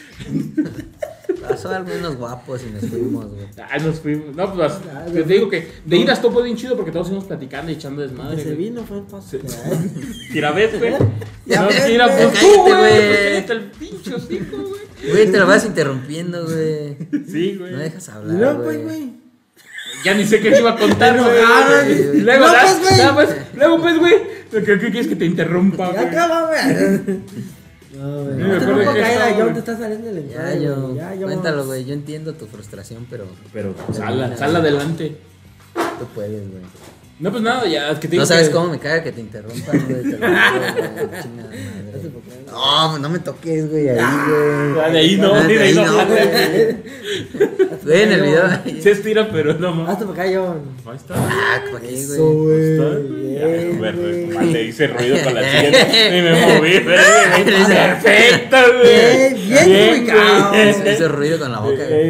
Pasó algunos guapos y nos fuimos, güey. Nos fuimos. No, pues te digo que de ida estuvo bien chido porque todos íbamos platicando y echando desmadre. Ese güey. vino fue el paso. Tira vez, güey. Ya No, ves, tira, güey. pues tú, Cállate, güey. güey. Cállate el pinche hocico, güey. Güey, te lo vas interrumpiendo, güey. Sí, güey. No dejas Y hablar. luego, güey. güey. Ya ni sé qué iba a contar, güey. enojaron. Y luego, No, pues, güey. luego, pues, güey. ¿Qué quieres que te interrumpa, Ya güey? acaba, güey. No, güey. Sí, No me te acuerdo puedo que caer a estaba, John, güey. te está saliendo el Ya, encuadre, yo. güey. Ya, Cuéntalo, güey. Yo entiendo tu frustración, pero. Pero sal adelante. Tú puedes, güey. No, pues nada, ya es que te digo No sabes que- cómo me caga que te interrumpan, güey. Te lo juro, güey. Chingada madre. No, no me toques, güey. Ahí, güey. Ah, de ahí no, Ah, de ahí no. Güey, en el video. Se estira, pero no más. Hazte para acá, John. Ahí está. Ah, ¿para qué, Eso, güey? güey. Ya, Bien, güey, güey. nomás le hice ruido con la silla y me moví, güey. Perfecto, Bien, güey. bien ubicado. güey. Hizo ruido con la boca, güey.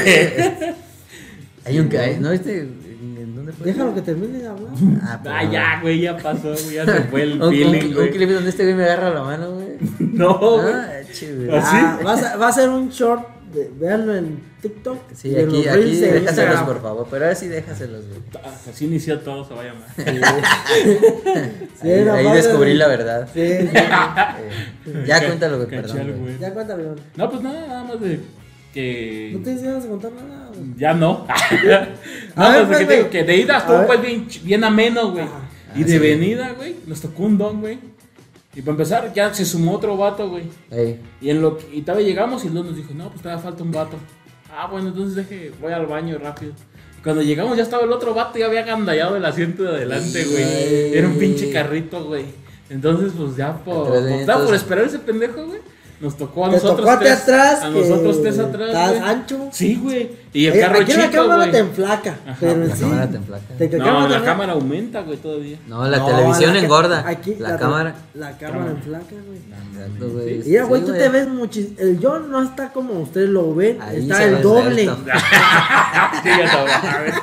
Hay un que. ¿No viste? ¿En dónde fue? Déjalo que termine de hablar. Ah, ya, güey, ya pasó, güey, ya se fue el Un feeling, un güey. clip donde este güey me agarra la mano, güey. No, güey. Ah, chido. ¿Así? Va a ser un short. Véanlo en TikTok. Sí, de los aquí reels de déjaselos, Instagram. por favor. Pero ahora sí déjaselos, güey. Así inició todo, se va a llamar. Sí, Ahí, la ahí madre descubrí de- la verdad. Sí, sí. Ya cuéntalo, güey, Cachar, perdón, güey. Ya cuéntalo, John. No, pues nada más de que. No tienes ganas de contar nada, güey. Ya no. A ver, pues, que pues, te digo güey. que de ida A estuvo ver. pues bien ameno, güey. Ajá. Y de venida, güey, nos tocó un don, güey. Y para empezar, ya se sumó otro vato, güey. Ey, Y todavía llegamos y el don nos dijo, no, pues todavía falta un vato. Ah, bueno, entonces voy al baño rápido. Y cuando llegamos ya estaba el otro vato y ya había agandallado el asiento de adelante, güey. Era un pinche carrito, güey. Entonces, pues ya por esperar ese pendejo, güey. Nos tocó a Te nosotros tocó a ti tres. atrás. A que nosotros tres atrás. Estás güey. ancho. Sí, güey. Y el carro Aquí en la chico, cámara te güey. enflaca. Ajá, Pero en la sí. cámara te enflaca. No, la cámara aumenta, güey, todavía. No, la No, televisión la ca- engorda. Aquí, la cámara. La cámara enflaca, güey. Exacto, güey. Mira, güey, Sí, tú te ves muchísimo. El John no está como ustedes lo ven. Ahí está se el ve doble. esto. Sí, ya sabes.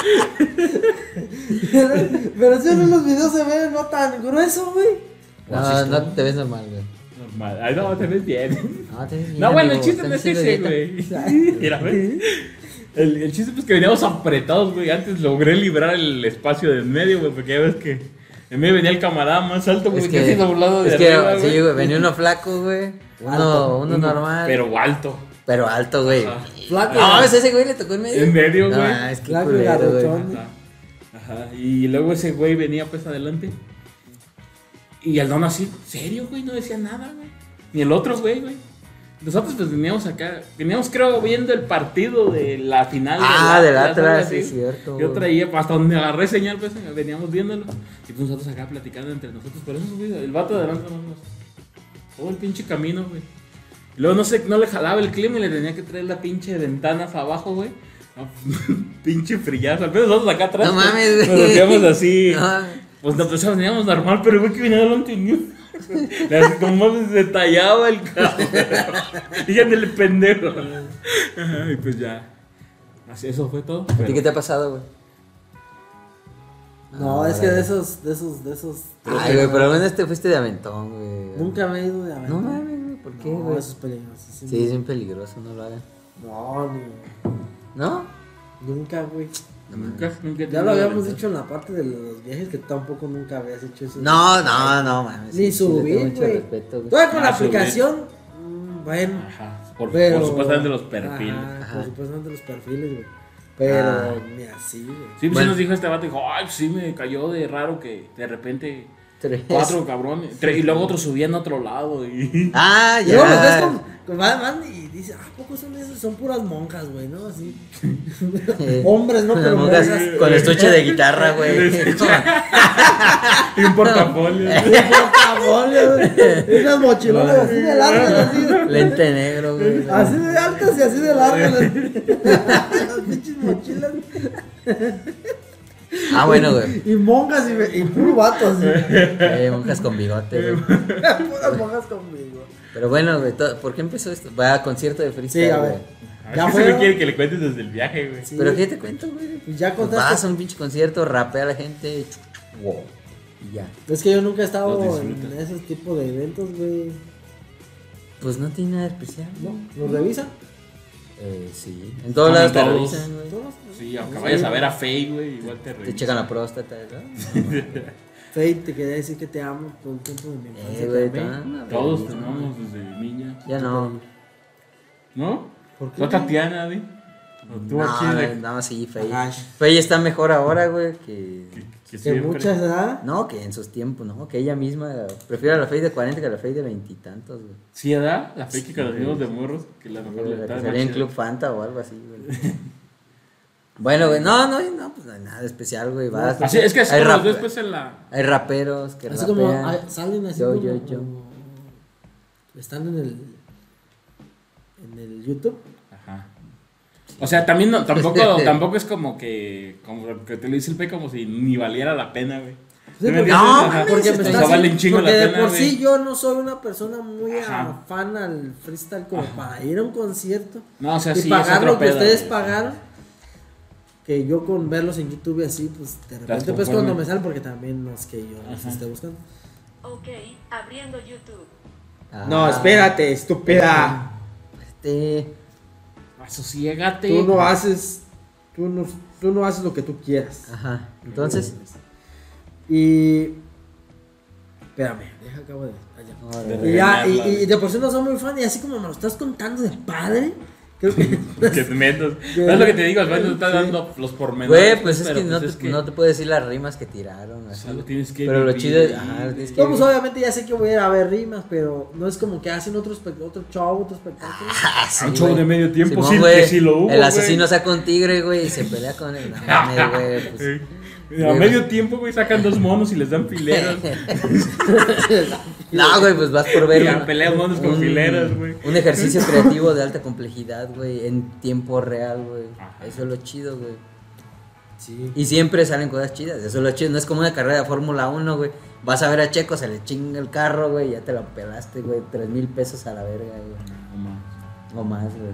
Pero si en los videos se ve no tan grueso, güey. No, no te ves normal, güey. Normal. Ay, no, te ves bien. No, te ves bien, No, bueno, el amigo, chiste no estás es haciendo ese, dieta. güey. Mira, ¿ves? El chiste es que veníamos apretados, güey. Antes logré librar el espacio del medio, güey, porque ya ves que en medio venía el camarada más alto, güey, Es que así doblado de es que arriba, sí, güey, venía uno flaco, güey. Uno normal. Pero alto. Pero alto, güey. Ajá. Flaco. No, a ese güey le tocó en medio. En medio, No, güey. es que Flaco y culero, güey. garrochón. Ajá. Y luego ese güey venía pues adelante. Y el don así, serio, güey, no decía nada, güey. Ni el otro, güey. Nosotros pues veníamos acá, veníamos creo viendo el partido de la final Del Atlas, Atlas, algo sí, así. es cierto. Yo güey. traía, hasta donde agarré señal, pues veníamos viéndolo. Y pues nosotros acá platicando entre nosotros. Pero eso, güey, el vato de adelante nos todo el pinche camino, güey. Y luego no le jalaba el clima y le tenía que traer la pinche ventanas abajo, güey. No, pinche frillazo. Al menos nosotros acá atrás. No pues, mames, güey. Nos hacíamos así. No, Pues nos veníamos normal, pero güey que venía adelante ni como más detallaba el cabrón. Y ya del pendejo. Ajá, y pues ya. Así, eso fue todo. ¿A ti pero- qué te ha pasado, güey? No, es que de esos. Ay, güey, pero al menos te fuiste de aventón, güey. Nunca me he ido de aventar. No mames, güey, ¿por qué, No, güey? eso es peligroso. Sí, es bien peligroso, no lo hagan. No, ¿No? nunca, güey. Nunca Ya lo habíamos dicho en la parte de los viajes que tampoco nunca habías hecho eso. No, mames. Ni sí, le tengo subir, mucho güey. respeto, güey. Todavía con la subir. aplicación, bueno. Ajá, por Pero, supuestamente los perfiles. Ajá, por supuestamente los perfiles, güey. Pero ni así, güey. Sí, pues Bueno. sí nos dijo este vato, dijo, ay, pues sí me cayó de raro que de repente Tres. 4 cabrones, y luego otro subía en otro lado y... Ah, Y luego los ves ya. Van y dice, ¿a poco son esos? Son puras monjas, güey, ¿no? Así. Hombres, ¿no? Pero monjas con estuche de guitarra, güey. Y un portafolio. güey. Unas mochilonas así de largas, así. Lente negro, güey. Así de altas y así de largas. Las pinches mochilas. Ah, bueno, güey. Y monjas y puro vato, así. Monjas con bigote, güey. Puras monjas conmigo. Pero bueno, güey, ¿por qué empezó esto? Va a concierto de freestyle, Sí, a güey. ver. Ya Ya fue. fue. No quiere que le cuentes desde el viaje, güey. Sí. ¿Pero qué te cuento, güey? Pues ya Pues contaste. vas a un pinche concierto, rapea a la gente, wow, y ya. Es que yo nunca he estado Los en disfrutas. esos tipos de eventos, güey. Pues no tiene nada especial, ¿No? ¿no? ¿Los revisan? Sí. En todos Como lados te todos. revisan, güey. ¿Todos? Sí, aunque vayas a ver a Faye, güey, igual te Te revisan. checan la próstata, ¿no? Faye, te quería decir que te amo todo el tiempo de mi infancia. Güey, te amé. Todos te amamos desde niña. Ya no. ¿No? ¿Por qué? ¿No Tatiana, Di? ¿O tú aquí de No, sí, Faye. Ay. Faye está mejor ahora, güey, que... que Que siempre? muchas, ¿verdad? No, que en sus tiempos, ¿no? Que ella misma... Prefiero a la Faye de 40 que a la Faye de 20 y tantos, güey. Sí, ¿verdad? La Faye que conocimos de morros, que la mejor La le que está salía en Club Fanta o algo así, güey. Bueno, güey, no, pues no hay nada especial, güey. Vas, Así, es que así hay, como rap- después en la... hay raperos que Así rapean. como salen así Yo, como, yo. como- están en el YouTube. Ajá. O sea, también no, tampoco es como que te lo dice el P como si ni valiera la pena, güey. Sí, ¿Sí me porque, entiendes? no, Ajá. porque me O está sea, vale un chingo porque la de pena, por güey. sí yo no soy una persona muy Ajá. afán al freestyle como para ir a un concierto No, o sea, y sí, pagar es otro lo que pedo, ustedes güey. pagaron. Que yo con verlos en YouTube y así, pues de repente, pues conforme. cuando me salen, porque también no es que yo los Ajá. esté buscando. Ok, abriendo YouTube. Ah, No, espérate, estúpida. Asociégate. Tú no haces lo que tú quieras. Ajá, entonces... Y espérame, deja acabo de allá. No, De Y ya, regañarla, y de por sí no soy muy fan, y así como me lo estás contando de padre, creo que Que te metas. No es lo que te digo, Osvaldo te está dando los pormenores. güey, pues es pero que, no, pues no te puedo decir las rimas que tiraron. Así. sea, lo tienes que Pero lo vivir chido es... y- Ajá, lo tienes que No, pues vivir. obviamente ya sé que voy a ir a ver rimas, pero no es como que hacen otro show, otro espectáculo. Ah, sí, un show güey. de medio tiempo, Simón, sí, güey, que sí lo hubo, el güey. asesino saca un tigre, güey, y se pelea con él. No mames, güey, pues... A medio tiempo, güey, sacan dos monos y les dan fileras. No, güey, pues vas por ver Ya, pelean monos con fileras, güey. un ejercicio creativo de alta complejidad, güey, en tiempo real, güey. Ajá. Eso es lo chido, güey. Sí. Y siempre salen cosas chidas, eso es lo chido. No es como una carrera de Fórmula 1, güey. Vas a ver a Checo, se le chinga el carro, güey, ya te lo pelaste, güey. 3,000 pesos a la verga, güey. O más, güey.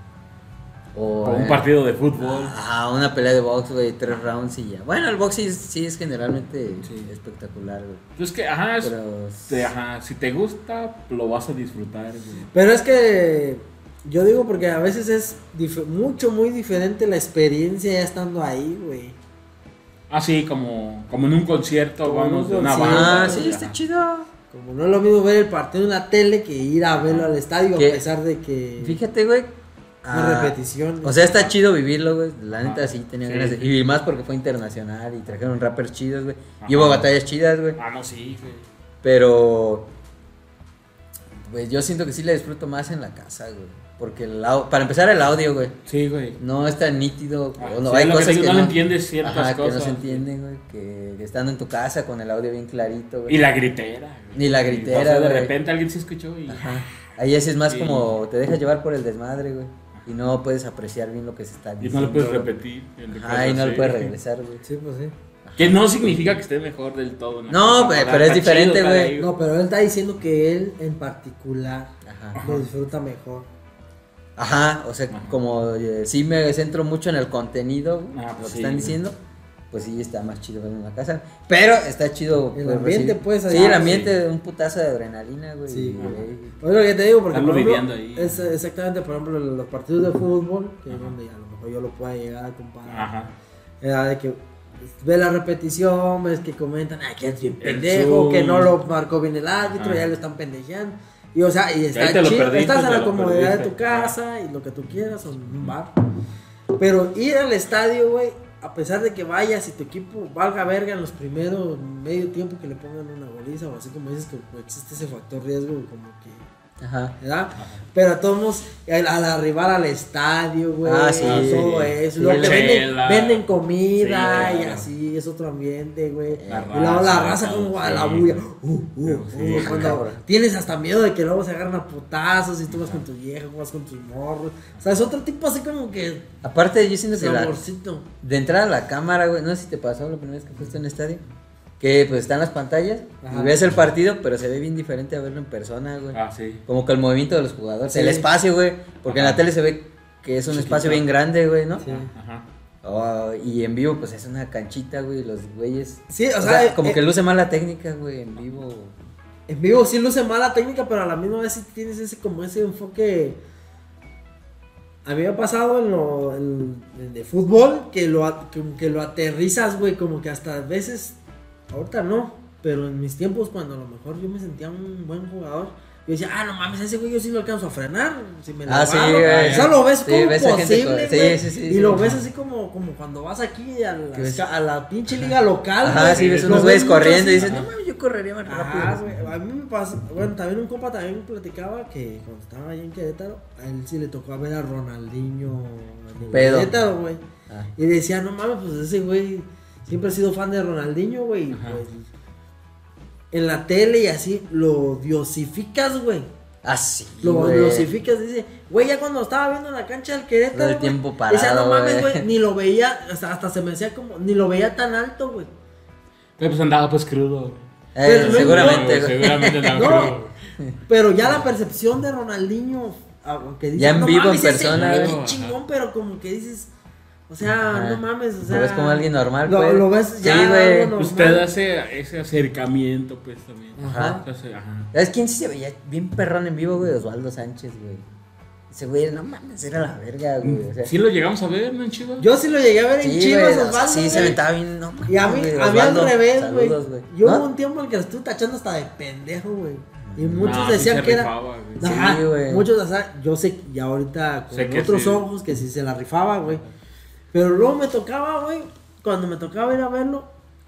O Como un partido de fútbol. una pelea de box, güey, 3 rounds y ya. Bueno, el box sí es generalmente espectacular, güey. Pues que, ajá, Pero ajá, si te gusta, lo vas a disfrutar, güey. Pero es que yo digo porque a veces es muy diferente la experiencia ya estando ahí, güey. Ah, sí, como en un concierto, Como en vamos, un de una concierto. banda. Ah, sí, güey, está ajá. chido. Como no es lo mismo ver el partido en la tele que ir a verlo al estadio, ¿Qué? a pesar de que Fíjate, güey. una repetición. O sea, está chido vivirlo, güey. La neta Ajá, sí tenía sí. ganas de. Y más porque fue internacional y trajeron rappers chidos, güey. Ajá. Y hubo batallas chidas, güey. Ah, no, sí, güey. Pero. Pues yo siento que sí la disfruto más en la casa, güey. Porque para empezar, el audio, güey. Sí, güey. No es tan nítido. Ah, o no, sí, hay es lo que cosas te digo, que no no le entiendes ciertas ajá, que no cosas. se entienden, güey. Que estando en tu casa con el audio bien clarito, güey. Y la gritera. güey. Ni la gritera, O sea, de güey. repente alguien se escuchó y... Ajá. Ahí así es más Sí. como te dejas llevar por el desmadre, güey. Y no puedes apreciar bien lo que se está Y diciendo. no lo puedes güey. repetir. en tu Ajá, y casa, no lo sí. puedes regresar, güey. Sí, pues sí. Que no significa que esté mejor del todo. No, güey, pero es Está diferente, chido, güey. está ahí, No, pero él está diciendo que él en particular Ajá. lo disfruta mejor. Ajá, o sea, Ajá. como sí me centro mucho en el contenido, güey, Ah, lo pues que sí, están güey. diciendo, pues sí está más chido verlo en la casa. Pero está chido. El pues, ambiente, pues, Sí, allá, el ambiente, sí. un putazo de adrenalina, güey. Sí, y, güey. güey. Oye, lo que te digo, porque Estarlo por ejemplo, viviendo ahí. es exactamente, por ejemplo, los partidos de fútbol, que es donde a lo mejor yo lo pueda llegar a comparar. Ajá. Era de que ve la repetición, ves que comentan, que es bien El pendejo, zoom. que no lo marcó bien el árbitro, Ajá. ya lo están pendejeando. Y o sea, y está ahí te lo chido, perdiste, estás en te la lo comodidad de perdiste. tu casa y lo que tú quieras, o en un bar. Pero ir al estadio, güey, a pesar de que vayas y tu equipo valga verga en los primeros medio tiempo que le pongan una goliza, o así como dices que existe ese factor riesgo, como que Ajá. ¿verdad? Pero a todos modos, al arribar al estadio, güey, Ah, sí. todo eso. Sí, Luego que chela. venden comida Sí, y claro. así, es otro ambiente, güey. La Y luego la raza, raza todo, como a sí. la bulla. Sí, Cuando cabrón. tienes hasta miedo de que luego se agarren a putazos y tú vas con tu vieja, vas con tus morros. O sea, es otro tipo así como que Aparte, yo siento que saborcito. de entrada a la cámara, güey, no sé si te pasó la primera vez que fuiste a un estadio, que pues están las pantallas Ajá. y ves el partido, pero se ve bien diferente a verlo en persona, güey. Ah, sí. Como que el movimiento de los jugadores, Sí. el espacio, güey, porque en Ajá. la tele se ve que es un Chiquito. espacio bien grande, güey, ¿no? Sí. Ajá. Oh, y en vivo, pues es una canchita, güey, los güeyes. Sí, O sea, como que luce más la técnica, güey, en vivo. En vivo sí luce mal la técnica, pero a la misma vez sí tienes ese como ese enfoque. A mí me ha pasado en de fútbol que que lo aterrizas, güey, como que hasta a veces, ahorita no, pero en mis tiempos cuando a lo mejor yo me sentía un buen jugador, yo decía, no mames, ese güey yo sí lo alcanzo a frenar, si me la Sí, agarro". güey. O sea, lo ves Sí, como ves a gente posible, sí, güey, sí, sí, y sí. lo ves así como cuando vas aquí a ¿Qué ves? la pinche liga local, Ajá, güey, sí, ves lo unos güeyes mucho corriendo y así. dices, no mames, yo correría más rápido. Ah, güey, a mí me pasa, bueno, también un compa también platicaba que cuando estaba allá en Querétaro, a él sí le tocó ver a Ronaldinho en Pedo. Querétaro, güey. Ah. Y decía, no mames, pues ese güey siempre ha sido fan de Ronaldinho, güey. y Ajá. Pues, en la tele y así lo diosificas, güey. Ah, sí, Lo güey. diosificas, dice, güey, ya cuando estaba viendo la cancha del Querétaro, Todo el güey, tiempo decía, no parado, mames, güey. güey, ni lo veía, hasta se me hacía como, ni lo veía tan alto, güey. Pero pues andaba pues crudo. Pero no, seguramente, güey. Seguramente andaba No. crudo. Pero ya la percepción de Ronaldinho, aunque dices, Ya en no vivo, mames, en ese persona, güey, güey. qué chingón, pero como que dices, o sea, Ajá. no mames, o sea. Lo ves como alguien normal, lo, pues. lo ves ya. Sí, güey. algo Usted normal. hace ese acercamiento, pues también. Ajá. Entonces, ajá. ¿Sabes quién sí se veía bien perrón en vivo, güey? Osvaldo Sánchez, güey. Ese güey, no mames, era la verga, güey. O sea, Sí lo llegamos a ver, ¿no, en Chivas? Yo sí lo llegué a ver en sí, Chivas, güey, o sea, Osvaldo. sí, se güey. aventaba bien, no mames. Y a mí, güey, a mí al Osvaldo, revés, güey. saludos, Yo ¿no? hubo un tiempo en el que lo estuve tachando hasta de pendejo, güey. Y muchos No, sí decían se que era. rifaba, güey. Ajá, Sí, güey. muchos, o sea, yo sé, ya ahorita con Sé que otros sí. ojos que sí se la rifaba, güey. Pero luego me tocaba, güey, cuando me tocaba ir a verlo,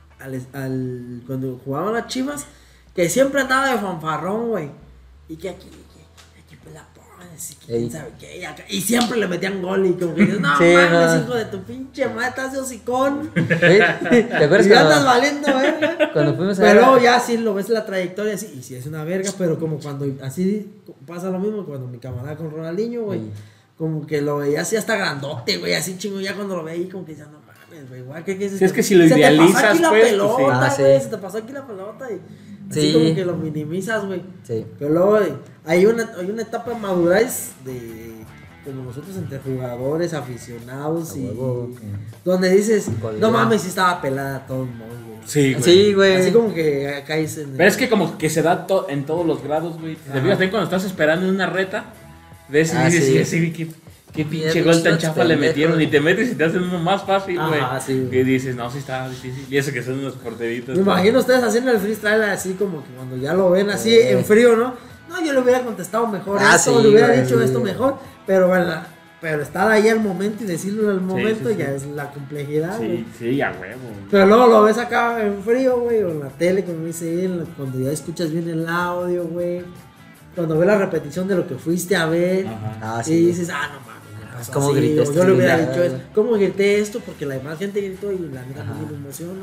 cuando jugaban las Chivas, que siempre andaba de fanfarrón, güey. Y que aquí pues la pones, y que quién Ey. sabe qué, y acá. Y siempre le metían gol y como que dices, no Sí, mames, no. hijo de tu pinche madre, estás de hocicón. Güey, ¿te acuerdas Y ya andas cuando, valiendo, verga. cuando fuimos a Pero ver luego ya sí lo ves la trayectoria así, y sí es una verga, pero como cuando así pasa lo mismo cuando mi camarada con Ronaldinho, güey. Sí. Como que lo veía así hasta grandote, güey, así chingo, ya cuando lo veía ahí como que ya no mames, güey, igual que Sí, es que si lo idealizas, se te pasó aquí la pues, pues, sí. pelota, Ah, sí. güey, se te pasó aquí la pelota y así Sí. como que lo minimizas, güey. Sí. Pero luego hay una etapa de madurez de como nosotros entre jugadores, aficionados A y huevo. donde dices, Colega. no mames, sí estaba pelada a todo el mundo, güey. Sí, güey. Sí, güey. Así como que caes en Pero es que como que se da en todos los grados, güey. Te Ajá. fijas también cuando estás esperando en una reta, ves y Ah, dices, sí. qué pinche Pinche gol tan shots chafa le pendejo. metieron. Y te metes y te hacen uno más fácil, güey. Ajá, sí, güey. Y dices, no, sí está difícil. Y eso que son unos porteritos. Me imagino ustedes haciendo el freestyle así como que cuando ya lo ven así en frío, ¿no? No, yo le hubiera contestado mejor Ah, esto, sí, le hubiera güey, dicho sí. esto mejor, pero bueno, pero estar ahí al momento y decirlo al momento sí, sí. ya es la complejidad, güey. Sí, sí, a huevo. Pero luego lo ves acá en frío, güey, o en la tele, como dice él, cuando ya escuchas bien el audio, güey. Cuando ves la repetición de lo que fuiste a ver. Ajá. Ah, Y sí. dices, no mames, me pasó ¿Cómo así, grité o esto? yo le hubiera Sí, dicho ya, esto. ¿Cómo grité esto? Porque la demás gente gritó y la neta a mí Ajá. me emociona.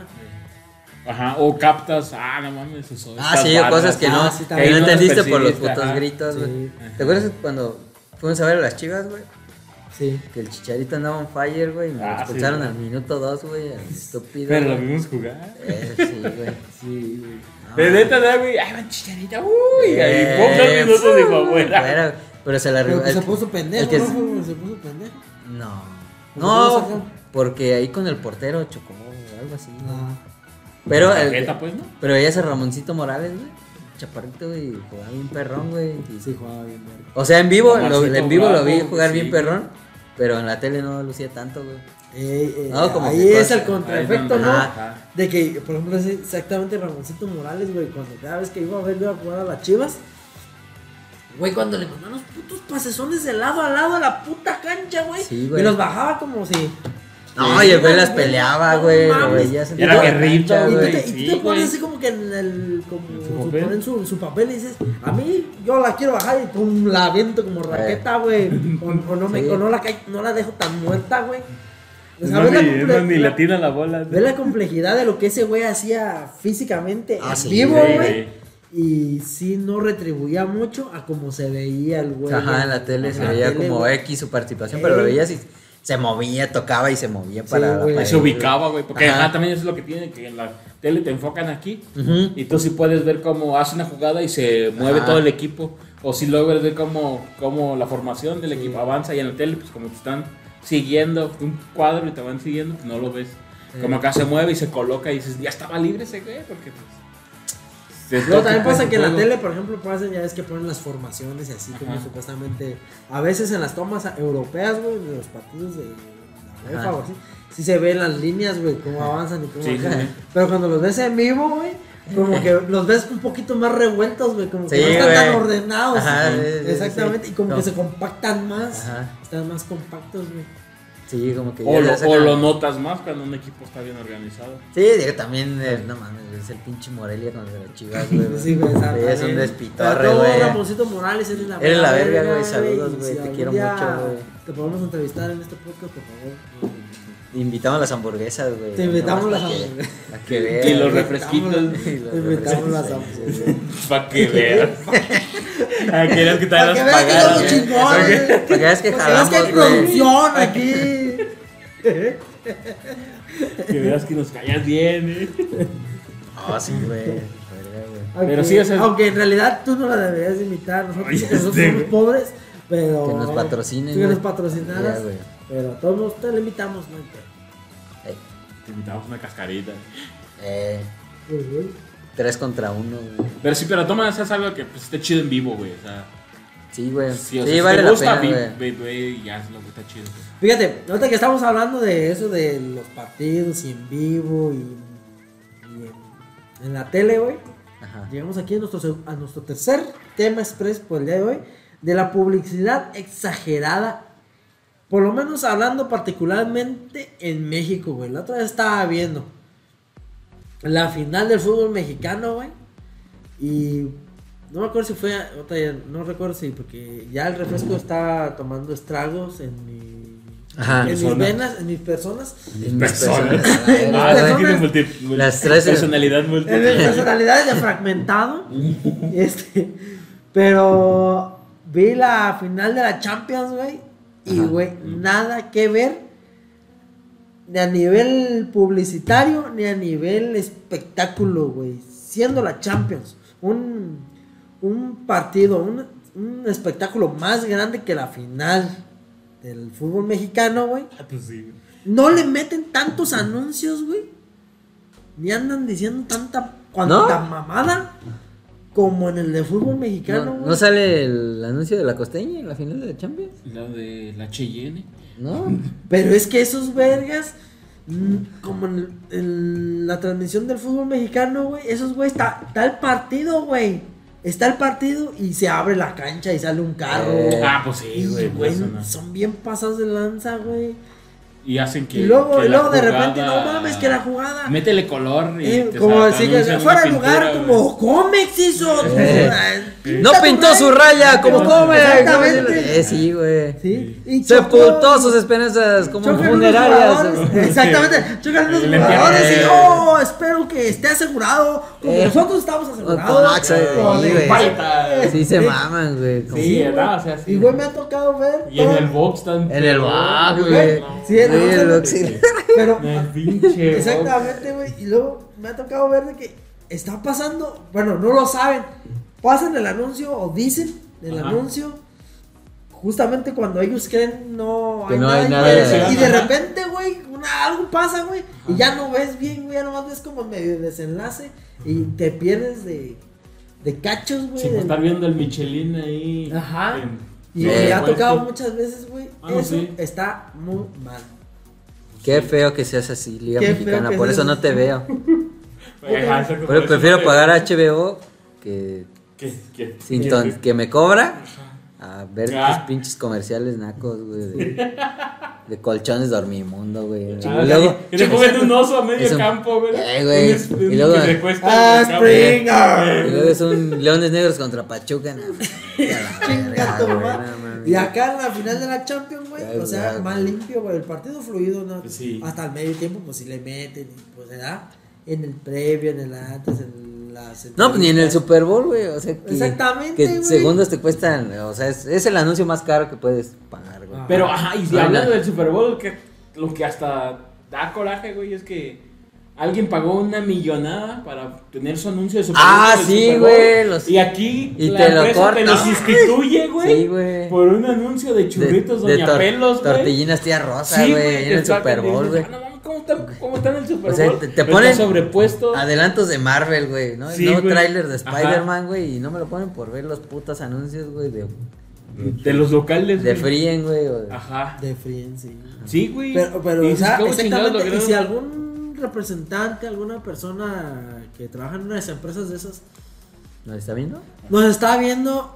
Ajá, o captas, no mames, eso. Ah, sí, o cosas que no, Ah, sí, que también. no no entendiste las por los percibiste, putos ajá. gritos, güey. Sí. ¿Te acuerdas cuando fuimos a ver a las Chivas, güey? Sí. Que el Chicharito andaba on fire, güey, y me Ah, expulsaron sí, al minuto 2, güey, al estúpido. Pero lo güey. vimos jugar. Sí, güey. Sí, güey. No. De neta, güey, ay, van Chicharita, uy, ahí pocos minutos dijo afuera. Fuera, pero se la Pero pues el- se puso pendejo, el que- ¿no? Se puso pendejo. No. ¿Por qué lo No, sacaron? porque ahí con el portero chocó o algo así. Ah. Pero Tarjeta, pues, ¿no? pero veías a Ramoncito Morales, güey. Chaparrito y jugaba bien perrón, güey. Y- Sí, jugaba bien, verga. O sea, en vivo, Ramoncito en vivo lo vi Bravo, jugar sí, bien güey. perrón, pero en la tele no lucía tanto, güey. No, como ahí que es el cosa- contraefecto, ahí ¿no? ajá. De que, por ejemplo, es exactamente Ramoncito Morales, güey, cuando cada vez que iba a verlo a jugar a las Chivas, güey, cuando le mandaban los putos pasesones de lado a lado a la puta cancha, güey, Sí, güey. y los bajaba como si, No, y el güey las peleaba, güey. No Lo mames. veías en Era la guerrita, cancha, Y tú güey. te, y tú Sí, te pones güey. así como que en el. Como ¿Su papel? ponen su papel y dices, a mí yo la quiero bajar y pum, la aviento como raqueta, güey. O no, Sí. o no la dejo tan muerta, güey. O sea, No, ve la ni, comple- no, ni le tira la bola. ve la complejidad de lo que ese güey hacía físicamente Ah, en sí, vivo, sí, güey. Y sí no retribuía mucho a como se veía el güey. Ajá, en la tele se veía como güey. X su participación, pero lo veías y se movía, tocaba y se movía para la güey. pared, Se ubicaba, güey. Porque Ajá. también eso es lo que tiene, que en la tele te enfocan aquí. Ujú. Y tú sí puedes ver cómo hace una jugada y se mueve Ajá. todo el equipo. O si logras ver cómo la formación del equipo avanza y en la tele, pues como te están siguiendo un cuadro y te van siguiendo, pues no lo ves. Como acá se mueve y se coloca y dices, ya estaba libre ese güey, porque pues... Luego también pasa pues, que en la todo. tele, por ejemplo, pasan ya es que ponen las formaciones y así como Ajá. supuestamente. A veces en las tomas europeas, güey, de los partidos de la UEFA Ajá. o así, sí se ven las líneas, güey, cómo avanzan y cómo Sí, acá. sí, sí. Pero cuando los ves en vivo, güey, como que los ves un poquito más revueltos, güey, como que Sí, no están tan güey. ordenados. Ajá, ¿sí? sí, sí, Exactamente, sí. y como No. que se compactan más. Ajá. Están más compactos, güey. Sí, como que O ya lo, le sacan- o lo notas más cuando un equipo está bien organizado. Sí, digo, también, no mames, es el pinche Morelia con las Chivas, güey. Sí, güey, Güey, es un también. despitorre, Pero tú, güey. Ramoncito Morales, eres la Eres la mera verga, güey, saludos, y güey, si te algún quiero día mucho, güey. Te podemos entrevistar en este podcast, por favor. Invitamos las hamburguesas, güey. Te invitamos Nomás las para que- hamburguesas. para que veas. Y los güey. refresquitos. Y los Te invitamos las refresquitos, hamburguesas. Para que veas. Ah, querías que te Para las que veas que pagaran. somos chingones. Para que veas que Para que veas que hay jalamos, güey. producción aquí. Que veas que nos callas bien, Ah, sí, güey. Verga, güey. Pero sí, o sea- Aunque en realidad tú no la deberías de invitar. Nosotros, Oye, sí que nosotros este, somos güey. pobres, pero. Que nos patrocinen, Que nos güey. patrocinaras. Ya, güey. Pero a todos nosotros le invitamos, no hay pedo. Ey, Te invitamos una cascarita. Uy. 3 contra 1, güey. Pero sí, pero toma, es algo que pues, esté chido en vivo, güey. O sea, Sí, güey. sí, Sí, o sea, si vale te la gusta, pena, güey. ve y hazlo, güey, está chido. Güey. Fíjate, ahorita que estamos hablando de eso, de los partidos y en vivo y en la tele, güey. Ajá. Llegamos aquí a nuestro tercer tema express por el día de hoy, de la publicidad exagerada. Por lo menos hablando particularmente en México, güey. La otra vez estaba viendo la final del fútbol mexicano, güey. Y no me acuerdo si fue, no recuerdo si, porque ya el refresco está tomando estragos en Ajá. en mis Persona. venas, en mis personas. En Persona. personas. Ay, Ah, güey. sí tiene personas- Las tres- personalidad En mis múltiple. personalidades de fragmentado. Pero vi la final de la Champions, güey. Y, Ajá. güey, nada que ver. Ni a nivel publicitario, ni a nivel espectáculo, güey. Siendo la Champions. Un partido, un espectáculo más grande que la final del fútbol mexicano, güey. Ah, pues sí, güey. No le meten tantos anuncios, güey. Ni andan diciendo cuanta ¿No? mamada como en el de fútbol mexicano, ¿No, güey. ¿no sale el anuncio de la costeña en la final de la Champions? La de la Cheyenne. ¿No? Pero es que esos vergas, como en la transmisión del fútbol mexicano, güey, esos güey, está el partido, güey. Está el partido y se abre la cancha y sale un carro. Ah, pues sí, y, güey. güey, eso no. son bien pasados de lanza, güey. Y hacen que. Y luego, que la de repente, jugada- no mames, que la jugada. Métele color y te Como te decir que anuncian fuera una de lugar, pintura, como Comex hizo. No pintó su raya como come. Exactamente. Sí, güey. Sí. Y Sepultó chocó- sus esperanzas como chocan unos funerarias. jugadores. Exactamente. Chocan los El entierro. jugadores y espero que esté asegurado. Como nosotros estamos asegurados. Con AXA, Con sí, el güey. Fighter. Sí se maman, güey. como- Sí, ¿verdad? O sea, sí. Y güey, me ha tocado ver. Y en todo- el box también. En el box, güey. Sí, en el Sí, el box. box, sí. Pero En el pinche. exactamente, güey. Y luego me ha tocado ver de que está pasando. Bueno, no lo saben. Pasan el anuncio o dicen el Ajá. anuncio. Justamente cuando ellos creen no Que hay no nadie. hay nada. Y de Ajá. repente, güey, algo pasa, güey. Y ya no ves bien, güey. Ya nomás ves como medio desenlace. Y te pierdes de cachos, güey. Sí, de- pues estar viendo el Michelin ahí. Ajá. en- Y Sí, me ha pues, tocado sí. muchas veces, güey. Ah, Eso sí. está muy mal. Qué feo que seas así, Liga Qué feo Mexicana. que Por seas eso no así. te veo. Ajá, exacto, Pero por prefiero eso pagar a HBO que, que que me cobra a ver tus pinches comerciales nacos, güey, de colchones Dormimundo, güey. Ah, Y luego, que te comen un oso a medio es un- campo, güey. güey. Y luego, Que se cuesta en el campo. Springer. y luego es un Leones Negros contra Pachuca. No, Chinga tu güey, mamá. no mames. Y acá en la final de la Champions, güey, Ay, o sea, güey. más limpio, güey, el partido fluido, ¿no? Pues sí. Hasta el medio tiempo, pues sí le meten, y, pues se da en el previo, en el antes, en las... No, pues ni en el Super Bowl, güey. O sea, que, Exactamente, que güey. segundos te cuestan. O sea, es el anuncio más caro que puedes pagar, güey. Pero, ajá, y si No, hablando no. del Super Bowl, lo que hasta da coraje, güey, es que alguien pagó una millonada para tener su anuncio de Super Bowl. Ah, en el sí, Super Bowl, güey, los- Y aquí y la te lo empresa cortan. te los sustituye, güey. Sí, güey. Por un anuncio de churritos De Doña Pelos, güey. tortillinas tía Rosa, Sí, güey, en te el Super sacan y Bowl, dices, güey. "Ah, no mames, ¿cómo está en el Super O sea, Bowl? te Pero ponen está sobrepuesto. Adelantos de Marvel, güey, ¿no? El Sí, nuevo güey. tráiler de Ajá. Spider-Man, güey, y no me lo ponen por ver los putos anuncios, güey, De los locales, de güey. Frien, güey. o de- Ajá. De Friends, sí. Sí, güey. Pero Y o dices, sea, ¿cómo chingados exactamente, y lograron? si algún representante, alguna persona que trabaja en una de esas empresas de esas ¿Nos está viendo? nos está viendo,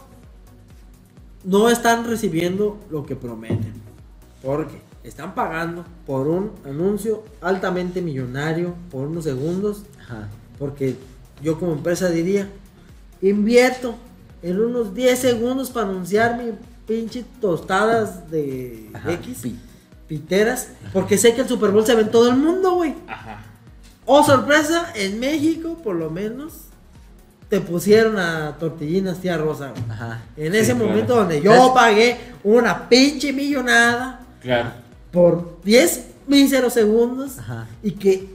no están recibiendo lo que prometen, porque están pagando por un anuncio altamente millonario por unos segundos, Ajá. porque yo como empresa diría, invierto en unos 10 segundos para anunciar mi pinche tostadas de Ajá. X, piteras, porque sé que el Super Bowl se ve en todo el mundo, güey. Ajá. Oh, sorpresa, en México, por lo menos, te pusieron a tortillinas tía Rosa, güey. Ajá. En Sí, ese claro. momento donde yo ¿Sabes? pagué una pinche millonada Claro. por 10 míseros segundos Ajá. y que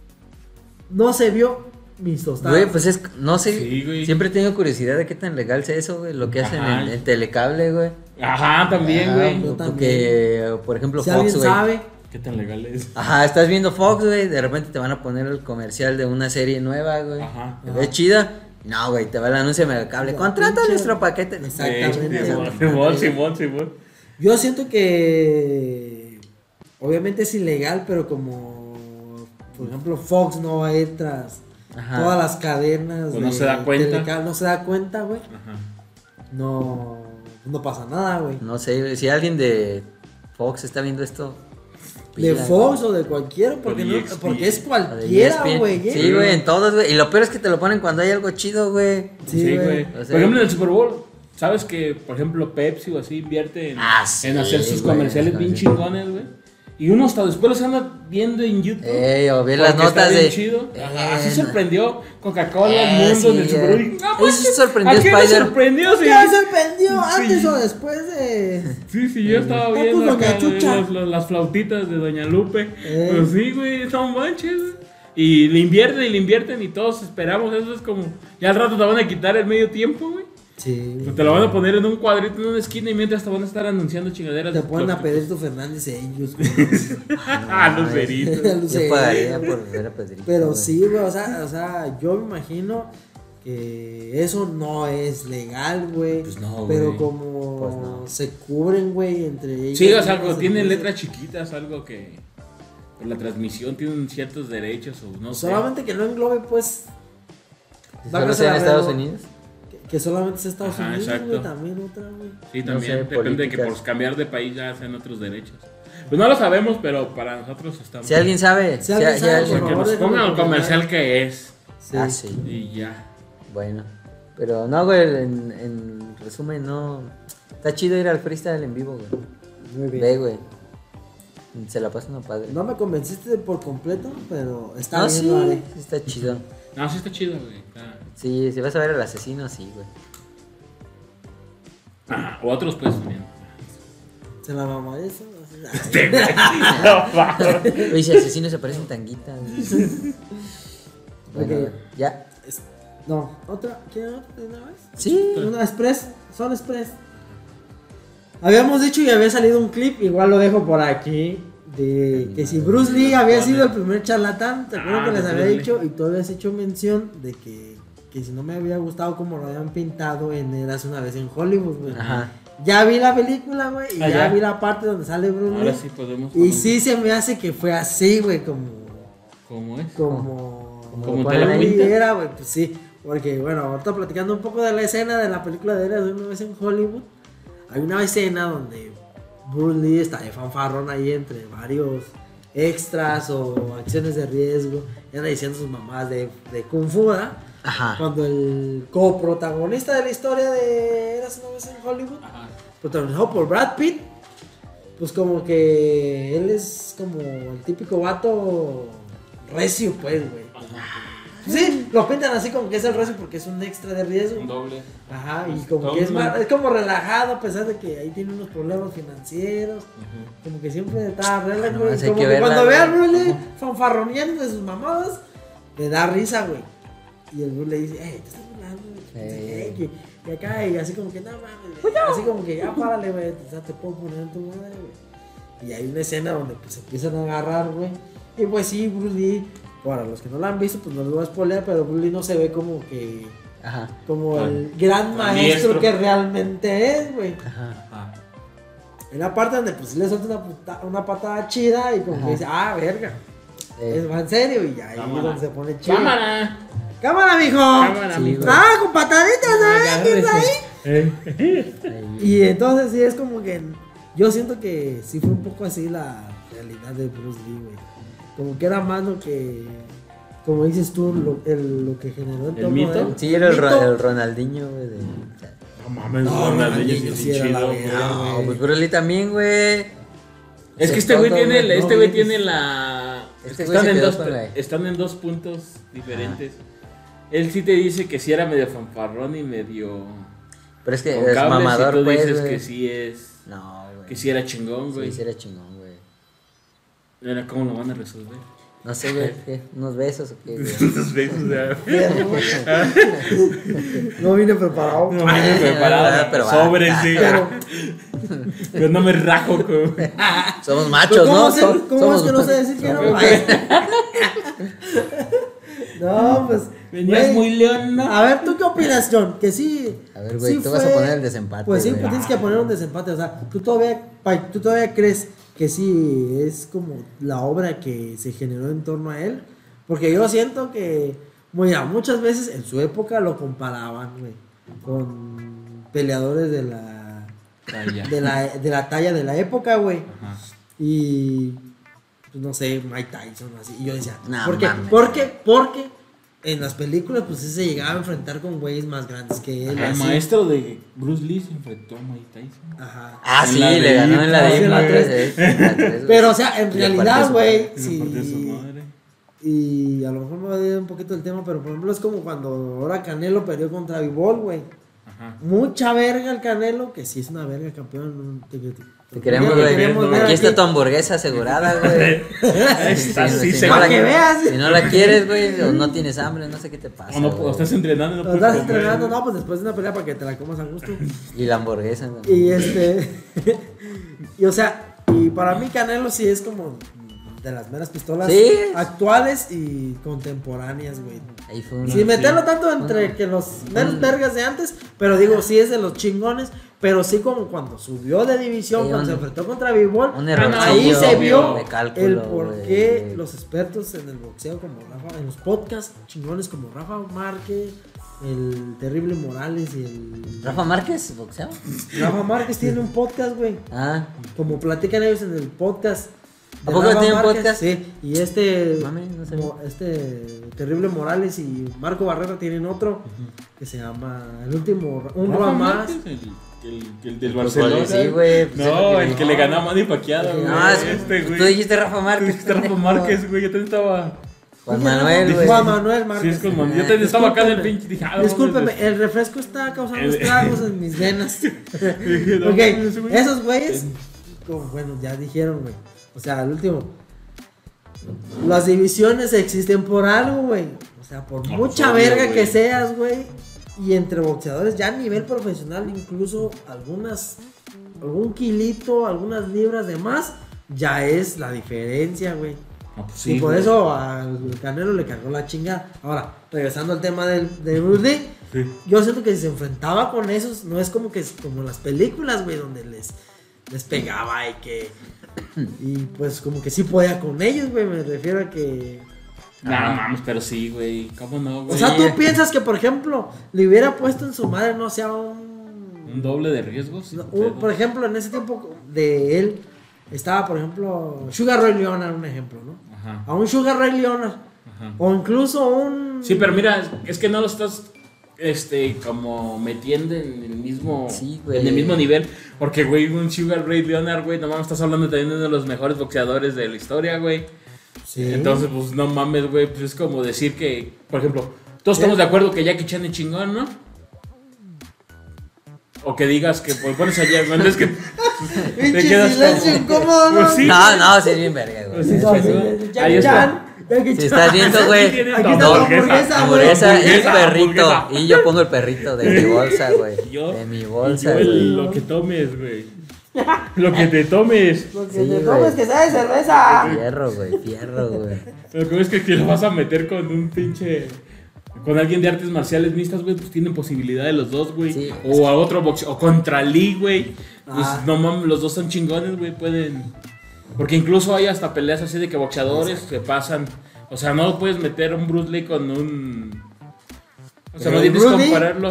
no se vio mis tostadas. Güey, pues es, no sé, Sí, güey. siempre he tenido curiosidad de qué tan legal sea eso, güey, lo que hacen Ajá. en Telecable, güey. Ajá, también, Ajá, güey. Yo porque, por ejemplo, si Fox, alguien güey. sabe, ¿Qué tan legal es? Ajá, estás viendo Fox, güey, de repente te van a poner el comercial de una serie nueva, güey. Ajá. ¿Te ves chida? No, güey, te va el anuncio de Megacable. Ya, Contrata pinche- nuestro paquete. Exactamente. Simón. yo siento que obviamente es ilegal, pero como por ejemplo Fox no va a ir tras Ajá. todas las cadenas, Pues no se da cuenta. Telecable, no se da cuenta, güey. Ajá. No pasa nada, güey. No sé, güey, si alguien de Fox está viendo esto. De pila, Fox o de cualquiera, porque, de no, ESPN. porque es o de cualquiera, ESPN. güey. Sí, güey, en todos, güey. Y lo peor es que te lo ponen cuando hay algo chido, güey. Sí, Sí, güey. güey. O sea- Por ejemplo, en el Super Bowl, ¿sabes que, por ejemplo, Pepsi o así invierte en, Ah, sí, en hacer sus güey, comerciales bien sí. chingones, güey? Y uno hasta después los anda viendo en YouTube. O ver las porque está notas bien de. chido. Ajá, así no. sorprendió Coca-Cola al mundo Sí, en el Super Bowl. eh. No, Ahí manches, sí sorprendió ¿a qué le Spider. sorprendió? Sí, ¿Qué me sorprendió antes Sí. o después de...? sí, yo estaba Ah, viendo pues, acá Doña Chucha. las flautitas de Doña Lupe. Pues sí, güey, son manches. Güey. Y le invierten y todos esperamos. Eso es como. Ya al rato te van a quitar el medio tiempo, güey. Sí, Pues te lo van a poner en un cuadrito en una esquina y mientras te van a estar anunciando chingaderas. te de ponen a plásticos. Pedrito Fernández ellos, güey. Ah, Lucerito. Yo pagaría por ver a Pedrito. Pero güey. sí, güey, o sea, yo me imagino que eso no es legal, güey. Pues no, pero güey. como Pues no. se cubren, güey, entre ellos. Sí, o sea, algo, mismos, tiene entonces, letras chiquitas, algo que. Por la transmisión tienen ciertos derechos o no sé. Solamente que no englobe, pues. Si va a solo ser sea en la Estados verdad, Unidos. Que solamente es Estados Ajá, Unidos, exacto. güey, también otra, güey. Sí, No también sé, depende de que políticas. por cambiar de país ya hacen otros derechos. Pues no lo sabemos, pero para nosotros estamos. Si alguien sabe. Si alguien sabe, O sea, por que favor, nos déjame pongan el comentar. comercial que es. Sí. Ah, sí. Y ya. Bueno. Pero no, güey, en resumen, no. Está chido ir al freestyle en vivo, güey. Muy bien. Ve, güey. Se la pasa uno padre. No me convenciste por completo, pero está No, bien, sí, lo haré. sí está chido. No, sí está chido, güey. Sí, si vas a ver al asesino, sí, güey. Ajá, o otros pues también. Se la mamó eso. No, va. Oye, si asesino se parece en tanguita, güey. Bueno, Ok. güey, ya. No, otra. ¿Quieren otra de una vez? Sí. Una express, son express. Habíamos dicho y había salido un clip, igual lo dejo por aquí, de que si Bruce Lee había sido el primer charlatán, te acuerdo Ah, que les de había Bruce dicho y tú habías hecho mención de que si no me había gustado como lo habían pintado en Eras una vez en Hollywood, güey. Ajá. Ya vi la película, güey, y Ah, ya ya. vi la parte donde sale Bruce Ahora Lee. sí podemos. Y sí se me hace que fue así, güey, ¿Cómo es? Como te la Bruce Lee pinta? era, güey, pues sí. Porque, bueno, ahorita platicando un poco de la escena de la película de Eras una vez en Hollywood. hay una escena donde Bruce Lee está de fanfarrón ahí entre varios extras o acciones de riesgo. Y anda diciendo sus mamás de Kung Fu, ¿verdad? Ajá. Cuando el coprotagonista de la historia de Eras una vez en Hollywood, protagonizado por Brad Pitt, pues como que él es como el típico vato recio, pues, güey. Sí, lo pintan así como que es el recio porque es un extra de riesgo. Un doble. Ajá, y como que es como relajado a pesar de que ahí tiene unos problemas financieros. Como que siempre está relajado, güey. Nomás hay Como que que verla, cuando ve al güey. Bruce Lee fanfarroneando de sus mamadas, le da risa, güey. Y el Bruce le dice, te estás burlando, güey. Y acá, y así como que, no mames, güey. Así como que, ya párale, güey. O sea, te puedo poner en tu madre, güey. Y hay una escena donde pues se empiezan a agarrar, güey. Y pues sí, Bruce Lee, para los que no lo han visto, pues no les voy a spoilear, pero Bruce Lee no se ve como que... Ajá. Como el gran maestro que realmente es, güey. Ajá. En la parte donde pues le suelta una patada chida y como que dice, verga. Va en serio y ya ahí es donde se pone chido. ¡Cámara, mijo! ¡Cámara, mijo! Con pataditas, ¿sabes? Y entonces sí es como que yo siento que sí fue un poco así la realidad de Bruce Lee, güey. Como que era más lo que, como dices tú, lo que generó en torno mito? a él. Sí, era el Ronaldinho, güey. No mames, Ronaldinho sí era la chido, verga, güey. No, pues Bruce Lee también, güey. Es que este güey tiene la... Este güey se quedó con la... Están en dos puntos diferentes. Él sí te dice que sí era medio fanfarrón y medio... Pero es que con es cables, mamador, y tú pues, dices güey. que sí es... No, güey. Que sí era chingón, güey. Sí, sí era chingón, güey. Ahora, ¿cómo lo van a resolver? No sé, güey, ¿qué? ¿Unos besos o qué, güey? Esos besos, No vine preparado. No vine preparado, pero sobre va. sí. Yo no me rajo con... Somos machos, ¿no? ¿Cómo es que no sé decir que no? No, pues. Venías güey, muy león, ¿no? A ver, ¿tú qué opinas, John? Que sí. A ver, güey, sí tú vas a poner el desempate. Pues sí, güey. pues tienes que poner un desempate. O sea, ¿tú todavía crees que sí es como la obra que se generó en torno a él? Porque yo siento que, mira, muchas veces en su época lo comparaban, güey, con peleadores de la talla de la época, güey. Ajá. Y pues, no sé, Mike Tyson así. Y yo decía, No, ¿por qué? mames. Porque en las películas pues sí se llegaba a enfrentar con güeyes más grandes que él. El así. maestro de Bruce Lee se enfrentó a Mike Tyson. Ajá. Ah, En sí, la le de ganó en la sí, en la de tres. Pero o sea, en Y le partió realidad, su güey, madre. Se partió su sí. madre. Y a lo mejor me va a ir un poquito el tema, pero por ejemplo es como cuando ahora Canelo perdió contra Bivol, güey. Ajá. Mucha verga el Canelo, que sí es una verga campeón. Te queremos, Te güey. queremos ver Aquí está aquí. tu hamburguesa asegurada, güey. Así si se no Para la- que veas. Si no la quieres, güey, o no tienes hambre, no sé qué te pasa. O no, güey. o estás entrenando y no Lo puedes estás comer. entrenando, no, pues después de una pelea para que te la comas a gusto. Y la hamburguesa, güey. Y y o sea, y para mí Canelo sí es como de las meras pistolas Sí. actuales y contemporáneas, güey. Ahí fue uno. Sin meterlo tanto entre que los menos vergas de antes, pero digo, sí es de los chingones, pero sí como cuando subió de división, Sí, cuando se un- enfrentó contra Bivol, Un ahí errorcillo se vio de cálculo, el por güey. qué los expertos en el boxeo como Rafa, en los podcasts chingones como Rafa Márquez, el Terrible Morales y el... ¿Rafa Márquez, boxeo? Rafa Márquez tiene un podcast, güey. Ah, Como platican ellos en el podcast. ¿A poco tienen Márquez, podcast? Sí, y este Mami, no sabía. Terrible Morales y Marco Barrera tienen otro que se llama El Último, un Rafa Roa Más. Márquez, el del pues, Barcelona. sí, güey. Pues, No, es el que le ganó a Manny Pacquiao, güey. No, es Este, tú güey. dijiste Rafa Márquez. Este Rafa Márquez, güey. Yo también estaba. Juan Manuel, güey. Juan Manuel Sí, Márquez. es como. Yo también estaba acá en el pinche. Dije, ah, Discúlpeme, el refresco está causando estragos en mis venas. no, Ok, ese güey. esos güeyes, como, bueno, ya dijeron, güey. O sea, el último. Las divisiones existen por algo, güey. O sea, por No, mucha pues, obvio, verga güey. que seas, güey. Y entre boxeadores ya a nivel profesional, incluso algún kilito, algunas libras de más, ya es la diferencia, güey. No, pues Y sí, por güey. eso al Canelo le cargó la chingada. Ahora, regresando al tema de Bruce Lee, Sí. yo siento que si se enfrentaba con esos, no es como que como las películas, güey, donde les pegaba y que. Y pues como que sí podía con ellos, güey. Me refiero a que. No mames, pero sí, güey. ¿Cómo no, güey? O sea, tú piensas que, por ejemplo, le hubiera puesto en su madre, no sé, a un Un doble de riesgos. No, por ejemplo, en ese tiempo de él estaba, por ejemplo, Sugar Ray Leonard, un ejemplo, ¿no? Ajá. A un Sugar Ray Leonard. Ajá. O incluso un... Sí, pero mira, es que no lo estás como metiendo en el mismo Sí, güey. en el mismo nivel, porque güey, un Sugar Ray Leonard, güey, no mames, estás hablando también de uno de los mejores boxeadores de la historia, güey. Sí. Entonces, pues no mames, güey, pues es como decir que, por ejemplo, todos estamos de acuerdo que Jackie Chan es chingón, ¿no? O que digas que pues, pones allá, güey, es que Pinche quedas silencio como- incómodo, ¿no? Pues sí. No, sí es bien verga, güey. Pues sí, No, pues, sí, ¿no? Jackie Ahí está. Chan, Jackie Si Chan. estás viendo, güey, Tiene Aquí todo. está la hamburguesa, hamburguesa y Hamburguesa, perrito. hamburguesa. Y yo pongo el perrito de mi bolsa, güey. Yo- De mi Y bolsa, yo güey. lo que tomes, güey. Lo que te tomes. Porque Sí, te güey. tomes que sabe cerveza. Fierro, güey, fierro, güey. Lo que es que lo vas a meter con un pinche. Con alguien de artes marciales mixtas, güey, pues tienen posibilidad de los dos, güey. Sí. O a otro boxeo. O contra Lee, güey. Pues Ah. no mames, los dos son chingones, güey. Pueden. Porque incluso hay hasta peleas así de que boxeadores se pasan. O sea, no puedes meter un Bruce Lee con un. O sea, no tienes que Bruce Lee compararlo.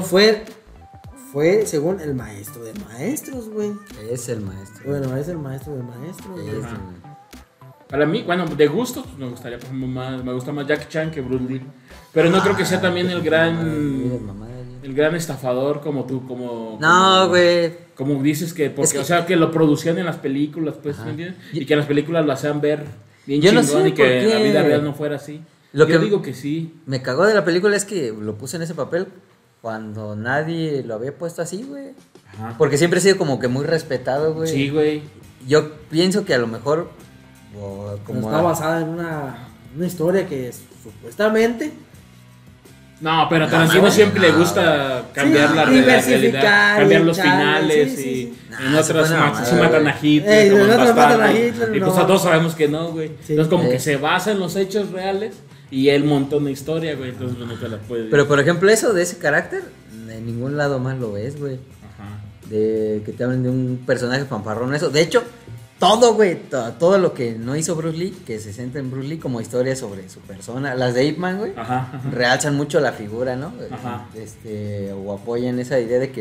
Fue según el maestro de maestros, güey. Es el maestro. Bueno, es el maestro de maestros, güey. Es, Ajá. güey. Para mí, bueno, de gusto, pues me gustaría, por ejemplo, más. Me gusta más Jackie Chan que Bruce Lee. Pero no creo que sea también el Mira, gran. mamá, güey. El gran estafador como tú, como. No, güey. Como dices que, porque, Es que- o sea, que lo producían en las películas, pues, Ajá. ¿me entiendes? Y que en las películas lo hacían ver bien Yo no chingón sé y por que en la qué. vida real no fuera así. Lo Yo que- digo que sí. Me cagó de la película es que lo puse en ese papel cuando nadie lo había puesto así, güey. Ajá. Porque siempre he sido como que muy respetado, güey. Sí, güey. Yo pienso que a lo mejor Pero como está basada en una historia que supuestamente No, pero a Tarantino siempre le gusta cambiar Sí, la diversificar realidad, cambiar y los echarle, finales sí, sí, y sí. en Nah, otras se fue una sí mamada, matan güey. a Hitler, Ey, como en el otras matan a bastardo. Hitler, Y pues no. todos sabemos que no, güey. Sí. Entonces como que se basa en los hechos reales y él montó una historia, güey, entonces no te la puedes. Pero por ejemplo, eso de ese carácter, en ningún lado más lo ves, güey. Ajá. De que te hablen de un personaje fanfarrón, eso. De hecho, todo, güey, todo lo que no hizo Bruce Lee, que se centra en Bruce Lee como historia sobre su persona. Las de Ip Man, güey, Ajá. Ajá. realzan mucho la figura, ¿no? Ajá. O apoyan esa idea de que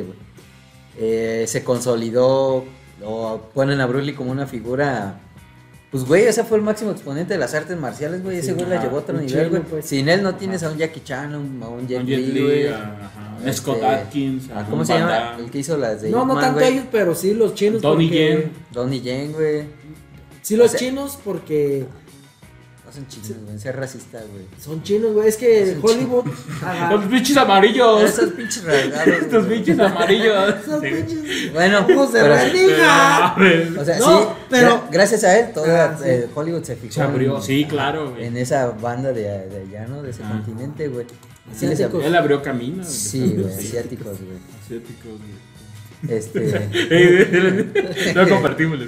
se consolidó o ponen a Bruce Lee como una figura. Pues, güey, ese fue el máximo exponente de las artes marciales, güey. Ese Sí, güey la ajá, llevó a otro un nivel, chingo, güey. pues. Sin él no tienes a un Jackie Chan, a un Jet Un Jet Li, Li, güey. ajá. Scott Este, Atkins, ajá, ¿cómo un se Van llama? Damme. El que hizo las de no Ip Man, tanto güey. ellos, pero sí los chinos. Donnie porque- Yen. Donnie Yen, güey. Sí, los O sea- chinos porque No son chinos, güey. Ser racista, güey. son chinos, güey. Es que Hollywood. Ajá. Los pinches amarillos. Esos pinches rasgados. Estos güey. pinches amarillos. Esos Sí. pinches. Bueno, ¿Cómo se pero- bendiga? o sea, No, sí, pero- gracias a él, toda Ah, sí. Hollywood se fijó Se abrió, en- sí, claro, güey. en esa banda de allá, ¿no? De ese Ah. continente, güey. Sí, les Asiáticos. Él abrió camino. Sí, güey, asiáticos, güey. Asiáticos, güey. Este, No compartimos.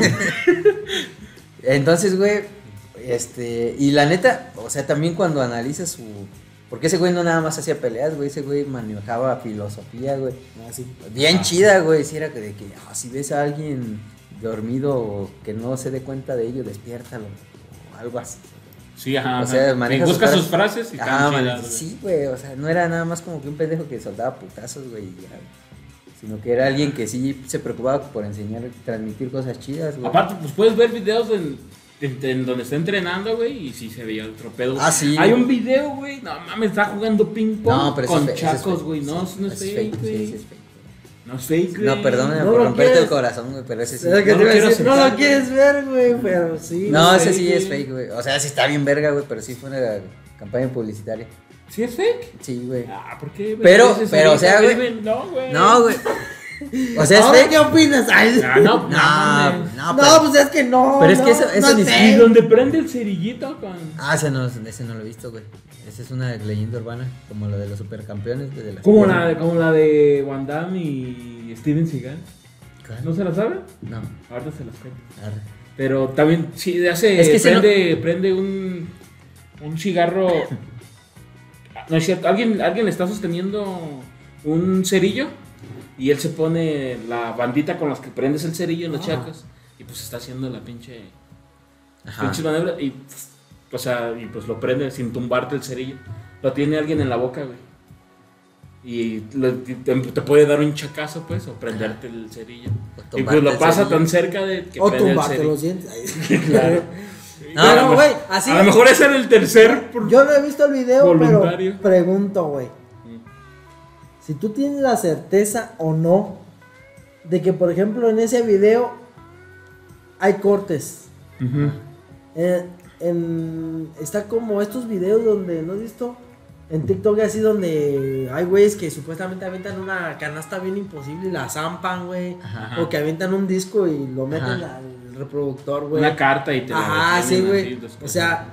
entonces, güey, y la neta, o sea, también cuando analizas su, porque ese güey no nada más hacía peleas, güey, ese güey manejaba filosofía, güey. Ah, sí. Bien chida, güey, si era de que si ves a alguien dormido o que no se dé cuenta de ello, despiértalo o algo así. Sí, ajá. O sea, ajá. maneja Busca sus sus frases y Ah, están man, chidas, güey. sí, güey, o sea, no era nada más como que un pendejo que soldaba putazos, güey, y ya, güey. Sino que era alguien que sí se preocupaba por enseñar, transmitir cosas chidas, güey. Aparte, pues puedes ver videos en donde está entrenando, güey, y sí se veía otro pedo. Ah, sí, Hay güey. un video, güey, no mames, está jugando ping pong No, pero ese con es ese es chacos, fake, güey. No, sí, no es ese fake, sí, güey. ese es fake. No es fake, güey. No, perdóname No por lo romperte el quieres. corazón, güey, pero ese sí. Es lo que No te iba a quiero decir, no aceptar, lo quieres ver, güey, pero sí. No, es ese fake, sí es güey. fake, güey. O sea, sí está bien verga, güey, pero sí fue una campaña publicitaria. ¿Sí es fake? Sí, güey. Ah, ¿por qué? güey? Pero, Dices pero, o sea, ahorita, güey. No, güey. No, güey. O sea, es ¿Ahora fake. qué opinas? Ay, Ah, no, No, mames. no, no, pero- pues es que no. pero es que no, eso no ni es siquiera- Y fake. donde prende el cerillito con. Ah, ese no lo he visto, güey. Esa es una leyenda urbana, como lo de los supercampeones, güey, de la Como la de Van Damme y Steven Seagal. ¿Cuál? ¿No se la sabe? No. Ahorita se las cuento. Arre. Pero también, sí, hace. Es que ese prende un cigarro. No es cierto, alguien le está sosteniendo un cerillo y él se pone la bandita con las que prendes el cerillo en los chacos y pues está haciendo la pinche Ajá. maniobra y o sea, y pues lo prende sin tumbarte el cerillo. Lo tiene alguien en la boca, güey. y te puede dar un chacazo, pues, o prenderte el cerillo. O Y pues lo tumbarte el pasa cerillo. tan cerca de que O prende el tumbarte cerillo. los dientes. Claro. No, Pero, güey, así. A lo mejor ese era el tercer. Yo no he visto el video, Voluntario. pero pregunto, güey. Si tú tienes la certeza o no de que, por ejemplo, en ese video hay cortes. Ujú. Está como estos videos donde, ¿no has visto? En TikTok así donde hay güeyes que supuestamente avientan una canasta bien imposible y la zampan, güey. Ajá. O que avientan un disco y lo meten Ajá. al reproductor, güey. Una carta y te la Ajá, sí, detienen güey. así, dos O cosas. sea,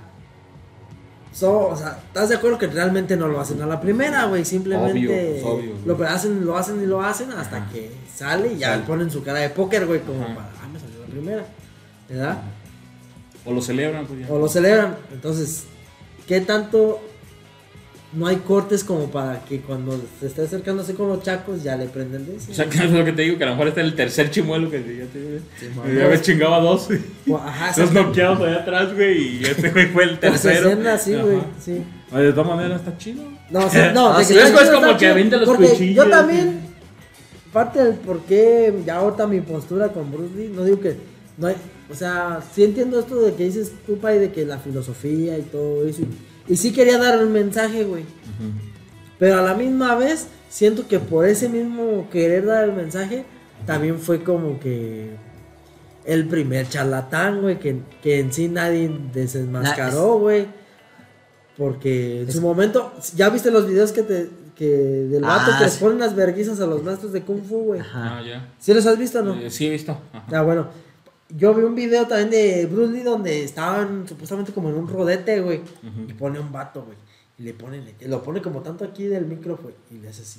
¿estás de acuerdo que realmente no lo hacen a la primera, güey? Simplemente Obvio, lo hacen hasta Ajá. que sale y ya Sale. ponen su cara de póker, güey, como Ajá. para, me salió la primera, ¿verdad? O lo celebran, pues ya. O lo celebran. Entonces, ¿qué tanto no hay cortes como para que cuando se esté acercando así con los chacos ya le prenden de eso? O sea, que es lo que te digo, que a lo mejor este es el tercer chimuelo que ya te digo. Sí, Ya me chingaba dos. Ajá, Dos noqueados allá atrás, güey. Y este güey fue el tercero. sí, güey, Ajá. sí. Oye, de todas maneras está chido. No, sí, no, Ah, de sí, que es está chido, como está que chido, avienta los porque cuchillos, yo también, parte del por qué ya ahorita mi postura con Bruce Lee, no digo que no hay, o sea, sí entiendo esto de que dices tú, Pai, de que la filosofía y todo eso, y sí quería dar un mensaje, güey, pero a la misma vez siento que por ese mismo querer dar el mensaje, también fue como que el primer charlatán, güey, que en sí nadie desenmascaró, güey. Porque en su momento, ¿ya viste los videos que del vato que les sí. ponen las verguizas a los maestros de Kung Fu, güey? Ajá. Ah, ya. ¿Sí los has visto o no? Sí, he visto. Ajá. Ah, bueno. Yo vi un video también de Bruce Lee donde estaban supuestamente como en un rodete, güey. Ujú. Y pone un vato, güey. Y lo pone como tanto aquí del micro, güey. Y le hace así.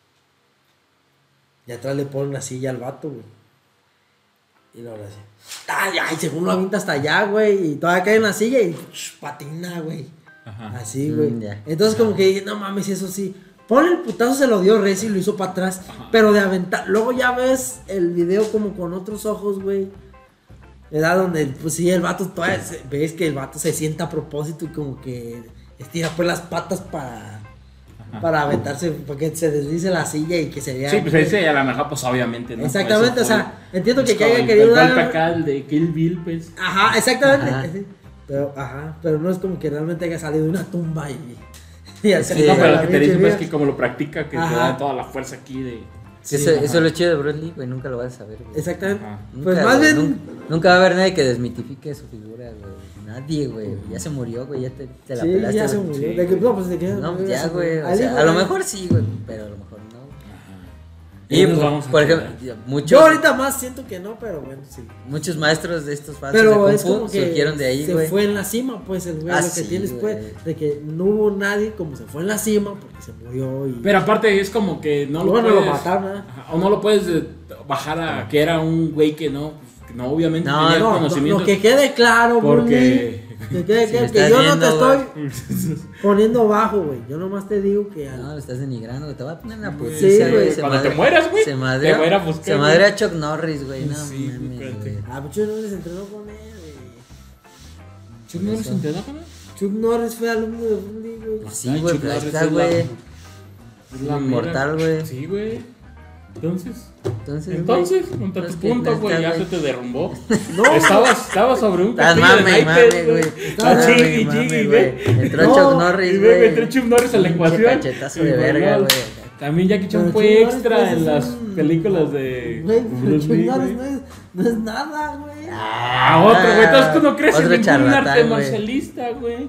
Y atrás le ponen una silla al vato, güey. Y luego le hace. Ay, según lo avienta hasta allá, güey. Y todavía cae en la silla y patina, güey. Ajá. Así, güey. Ya. Entonces, como que dije, no mames, eso sí. Pon el putazo, se lo dio Reci y lo hizo para atrás. Pero de aventar. Luego ya ves el video como con otros ojos, güey. ¿Verdad? Donde, pues sí, el vato todavía ves que el vato se sienta a propósito y como que estira pues las patas para aventarse, porque se deslice la silla y que se vea. Sí, pues ese a lo mejor, pues obviamente, ¿no? Exactamente, Eso o sea, entiendo que es como haya el querido golpe dar. acá, el de Kill Bill, pues. Ajá, exactamente. Ajá. Pero no es como que realmente haya salido de una tumba y así. que- No, pero la lo que te pinche dice pues, vida. es que como lo practica, que te Ajá. da toda la fuerza aquí de. Sí, Sí, eso, ajá. eso es lo chido de Bruce Lee, güey, nunca lo vas a saber, güey. Exactamente. Ajá. Nunca, Pues más güey, bien. nunca va a haber nadie que desmitifique su figura, güey. Nadie, güey. Ya se murió, güey. Ya te la Sí, pelaste. ya se güey. murió. Sí. De que, no, pues de que. No, ya, güey. O Al sea, hijo a lo de- mejor sí, güey. Pero a lo mejor no. Y Y nos por, vamos a por quedar. ejemplo, muchos, Yo ahorita más siento que no, pero bueno, sí. muchos maestros de estos falsos Pero de es Kung Fu como que surgieron de ahí, se güey. fue en la cima, pues el güey. Ah, Lo que sí, tienes, pues, güey. de que no hubo nadie como se fue en la cima porque se murió y. Pero aparte es como que no lo bueno, puedes. lo mataron, ¿eh? Ajá, o no lo puedes bajar a que era un güey que no, pues, que no obviamente No, tenía No, conocimiento. lo que quede claro, Porque- Bully, que quede Si claro me que estás yo no viendo, te güey. estoy poniendo bajo, güey. Yo nomás te digo que. No, lo estás denigrando, güey. Te voy a poner una Sí, putiza, güey. Se Cuando te madre- mueras, güey, Se te madre. voy a ir a buscar, Se güey. madre a Chuck Norris, güey. No Sí, mames, espérate. güey. Ah, Chuck Norris entrenó con él, güey. ¿Chuck Norris entrenó con él? Chuck Norris fue alumno de Bully, güey. Sí, Ay, güey, Chuck pero ahí Norris está, es güey. Es la Inmortal, mera- güey. Sí, güey. Entonces, Entonces, contra pues tu que punto, neta, güey, ya güey. se te derrumbó. No. Estaba sobre un Estás castillo de mame, naipes, mame, güey. Ah, Estás chingui, mame, chingui, güey. güey. Entró No, Chuck Norris, Y güey. ve, entró Chuck Norris a la Pinche ecuación. cachetazo Y de verga, voló. güey. También Jackie Chan Pero fue Chuck Norris, extra pues, en es las un- películas de Güey, pero Bruce Chuck Lee, Norris güey. no es nada, güey. Ah, otro, güey. Entonces tú no crees en Otro ningún charlatán, arte güey. marcialista, güey.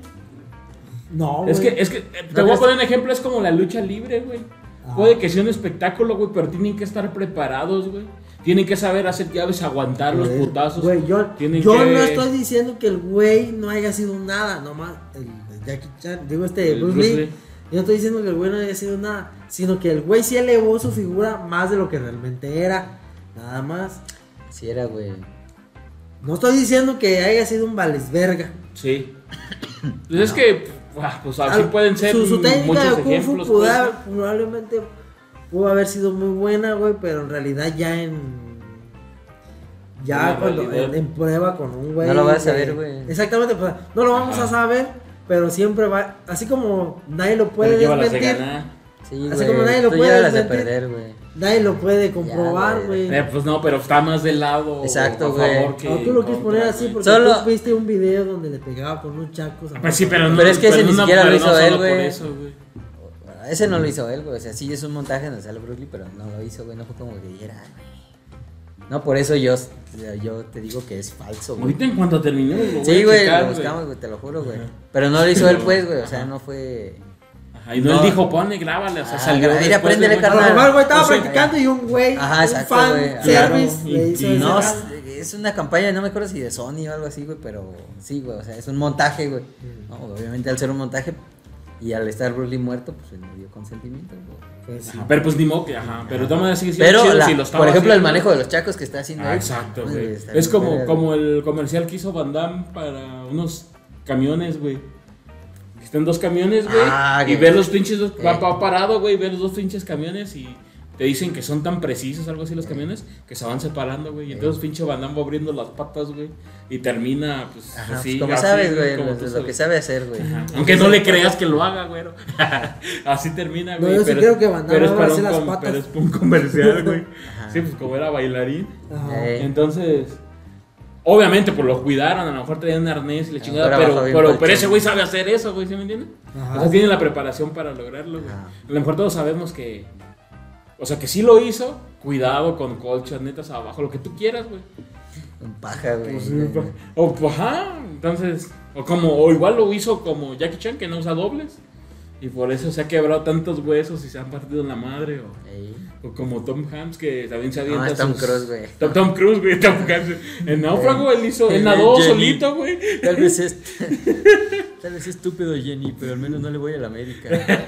No, Es güey. que te voy a poner un ejemplo, es como la lucha libre, güey. Ah. Puede que sea un espectáculo, güey, pero tienen que estar preparados, güey. Tienen que saber hacer llaves, aguantar los putazos. Güey, yo Tienen no que- estoy diciendo que el güey no haya sido nada, nomás el Jackie Chan, digo El Bruce Bruce Lee. Lee. Yo no estoy diciendo que el güey no haya sido nada, sino que el güey sí elevó su figura más de lo que realmente era, nada más. Sí era, güey. No estoy diciendo que haya sido un valesverga. Sí. Pues es que, pues así pueden ser Su técnica muchos de Kung Fu ejemplos. pues, ¿no? probablemente pudo haber sido muy buena, güey, pero en realidad ya En cuando realidad. en prueba con un güey. No lo vas a que- saber, güey. Exactamente, pues no lo vamos Ajá. a saber, pero siempre va, así como nadie lo Pero puede llévalas de desmentir. ganar. Sí, Así güey. como nadie lo Tú puede ya las de desmentir. perder, güey. Nadie lo puede comprobar, güey. güey. Pues no, pero está más del lado Exacto, a güey. favor que O tú lo quieres en poner contra, así güey. porque Solo- tú viste un video donde le pegaba con un chaco. Pues sí, pero no. Pero es que ese ni no, siquiera lo pero hizo no él, solo por güey. eso, güey. Ese no lo hizo él, güey. O sea, sí es un montaje donde sale Bruce Lee, pero no lo hizo, güey. No fue como que dijera, "Ay, güey". No, por eso yo te digo que es falso, güey. Ahorita en cuanto terminemos, lo voy Sí, a güey, checar, lo güey. buscamos, güey, te lo juro, güey. Ajá. Pero no lo hizo él, Pero- pues, güey. O sea, ajá. no fue. Ajá, y no, No. él dijo, pone, grábale. O sea, Ah, salió. mira, después de préndele, mucho- A lo carnal. mejor, güey, estaba O sea, practicando y un güey, Ajá, un exacto, fan güey. service Claro, le hizo y ese No, jale. es una campaña, no me acuerdo si de Sony o algo así, güey, pero sí, güey, o sea, es un montaje, güey. No, obviamente al ser un montaje y al estar Bruce Lee muerto, pues él no dio consentimiento, güey. Pues sí. Ajá, pero pues ni modo que, ajá. Pero de todas maneras sigue siendo Pero, chido la- si lo estaba por ejemplo, el haciendo. manejo de los chacos que está haciendo Ah, él, exacto, pues, güey. está Es bien verga, como el comercial que hizo Van Damme para unos camiones, güey. Están dos camiones, güey. Ah, y ok. ve los pinches dos. Ok. Va parado, güey. Ve los dos pinches camiones y te dicen que son tan precisos, algo así, los camiones, que se van separando, güey. Y entonces pinche Van Damme va abriendo las patas, güey. Y termina, pues, Ajá, así. pues, como así, sabes, güey, como lo, tú lo sabes. que sabe hacer, güey. Ajá. Aunque no le creas que lo haga, güey. Así termina, No, güey. yo sí pero creo que Van Damme pero es va a para hacer un las com- patas. pero es para un comercial, güey. Ajá. Sí, pues como era bailarín. Ajá. Entonces, obviamente, pues lo cuidaron, a lo mejor traían un arnés y la chingada, Ahora pero, bajó bien pero, colchón. pero ese güey sabe hacer eso, güey, ¿sí me entiendes? Ajá. O sea, tiene la preparación para lograrlo, güey. Ajá. A lo mejor todos sabemos que, o sea, que sí lo hizo, cuidado con colchas netas abajo, lo que tú quieras, güey. Un paja, güey. Pues, o, pues, ajá, entonces, o igual lo hizo como Jackie Chan, que no usa dobles, y por eso se ha quebrado tantos huesos y se han partido en la madre, Ey. o como Tom Hanks, que también se avienta No, es Tom sus- Cruise, güey. Tom Cruise, güey, Tom Hanks. En Náufrago él nadó Jenny. solito, güey. Tal vez estúpido Jenny, pero al menos no le voy a la América.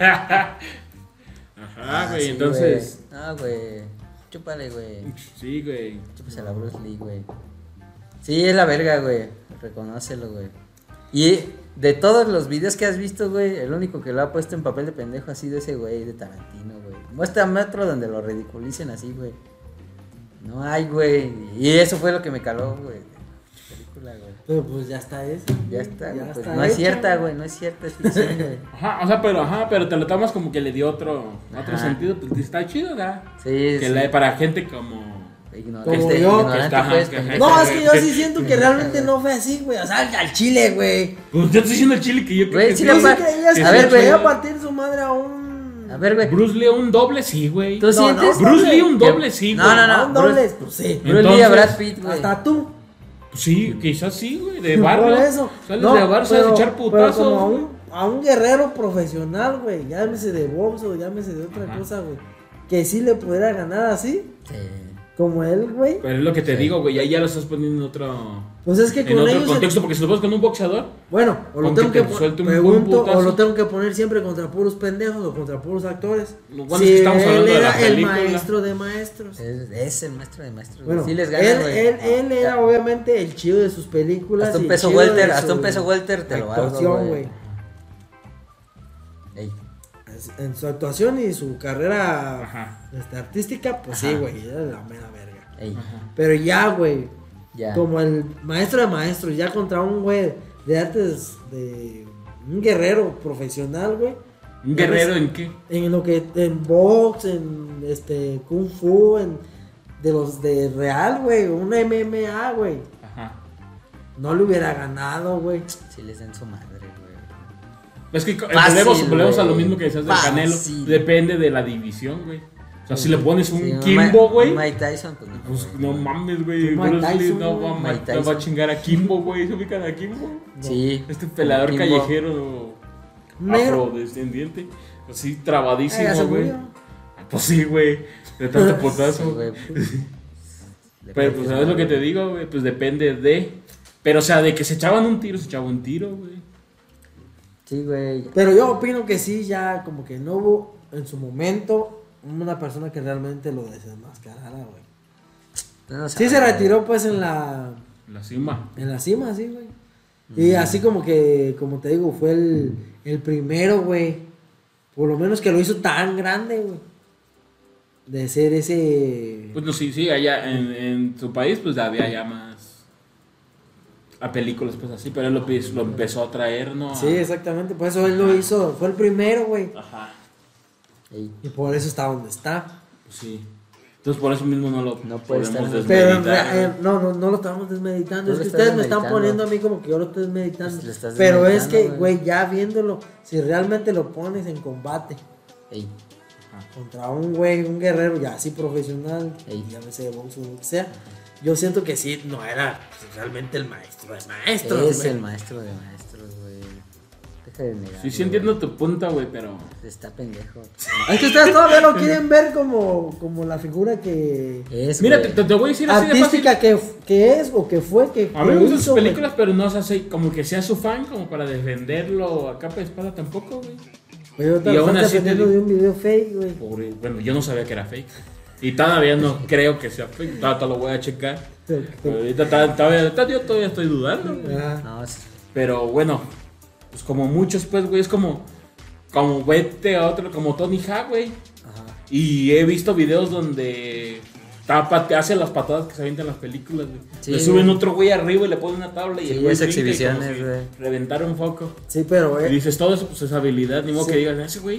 Ajá, güey, sí, entonces. güey. Ah, güey. Chúpale, güey. Sí, güey. Chúpase a la Bruce Lee, güey. Sí, es la verga, güey. Reconócelo, güey. Y de todos los videos que has visto, güey, el único que lo ha puesto en papel de pendejo ha sido ese güey de Tarantino, güey. Muéstrame otro donde lo ridiculicen así, güey. No hay, güey. Y eso fue lo que me caló, güey. Película, güey. Pero pues ya está eso. Ya está, güey. Pues está no es hecha, cierta, güey. No es cierta, es ficción, güey. Ajá, pero te lo tomas como que le dio otro Ajá. sentido. Pues, está chido, ¿verdad? Sí, Que sí. para gente como. Ignorante, Como yo, ignorante, que está- pues, que- pendejo. No, es que yo sí siento que realmente no fue así, güey. O sea, al chile, güey. Pues yo estoy diciendo el chile que yo creo Güey, que sí sí. le Yo sí pa- creía que a ver, le güey. podía partir su madre a un. A ver, güey. Bruce Lee un doble, sí, güey. ¿Tú No, sientes? no, Bruce Lee un Que- doble, sí, No, güey. no, no. A un doble, pues sí. Bruce Lee a Entonces, Brad Pitt, güey. Hasta tú. Sí, quizás sí, güey. De barrio. Por eso. Sales No, de barrio, sabes echar pero putazos. como güey. a un guerrero profesional, güey. Llámese de box o llámese de otra Ajá. cosa, güey. Que sí le pudiera ganar así. Sí. Como él, güey. Pero es lo que te digo, güey. Ahí ya lo estás poniendo en otro. Pues es que En con otro ellos. contexto, porque si lo pones con un boxeador. Bueno, o lo Aunque tengo te que suelte un buen pregunto, putazo. o lo tengo que poner siempre contra puros pendejos o contra puros actores. Lo bueno es que estamos hablando él de la era el película. maestro de maestros. Es el maestro de maestros. Bueno, sí les gana, güey. él era obviamente el chido de sus películas. Hasta y un el peso chido de welter, su hasta un peso welter te lo actuación, valgo, güey. Ey. En su actuación y su carrera Ajá. artística, pues Ajá. sí, güey, era la mera verga. Ey. Pero ya, güey, Ya. como el maestro de maestros, ya contra un güey de artes, de un guerrero profesional, güey. ¿Un guerrero en qué? En lo que, en box, en kung fu, en de los de real, güey, un MMA, güey. Ajá. No le hubiera ganado, güey. Sí les den su madre, güey. Es que Fácil, volvemos a lo güey. mismo que decías del Fácil. Canelo. Depende de la división, güey. O sea, si le pones un Sí, Kimbo, güey. Mike Tyson, pues no. Pues güey. no mames, güey. Mike Bruce Lee Tyson, no güey. va, Mike no va a Tyson. chingar a Kimbo, güey. ¿Se ubican a Kimbo? Sí. Este pelador Kimbo. callejero Negro. afrodescendiente. Así trabadísimo, Ya se güey. murió. Pues sí, güey. De tanto Sí, potazo. güey. Pero pues, ¿sabes lo que te digo, güey? Pues depende de. Pero, o sea, de que se echaban un tiro, se echaba un tiro, güey. Sí, güey. Pero yo opino que sí, ya como que no hubo en su momento una persona que realmente lo desenmascarara, güey. No Sí se sabe, retiró pues en la cima. cima, sí, güey. Y así como que, como te digo, fue el primero, güey. Por lo menos que lo hizo tan grande, güey. De ser ese... Pues no, sí, allá en su país, pues había ya más. A películas, pues así, pero él lo empezó a traer, ¿no? Sí, exactamente. Por eso él lo hizo. Fue el primero, güey. Ajá. Ey. Y por eso está donde está. Pues sí. Entonces por eso mismo no lo No puede podemos estar en- Pero desmeditar. no lo estamos desmeditando. No Es lo que estás ustedes me están desmeditando. poniendo a mí como que yo lo estoy desmeditando. Pues le estás Pero es desmeditando, que, güey. güey, ya viéndolo, si realmente lo pones en combate Ey. contra un güey, un guerrero ya así profesional, Ey. llámese de box o lo que sea, yo siento que sí, no era pues, realmente el maestro de maestros. Es güey. el maestro de maestros, güey. Deja de negar. Sí, sí entiendo tu punto, güey, pero... Está pendejo. Es que ustedes todavía lo quieren ver como la figura que Es, Mira, güey. te voy a decir así de fácil. artística que es o que fue que A mí me que gustan sus hizo, güey. películas, pero no se hace como que sea su fan, como para defenderlo a capa de espada tampoco, güey. Güey, ahorita Y lo aún estás así te defendiendo digo- de un video fake, güey. Pobre, bueno, yo no sabía que era fake. Y todavía no creo que sea fake. Todavía lo voy a checar. Pero ahorita yo todavía estoy dudando, güey. Ah. No, es- Pero bueno, pues como muchos, pues, güey, es como vete a otro, como Tony Hawk, güey. Ajá. Y he visto videos donde hace las patadas que se avientan en las películas, güey. Sí. Le suben otro güey arriba y le ponen una tabla y Sí, el güey es brinca y como exhibiciones, si güey. reventar un foco. Sí, pero, Y dices, todo eso pues es habilidad, ni modo Sí. que digas, ese güey.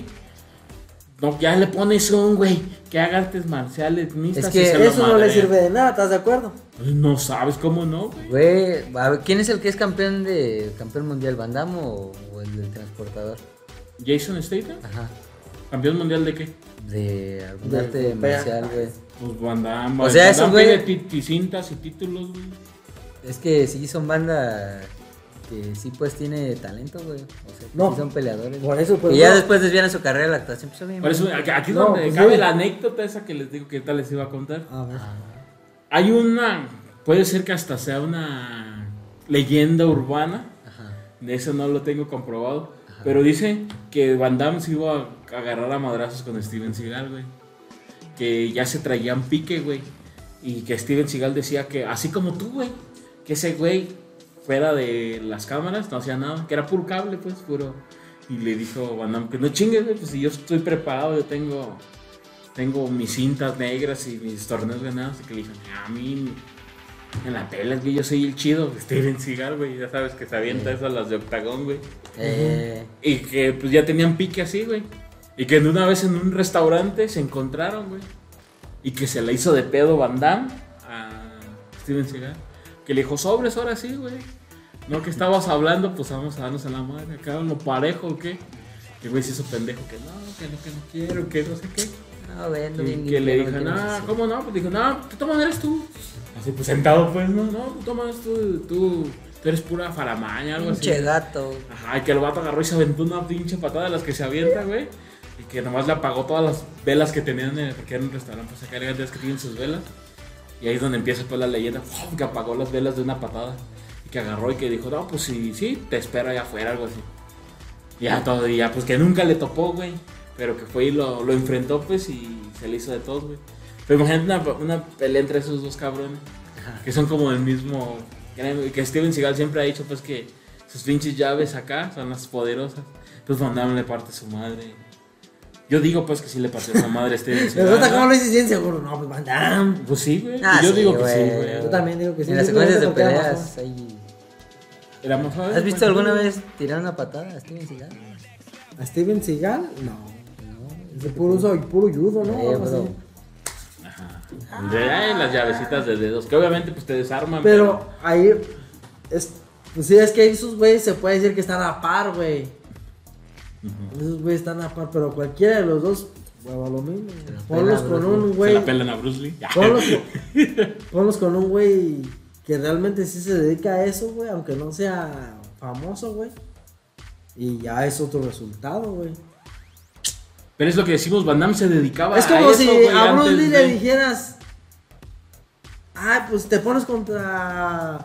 No, ya le pones un güey que haga artes marciales mixtas Es que y se lo eso no le madrea. sirve de nada, ¿estás de acuerdo? Pues no sabes cómo no, güey. Güey, a ver, ¿quién es el que es campeón mundial? ¿Van Damme o el del transportador? Jason Statham, Ajá. campeón mundial de qué? De algún De arte golpea. marcial, güey. Pues Van Damme. O sea, Van esos Damme güey- tiene cintas y títulos, güey. Es que sí son banda que sí pues tiene talento, güey. O sea, que No. sí son peleadores. Por eso, pues. y ya no. después desvían su carrera, la actuación empezó bien. Por eso, güey. aquí es No, donde pues cabe sí. la anécdota esa que les digo que tal les iba a contar. A ver. Hay una, puede ser que hasta sea una leyenda urbana, Ajá. de eso no lo tengo comprobado, pero dicen que Van Damme se iba a agarrar a madrazos con Steven Seagal, güey. Que ya se traían pique, güey. Y que Steven Seagal decía que, así como tú, güey, que ese güey fuera de las cámaras no hacía nada, que era puro cable, pues, puro. Y le dijo Van Damme que no chingues, güey, pues si yo estoy preparado, yo tengo mis cintas negras y mis torneos ganados. Y que le dijo, a mí en la tele es que yo soy el chido, Steven Seagal, güey, ya sabes que se avienta eso a las de Octagón, güey. Y que pues ya tenían pique así, güey. Y que una vez en un restaurante se encontraron, güey. Y que se le hizo de pedo Van Damme a Steven Seagal. Que le dijo, sobres, ahora sí, güey. No, que estabas hablando, pues vamos a darnos a la madre. Acá lo parejo, ¿o qué? Que güey se hizo pendejo, que no quiero, que no sé qué. No, vendo Y bien. que le dijo, quiero no, decir. ¿cómo no? Pues dijo, no, tú tomas eres tú. Así pues sentado, pues, no, tú tomas tú eres pura faramaña, algo así. Pinche gato. Ajá, y que el vato agarró y se aventó una pinche patada de las que se avienta, güey. Y que nomás le apagó todas las velas que tenían, porque era un restaurante, pues acá elegantes que tienen sus velas. Y ahí es donde empieza pues la leyenda, ¡fum! Que apagó las velas de una patada. Y que agarró y que dijo, no, pues sí, te espero allá afuera, algo así. Y ya todo, y ya pues que nunca le topó, güey. Pero que fue y lo enfrentó, pues, y se le hizo de todo, güey. Pero imagínate una pelea entre esos dos cabrones, que son como del mismo... Que Steven Seagal siempre ha dicho, pues, que sus pinches llaves acá son las poderosas. Pues Van Damme le parte su madre. Yo digo, pues, que sí le partió su madre a Steven Pero Seagal. ¿cómo lo dices bien seguro? No, pues Van Damme. Pues sí, güey. Ah, Yo sí, digo que sí, güey. güey. Yo también digo que sí. En las Simplemente secuencias de porque era peleas más hay... Era más suave, ¿Has visto pues, alguna sí. vez tirar una patada a Steven Seagal? ¿A Steven Seagal? No. No. Es de puro judo, ¿no? Algo así. Bro. Ajá. De ahí las llavecitas de dedos, que obviamente pues te desarman. Pero ahí es, pues sí, es que esos güeyes se puede decir que están a par, güey. Esos güeyes están a par, pero cualquiera de los dos, huevo, lo mismo. la Ponlos pela, con Bruce un Se güey. la pelan a Bruce Lee. Ponlos con un güey que realmente sí se dedica a eso, güey, aunque no sea famoso, güey. Y ya es otro resultado, güey. Pero es lo que decimos, Van Damme se dedicaba Es a como eso, si güey, a Bruce antes Lee de- le dijeras, ay, pues te pones contra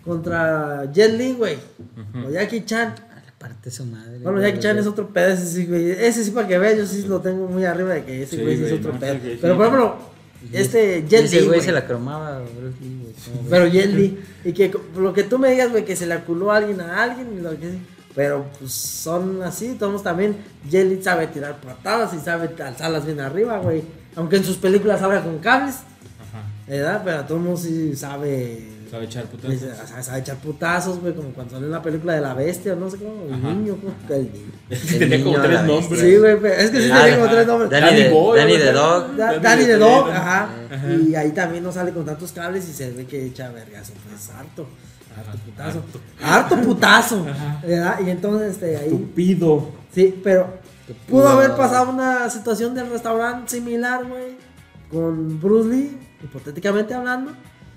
Jet Li, güey, o Jackie Chan. Le parte su madre. Bueno, güey. Jackie Chan es otro pedo, ese sí, güey. Ese sí, para que veas, yo sí lo tengo muy arriba de que ese Sí, güey sí es güey, otro no, pedo. sí, sí, Pero sí. por ejemplo, este Jet Ese Li, güey güey. se la cromaba, Bruce Lee, güey. ¿Cómo ves? Pero Jet Li, y que lo que tú me digas, güey, que se le culó a alguien y lo que sí. Pero pues son así, todos también. Jet Li sabe tirar patadas y sabe alzarlas bien arriba, güey. Aunque en sus películas habla con cables, ¿verdad? Pero todo mundo sí sabe Sabe echar putazos. Sabe echar putazos, güey, como cuando salió en la película de la bestia, no sé cómo, el niño, el niño. Es que tenía como 3 nombres. Sí, güey, es que sí tenía como 3 nombres. Danny the Dog. Danny the Dog, ajá. Y ahí también no sale con tantos cables y se ve que echa vergazo, pues harto putazo. Harto putazo. ¿Verdad? Y entonces ahí. Estúpido. Sí, pero pudo haber pasado una situación del restaurante similar, güey, con Bruce Lee, hipotéticamente hablando.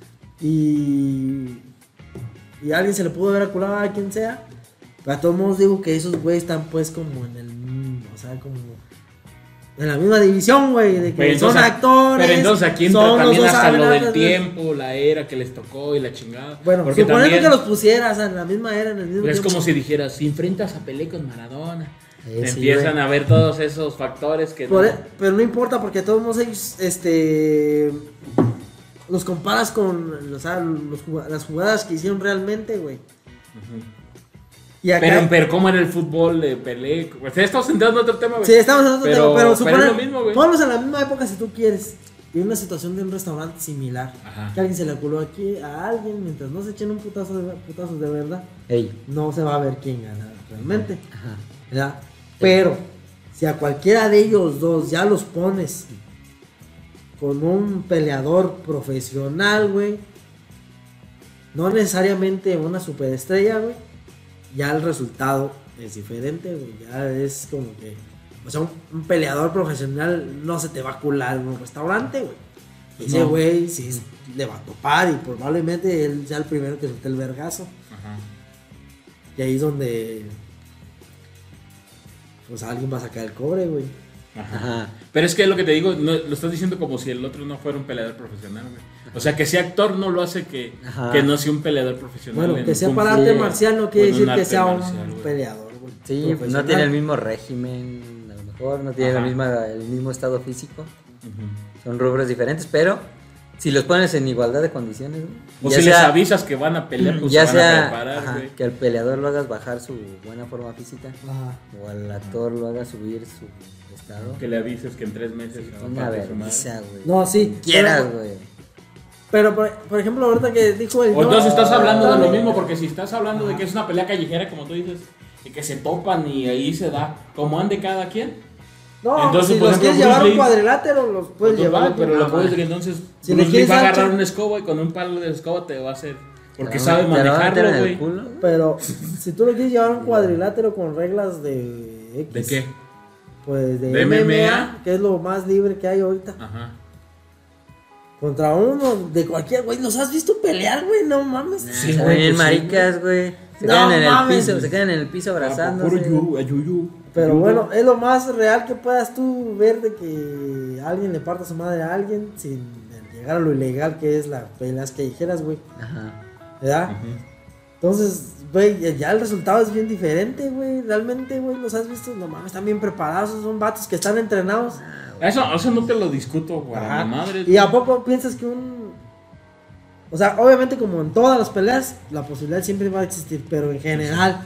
Y alguien se le pudo haber aculado a quien sea. Pero a todos modos digo que esos güeyes están pues como en el, o sea, como en la misma división, güey, de que Pero son entonces, actores. Pero entonces aquí entra son también los hasta lo del saben, tiempo, la era que les tocó y la chingada. Bueno, porque suponiendo también, que los pusieras en la misma era, en el mismo es tiempo. como si dijeras, si enfrentas a Pelé con Maradona. Sí, Empiezan güey. a ver todos esos factores que no. Pero no importa porque todos modos ellos, los comparas con, o sea, las jugadas que hicieron realmente, güey. Y acá, Pero ¿cómo era el fútbol de Pelé? O sea, estamos entrando en otro tema, güey. sí, estamos en otro tema, pero es lo mismo, güey. ponlos en la misma época si tú quieres. Y una situación de un restaurante similar. Ajá. Que alguien se le aculó aquí a alguien mientras no se echen un putazos de verdad. Ey. No se va a ver quién gana realmente. Ajá. ¿Verdad? Pero si a cualquiera de ellos dos ya los pones con un peleador profesional, güey, no necesariamente una superestrella, güey, ya el resultado es diferente, güey. Ya es como que, o sea, un peleador profesional no se te va a cular en un restaurante, güey. Ese No. güey sí le va a topar y probablemente él sea el primero que suelte el vergazo. Ajá. Y ahí es donde pues alguien va a sacar el cobre, güey. Ajá. Pero es que lo que te digo, no, lo estás diciendo como si el otro no fuera un peleador profesional, güey. O sea, que sea actor no lo hace que no sea un peleador profesional. Bueno, en que sea Kung para Fu, arte güey. marcial no O quiere en decir que arte sea marcial, un güey. peleador, güey. Sí, no Profesional. tiene el mismo régimen, a lo mejor, no tiene Ajá. el mismo estado físico. Ujú. Son rubros diferentes, pero si los pones en igualdad de condiciones, güey, O ya si les sea- avisas que van a pelear, pues ya se van a sea preparar, ajá, güey. que al peleador lo hagas bajar su buena forma física Ajá. o al actor lo hagas subir su estado. Que le avises que en 3 meses se va a Una partir su madre. vergüenza, güey. No, sí. Quieras, güey. Pero por ejemplo, ahorita que dijo el O entonces John- estás hablando de lo mismo, porque si estás hablando de que es una pelea callejera, como tú dices, y que se topan y ahí se da como ande cada quien. No, Entonces, si por los ejemplo, quieres llevar a un Bruce Lee- cuadrilátero, los puedes Pues llevar. va, pero güey. lo puedes decir, entonces Si le Bruce Lee quieres va a dar agarrar chance- una escoba y con un palo de escoba te va a hacer. Porque Te sabe lo va a meter manejarlo, en el güey. culo. Pero si tú lo quieres llevar a un cuadrilátero con reglas de X. ¿De qué? Pues ¿De de MMA? MMA, que es lo más libre que hay ahorita. Ajá. Contra uno de cualquier, güey. ¿Los has visto pelear, güey? No mames. Sí, Se güey, ven bien pues sí, maricas, güey. Se No quedan en el mames. piso, se quedan en el piso Puro abrazándose. yuyu. Pero bueno, es lo más real que puedas tú ver de que alguien le parta su madre a alguien sin llegar a lo ilegal que es las peleas callejeras, güey. Ajá. ¿Verdad? Entonces, güey, ya el resultado es bien diferente, güey. Realmente, güey, los has visto, no mames, están bien preparados, son vatos que están entrenados. Eso no te lo discuto, güey. Ajá. Mi madre. ¿Y a poco piensas que un... O sea, obviamente como en todas las peleas, la posibilidad siempre va a existir, pero en general.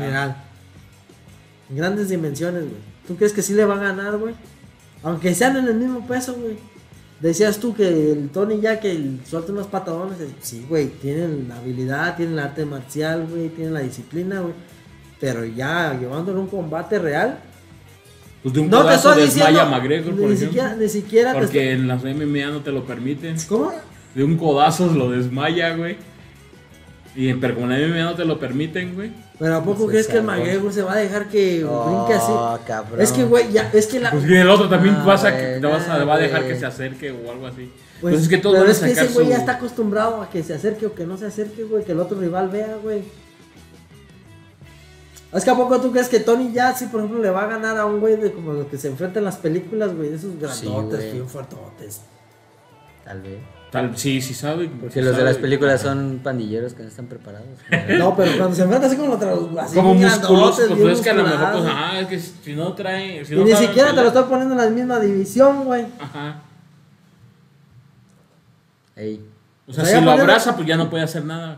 En grandes dimensiones, güey. ¿Tú crees que sí le va a ganar, güey? Aunque sean en el mismo peso, güey. Decías tú que el Tony ya que suelta unos patadones. Sí, güey, tienen la habilidad, tienen el arte marcial, güey, tienen la disciplina, güey. Pero ya llevándolo a un combate real. Pues de un No te codazo estoy desmaya diciendo. a McGregor, por ejemplo. Ni siquiera te Porque en las MMA no te lo permiten. ¿Cómo? De un codazo lo desmaya, güey. Pero como en la MMA no te lo permiten, güey. Pero ¿a poco No crees sé, que el cabrón. McGregor se va a dejar que brinque así? Cabrón. Es que, güey, ya, es que la... Pues y el otro también Ah, pasa güey, que te va a dejar güey. que se acerque o algo así. Pues, Pues es que todos pero van a es que sacar ese güey su... ya está acostumbrado a que se acerque o que no se acerque, güey, que el otro rival vea, güey. Es que a poco tú crees que Tony ya, sí, por ejemplo, le va a ganar a un güey de como los que se enfrentan en las películas, güey, de esos grandotes, güey. bien fuertotes. Tal vez. Sí sabe. Porque sí los de las sabe. películas son pandilleros que no están preparados. No, pero cuando se enfrenta así como así Como bien musculosos, grandotes, pues bien es que a lo mejor, pues, musculados. es que si no trae... Si Y no ni saben siquiera te lo pelear- estoy poniendo en la misma división, güey. Ajá. Ey. O sea, O sea, si ya lo poniendo- abraza, pues ya no puede hacer nada.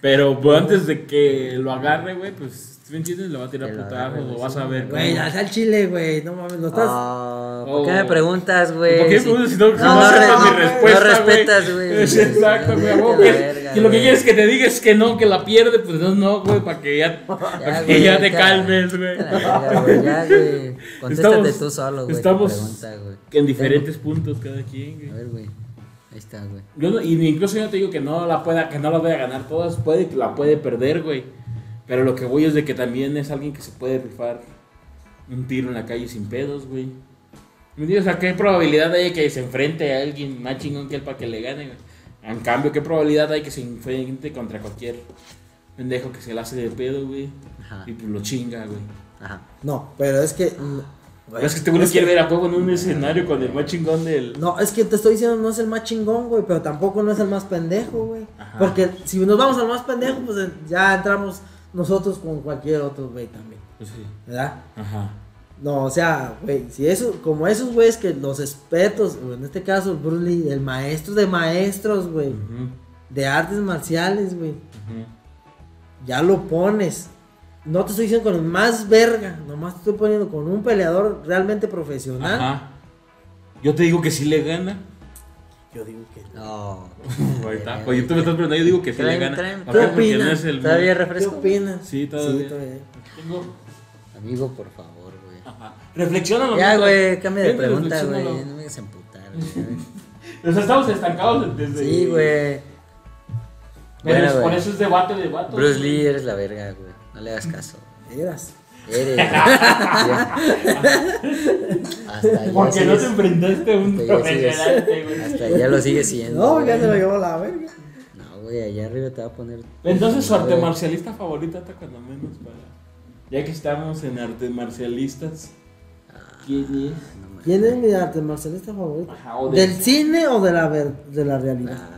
Pero pues, antes de que lo agarre, güey, pues, ¿me entiendes? Le va a tirar Que lo putazos, agarre, lo vas a ver. Güey, cómo- haz al chile, güey. No mames, lo estás. ¿Por qué me preguntas, güey? ¿Por qué me Si- preguntas si no, no aceptas mi re- respuesta, no respetas, güey? Sí, exacto, güey. Vete a Vos, la que- verga, que lo que güey. quieres que te diga es que no, que la pierde, pues no, güey, para que ya, güey, te vete a- calmes, güey. vete a la verga, güey, ya, güey. Contéstate Estamos- tú solo, güey. estamos- tu pregunta, güey. En diferentes puntos cada quien, güey. A ver, güey. Ahí está, güey. Y incluso yo no te digo que no la vaya a ganar todas, puede que la puede perder, güey. Pero lo que voy es de que también es alguien que se puede rifar un tiro en la calle sin pedos, güey. ¿Me entiendes? O sea, ¿qué probabilidad hay que se enfrente a alguien más chingón que él para que le gane, güey? En cambio, ¿qué probabilidad hay que se enfrente contra cualquier pendejo que se le hace de pedo, güey? Ajá. Y pues lo chinga, güey. Ajá. No, pero es que. Pero es que este güey no quiere ver a juego en un escenario con el más chingón del... No, es que te estoy diciendo, no es el más chingón, güey, pero tampoco no es el más pendejo, güey. Ajá. Porque si nos vamos al más pendejo, pues ya entramos nosotros con cualquier otro, güey, también. Pues sí. ¿Verdad? Ajá. No, o sea, güey, si eso, como esos güeyes que los expertos, o en este caso el Bruce Lee, el maestro de maestros, güey, Ujú, de artes marciales, güey, ujú. ya lo pones. No te estoy diciendo con el más verga, nomás te estoy poniendo con un peleador realmente profesional. Ajá. Yo te digo que sí le gana. Yo digo que no. No. Ahí está. Oye, tú me estás preguntando, yo digo que sí le gana. Tráeme. ¿Por qué? ¿Qué Porque no opinas? es el... ¿Todavía ¿Qué refresco? opinas? Sí, todavía. Tengo. Amigo, por favor, güey. Ajá. Reflexiónalo. Ya, ¿no? güey, cambia de Vente, pregunta, güey. reflexiónalo. No me hagas emputar, güey. O sea, estamos estancados desde... Sí, güey. Bueno, Bueno, por güey. eso es debate de vatos. Bruce Lee, eres la verga, güey. No le hagas caso. Eras. Eres. Ya. Hasta allá Porque no te sigues- enfrentaste a un hasta allá sigues- profesional, güey. Hasta allá lo sigue siendo. No, ya güey. se lo llevó la verga. No, güey, allá arriba te va a poner. Entonces, su arte Güey. marcialista favorita está cuando menos para... Ya que estamos en artes marcialistas. ¿Quién es? No, mames. ¿Quién es mi arte marcialista favorito? Ajá, o ¿Del cine o de la realidad? Ah,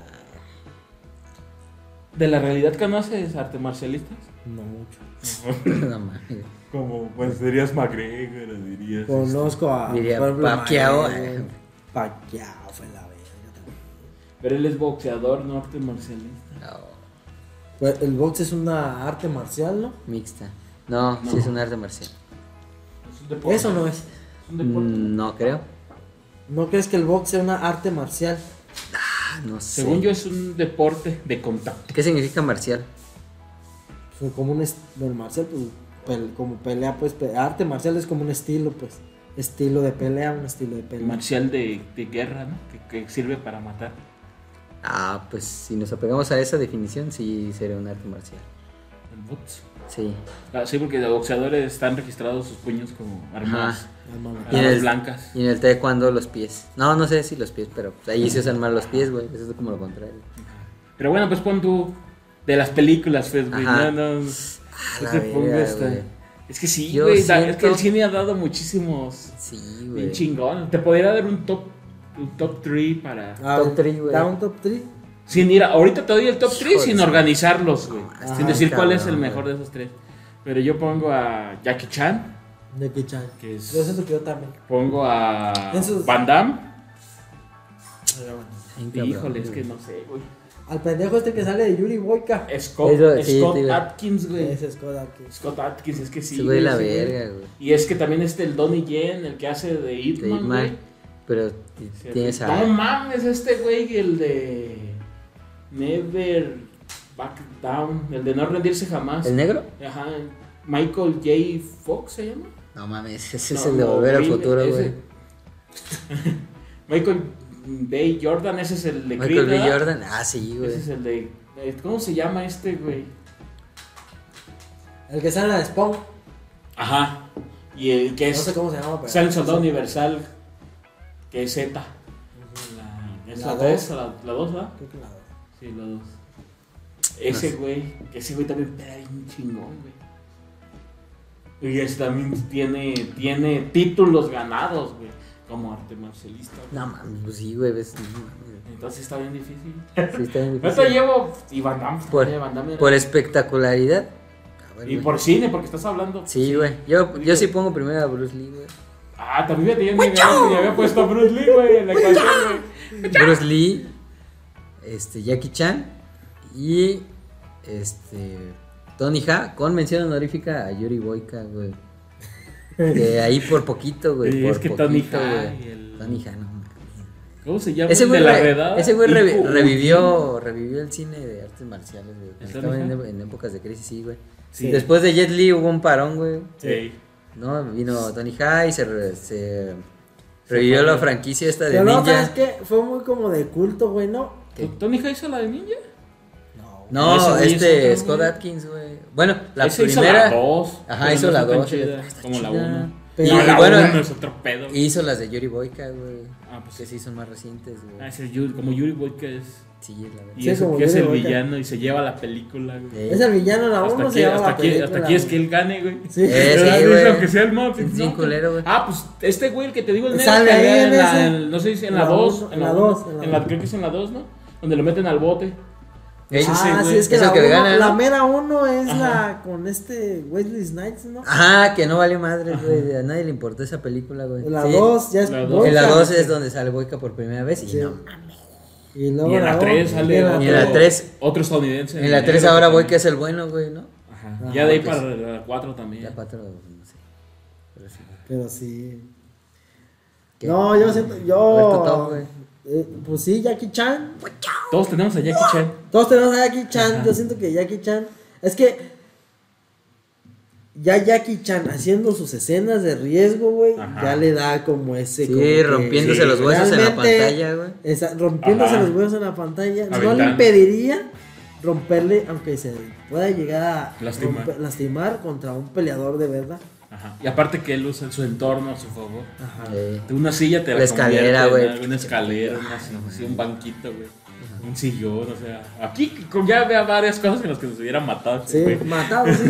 ¿De la realidad conoces artes marcialistas? No mucho. no mames. Como, pues dirías McGregor, dirías... Conozco a. Diría por ejemplo, Pacquiao. Mayweather. Pacquiao fue la verga también. Pero él es boxeador, no arte marcialista. No, Pues, el box es una arte marcial, ¿no? mixta. No, No. sí es un arte marcial. Es un deporte. Eso no es. Es un deporte. No creo. ¿No crees que el box sea una arte marcial? Ah, no sé. Según yo, es un deporte de contacto. ¿Qué significa marcial? Pues, como un del marcial, pues como pelea, pues arte marcial es como un estilo, pues. Estilo de pelea, un estilo de pelea. Marcial de guerra, ¿no? Que sirve para matar. Ah, pues si nos apegamos a esa definición, sí sería un arte marcial. El box. Sí. Ah, sí, porque los boxeadores están registrados sus puños como armas, Hermano. Y en armas el- blancas. Y en el taekwondo los pies. No sé si los pies, pero pues, ahí se usan más los pies, güey. Eso es como lo contrario. Pero bueno, pues pon tú de las películas, pues, güey. Ajá. No la te pongas verga, tan- güey. Es que sí, Yo güey. Es siento- que el cine ha dado muchísimos. Sí, Bien güey. chingón. Te podría dar un top 3 para. Ah, Top three, güey. Da un top 3. Sin ir ahorita te doy el top 3 Híjole, sin sí. organizarlos, güey. Ah, Sin decir cuál es el cabrón, mejor güey. de esos tres. Pero yo pongo a Jackie Chan. De Kichan. Que es- Yo siento que yo también. Pongo a Esos- Van Damme. Bien cabrón, Híjole, es güey. que no sé, güey. Al pendejo este que sale de Yuri Boyka. Scott, Eso, sí, Scott te iba- Atkins, güey. Ese es Kodak. Scott Atkins, es que sí. Ese güey la ese güey. verga, güey. Y es que también el Donnie Yen, el que hace de De Hitman, Hitman, güey. pero Sí, tienes No a. mames, este güey, el de Never Back Down, el de no rendirse jamás. ¿El negro? Ajá, Michael J. Fox se llama. No mames, ese es No, el de no, volver al Will, futuro, ese. güey. Michael B. Jordan, ese es el de Michael Creed, B. ¿verdad? Jordan, ah, sí, güey. Ese es el de... ¿Cómo se llama este, güey? El que sale en la de Spawn. Ajá. Y el que No es... sé cómo se llama, pero. Sale el Soldado Universal, que es Z. ¿Es La la dos. 3 o la 2, verdad? Creo que la dos. Sí, la 2. Ese güey también pega bien chingón, güey. Y ese también tiene títulos ganados, güey, como arte marcialista. güey. No mames, pues sí, güey, ves. No mames. Entonces está bien difícil. Sí, está bien Yo te difícil. llevo y Van Damme. Por, Van Damme era- por espectacularidad. Ah, bueno, y güey. por cine, porque estás hablando. Sí, güey. Yo sí pongo primero a Bruce Lee, güey. Ah, también yo me había puesto a Bruce Lee, güey, en la ecuación, güey. Bruce Lee, Jackie Chan y Tony Jaa con mención honorífica a Yuri Boyka, güey. Que ahí por poquito, güey. Sí, por es que poquito, Tony Jaa güey. y el- Tony Jaa, no. ¿Cómo se llama? Ese El güey, de la redada. ese güey Iku- revivió el cine de artes marciales, güey. ¿El Estaba Tony en, Jaa? en épocas de crisis, sí, güey. Sí. Después de Jet Li hubo un parón, güey. Sí. ¿No? Vino Tony Jaa y se revivió la franquicia esta de Pero no, ¿sabes Ninja. qué? Fue muy como de culto, güey, ¿no? ¿Qué? ¿Tony Jaa hizo la de Ninja? No. No, Ese güey es otro, Scott güey. Atkins, güey. Bueno, la Ese primera. hizo la 2. Ajá, hizo la 2. Como la 1. Pero- No, la bueno, 1 es otro pedo. hizo las de Yuri Boyka, güey. Ah, pues Que sí son más recientes, güey. Ah, ese es Yuri, como Yuri Boyka es. Sí, la verdad. Y Sí, eso como que es Yuri el Boyka. villano y se lleva la película, güey. Es el villano, la 1 se llama hasta la aquí, película. hasta aquí es que él gane, güey. Sí. Sí, ¿Verdad? güey. Aunque sea el más. Es bien culero, güey. Ah, pues este güey, el que te digo, el negro. Sale que ahí era en ese. no sé si en En la la 2. uno, en la dos, en la dos. Creo que es en la 2, ¿no? Donde lo meten al bote. Ey, Ah, güey. sí, es que Es el la, que le uno- gana, la ¿no? mera 1 es Ajá. la con Wesley Snipes, ¿no? Ajá, que no vale madre, güey. A nadie le importó esa película, güey. La Sí. 2 ya es La dos. Boyka. En la 2 es donde sale Boyka por primera vez y Sí. no. Y luego Y en la 3 uno, sale y en la otro, Y en la tres- otro estadounidense. En la 3 negro ahora que Boyka también. es el bueno, güey, ¿no? Ajá. Ajá, Ya de ahí pues. para la 4 también. La 4, no sé. Pero sí. Pero sí. ¿Qué? No, yo siento, A ver tu top, güey. pues sí, Jackie Chan. Todos tenemos a Jackie Chan. Todos tenemos a Jackie Chan. Ajá. Yo siento que Jackie Chan. Es que. Ya Jackie Chan haciendo sus escenas de riesgo, güey. Ajá. Ya le da como ese. Sí, como que rompiéndose sí, los huesos en la realmente- pantalla, güey. Rompiéndose Ajá. los huesos en la pantalla. No le Aventando. impediría romperle, aunque se pueda llegar a Lastimar. lastimar contra un peleador de verdad. Ajá. Y aparte que él usa su entorno a su favor. Ajá. De una silla te La escalera, convierte en güey. una escalera, un banquito, güey. Un sillón, o sea. Aquí ya vea varias cosas en las que nos hubieran matado. Sí, güey. matado, sí.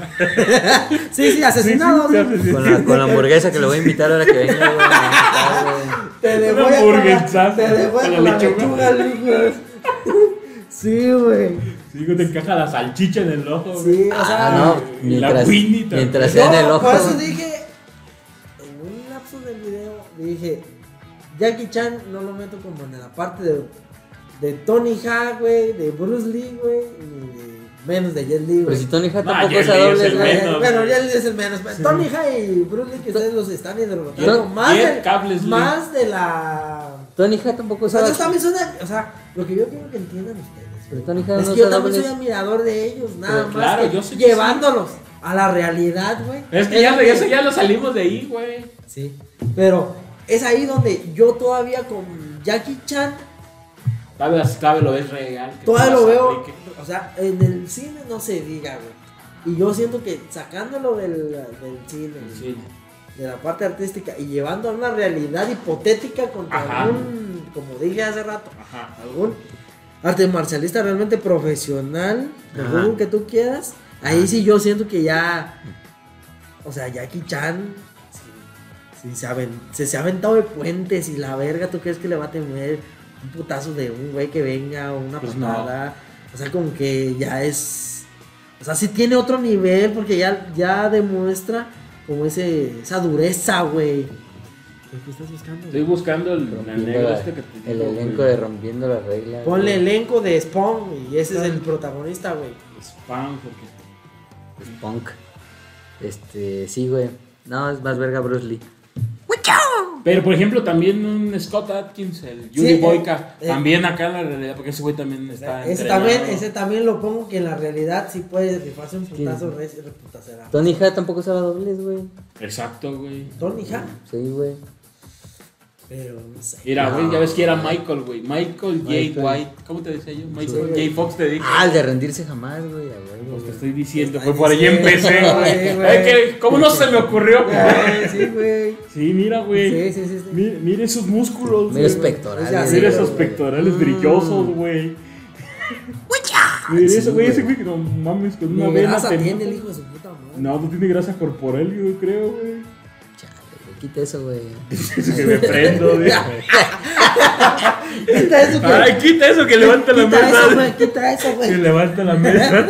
Sí, Sí, asesinado, sí. sí. Con la hamburguesa que le voy a invitar ahora que venga, güey. Ah, güey. Te le Una voy a hamburguesazo te le voy con a la con la lechuga. lechuga, güey. Sí, güey. Sí, que te encaja la salchicha en el ojo, güey. Sí, o sea. Ah, no. Y la Mientras, Winnie también. mientras sea en el No, ojo. por eso dije, en un lapso del video, dije, Jackie Chan no lo meto como en la parte de Tony Jaa, güey, de Bruce Lee, güey, y menos de Jet Li, Pero güey. si Tony Jaa No, tampoco Jet es a Li es dobles, el güey. menos. Bueno, Jet Li es el menos. Tony Jaa y Bruce Lee, que ustedes los están interpretando más, Jet Cables Lee. más de la... Tony Jaa tampoco O es sea, a yo dobles. también soy de- o sea, lo que yo quiero que entiendan ustedes. Pero Tony Jaa Es no que yo es a también soy dobles. admirador de ellos, nada Pero más claro, que yo sé que llevándolos a la realidad, güey. Es que lo eso ya lo salimos de ahí, güey. Sí, pero es ahí donde yo todavía con Jackie Chan, Todavía lo ves real. que todavía no lo vas a veo, abrir que- o sea, en el cine no se diga, güey. Y yo siento que sacándolo del cine, Sí. de la parte artística y llevando a una realidad hipotética contra Ajá. algún, como dije hace rato, Ajá. algún arte marcialista realmente profesional, Ajá. según que tú quieras, ahí sí yo siento que ya, o sea, Jackie Chan, sí se ha aventado de puentes y la verga, ¿tú crees que le va a tener un putazo de un güey que venga o una Pues patada? O sea, como que ya es, o sea, sí tiene otro nivel porque ya demuestra como esa dureza, güey. ¿Qué estás buscando? Estoy buscando el Rompiendo negro la- este que te el digo, elenco güey. de Rompiendo la Regla. Ponle güey. elenco de Spawn y ese es el protagonista, güey. Spam, porque. Es punk. Sí, güey. No, es más verga Bruce Lee. Pero por ejemplo, también un Scott Atkins, el Yuri Sí, Boyka, eh, también acá en la realidad, porque ese güey también está. Ese también lo pongo que en la realidad sí puede rifarse un putazo reputacera. Tony Jaa tampoco sabe a dobles, güey. Exacto, güey. Tony Jaa, Sí, güey. pero no sé. Mira, güey, No, ya ves que era Michael, güey. Michael J. Michael. White. ¿Cómo te decía yo? Michael Sí. J. Fox te dije. Ah, el de rendirse jamás, güey. a huevo, Pues te güey. estoy diciendo, Está fue por ahí diciendo, empecé, güey. sí, güey. Es que, ¿cómo no se me ocurrió? Sí, güey. Sí, mira, güey. Sí. Mire esos músculos, Mira güey. esos pectorales. O sea, sí, Mira pero, esos güey. pectorales brillosos, güey. Mira Sí, ese güey, ese güey. güey que no mames, con una Ni vena grasa tenía- tiene el hijo de su puta madre. No, no tiene grasa corporal, yo creo, güey. Chale, güey, quita eso, güey. Eso que me prendo, güey. Quita eso, güey. Ay, quita eso que levanta la Quita eso, mesa. güey. Quita eso, Que güey. levanta la mesa.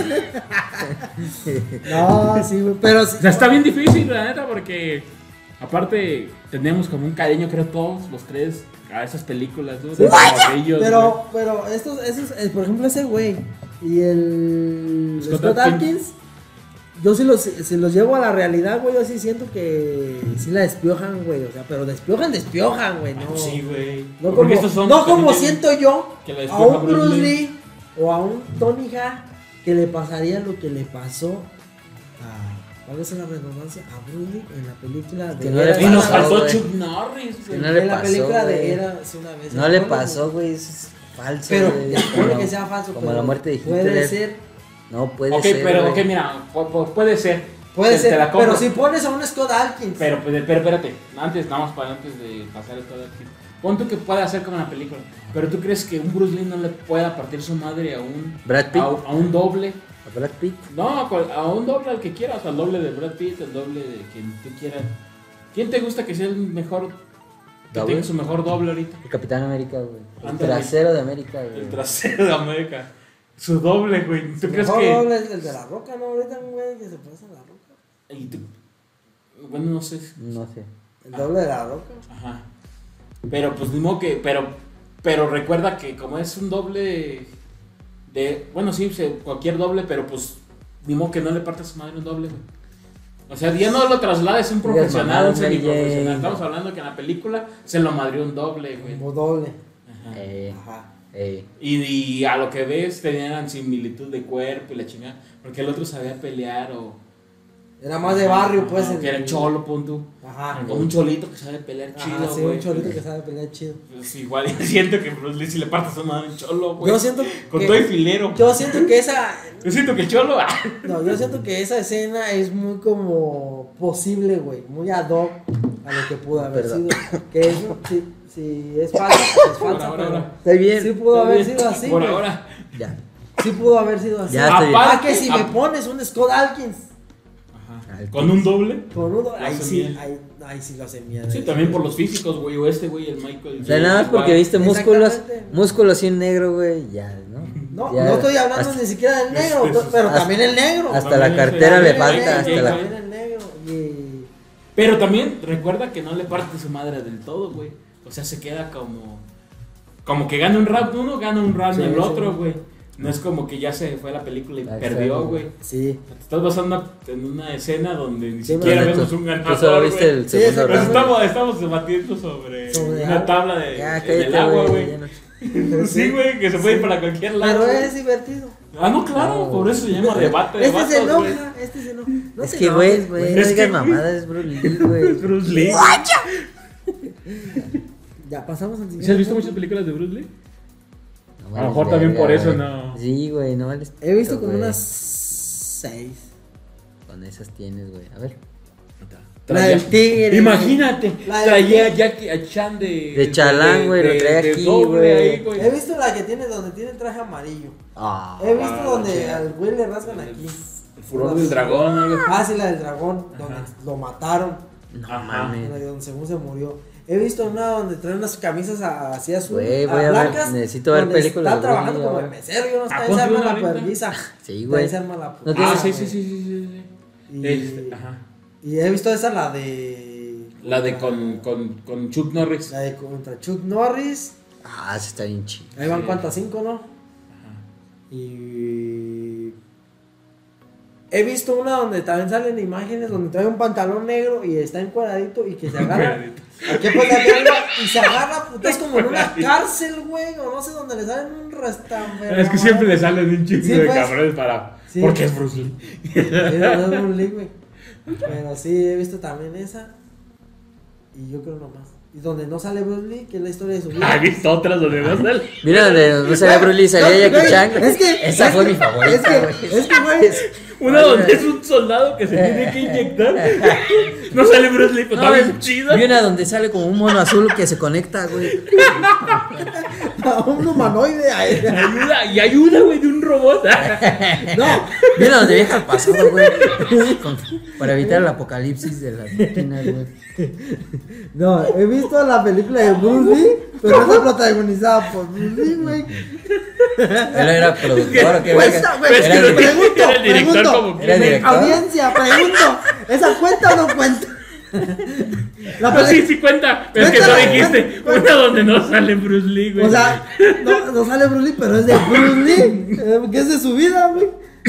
No, sí, güey. Pero sí. O sea, está bien difícil, la neta, porque aparte tenemos como un cariño, creo, todos los tres a esas películas, ¿no? Sí, De morrillos, güey. pero por ejemplo, ese güey, y el Scott Scott Adkins. Adkins, yo si los llevo a la realidad, güey, yo sí siento que sí la despiojan, güey, o sea, pero despiojan, güey, no. Sí, güey. No Porque como, estos son no como también siento yo que la a despioja un Bruce Lee o a un Tony Jaa que le pasaría lo que le pasó a, ¿cuál es la redundancia? A Bruce Lee en la película de Que no le Y nos pasó, faltó güey. Chuck Norris, Que güey. no le en la pasó, película güey. de Era una vez. No le en Hollywood. pasó, güey, eso es falso, Pero güey. puede Como- que sea falso, como pero la muerte de puede Hitler. ser. No, puede Ok, ser, pero, güey. ok, mira, puede ser. Puede Te la ser, compro. pero si pones a un Scott Adkins. Pero espérate, antes de pasar esto de aquí. Pon tú que pueda hacer como en la película. Pero tú crees que un Bruce Lee no le pueda partir su madre a un Brad Pitt. a un doble. A Brad Pitt. No, a un doble al que quieras, al doble de Brad Pitt, al doble de quien tú quieras. ¿Quién te gusta que sea el mejor, que ¿Doble? tenga su mejor doble ahorita? El Capitán América, güey. El Ándale. trasero de América, güey. El trasero de América. Su doble, güey. ¿Tú El crees mejor que...? doble es el de la Roca, ¿no? Ahorita, güey, que se pasa la Roca. Y tú- Bueno, no sé. No sé. El doble de la Roca. Ajá. Pero pues ni modo que... Pero recuerda que como es un doble de... Bueno, sí, cualquier doble, pero pues ni modo que no le parta a su madre un doble, güey. O sea, ya no lo traslades a un Digas profesional, mamadas, un semiprofesional. Mary Jane. Estamos hablando que en la película se lo madrió un doble, güey. Como doble. Ajá. Ajá. Y a lo que ves tenían similitud de cuerpo y la chingada. Porque el otro sabía pelear o... Era más de barrio, pues. Que era cholo, punto. Ajá. Como un cholito que sabe pelear Ajá, chido, sí, güey. un cholito que sabe pelear chido. Pues igual yo siento que Bruce Lee si le parte su madre un cholo, güey. Yo siento Con que- todo y filero. Yo siento que esa. Yo siento que el cholo... No, yo siento que esa escena es muy como posible, güey. Muy ad hoc a lo que pudo haber Perdón. sido. Que es, si es falsa, pues es falsa, Ahora, pero. ahora. Está bien. Sí pudo haber sido así. Por güey. ahora. Ya. Sí pudo haber sido así. Ya está bien. Ah, que si me Aparte- pones un Scott Adkins Ajá. Con un doble. con uno, ahí hace sí, miel. ahí sí lo hace mierda. Sí, también por los físicos, güey. O este, güey, el Michael. O sea, nada más porque igual. viste músculos, Exactamente. músculos y un negro, güey, ya, ¿no? No, Ya, no estoy hablando hasta, ni siquiera del negro, Este, pero hasta- también el negro. hasta También la ese- cartera le también falta, el hasta negro, la... También el negro. Y Pero también recuerda que no le parte su madre del todo, güey. O sea, se queda como que gana un round uno, gana un round Sí, el sí. otro, güey. No es como que ya se fue la película y Exacto. perdió, güey. sí. Te estás basando en una escena donde ni Sí, siquiera Donde vemos tú- un Tú solo ganador, viste güey. el Sí, segundo Pues round. estamos debatiendo sobre Sobre una agua. tabla de, Ya, en el cállate, agua, güey. güey. ya no- Sí, güey, que se puede ir para cualquier lado. Pero güey. es divertido. Ah, no, claro, No, por eso se llama debate de Este se vatos, güey. enoja, este se enoja. No Es te que, enojes, güey, no Es que, digas güey. mamadas, es Bruce Lee, güey. Bruce Lee. Ya pasamos al siguiente. ¿Sí has visto punto. muchas películas de Bruce Lee? No A lo vales mejor también por eso güey. no. Sí, güey, no vales. He visto como güey. unas 6. Con esas tienes, güey. A ver. La del tigre. Imagínate, La del traía a tigre. Jackie a Chan de Chalán, güey, lo trae aquí, doble güey. ahí, güey. He visto la que tiene donde tiene el traje amarillo. Ah. He visto donde sí. al güey le rasgan aquí. El furor del dragón, algo así. Ah, sí, la del dragón, donde lo mataron, No Ajá. mames. donde según se murió. He visto una donde traen unas camisas así azul, Güey, voy a ver, blancas. necesito ver donde películas Está de trabajando Bruce Lee como ahora. de mesero, yo no sé, ¿A ahí cuánto se arma una la ahorita? perdiza. Sí, güey. Ahí se arma la Ah, putiza, sí, güey. sí, sí, sí, sí, sí. Y, Ajá. y he visto esa, la de... La de con Chuck Norris. La de contra Chuck Norris. Ah, sí está bien chido. Ahí van Sí. cuántas, 5, ¿no? Ajá. Y he visto una donde también salen imágenes donde trae un pantalón negro y está encuadradito y que se agarra. Aquí pues aquí arriba, y se agarra, puta, es como en una cárcel, güey, o no sé, donde le salen un restaurante. Es que siempre le salen un chingo Sí, de pues. cabrones para. Sí. Porque es Bruce Lee. Pero sí, he visto también esa. Y yo creo nomás. Y donde no sale Bruce Lee, que es la historia de su vida. ¿Has visto otras donde no sale? Mira donde no salía Bruce Lee, salía No, Jackie güey, Chan. güey. es que- Esa es fue que- mi favorita, güey. Es que, güey. Una donde es un soldado que se tiene que inyectar. No sale Bruce Lee, pero No, está bien chido. vi una donde sale como un mono azul que se conecta, güey. A un humanoide. Ayuda, güey, de un robot. No, Vi una donde viaja al pasado, güey. Para evitar el apocalipsis de las máquinas, güey. no, he visto la película de Bruce Lee, pero no está protagonizada por Bruce Lee, güey. Él era productor, ¿o qué Cuesta, verga? güey, Era el- pregunto, era el director pregunto. como que- Era el director. Audiencia, pregunto. ¿Esa cuenta o no cuenta? No, sí cuenta. Pero es que no dijiste. Una donde no sale Bruce Lee, güey. O sea, no sale Bruce Lee, pero es de Bruce Lee. Que es de su vida, güey.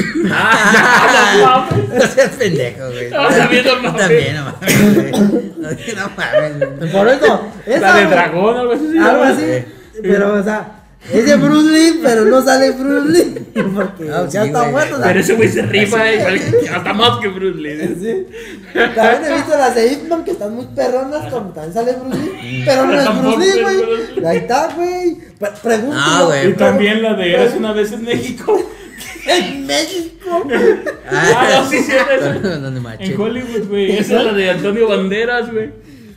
Ah, ya, No seas pendejo, güey. No, también no mames. También, no mames, güey. No mames, güey. Por eso. La de dragón, algo así. Algo así. Pero, o sea, es de Bruce Lee, pero no sale Bruce Lee. Porque No, ya sí, está güey. muerto. o sea, Pero ese güey se rifa, hasta más que Bruce Lee. Sí. También he visto las de Hitman que están muy perronas, como también sale Bruce Lee, pero no es Bruce Lee, güey. Ahí está, güey. Pregúntalo. Ah, güey. Y también la de Eras una vez en México. En México. Ah, no, sí, sí, es ¿Dónde maché? en Hollywood, güey. Esa es la de Antonio Banderas, güey.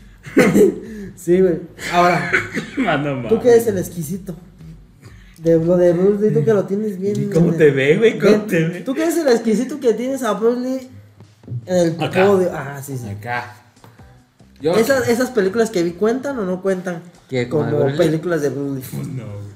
Sí, güey. Ahora, Mano, ¿tú qué eres el exquisito? De lo de Bruce Lee, tú que lo tienes bien. ¿Cómo te ve, güey? ¿Cómo bien- te ve? ¿Tú qué eres el exquisito que tienes a Bruce Lee en el Acá. podio? Ah, sí, sí. Acá. Yo. ¿Esas películas que vi cuentan o no cuentan? ¿Qué, como Como de Bruce Lee? películas de Bruce Lee. No, güey.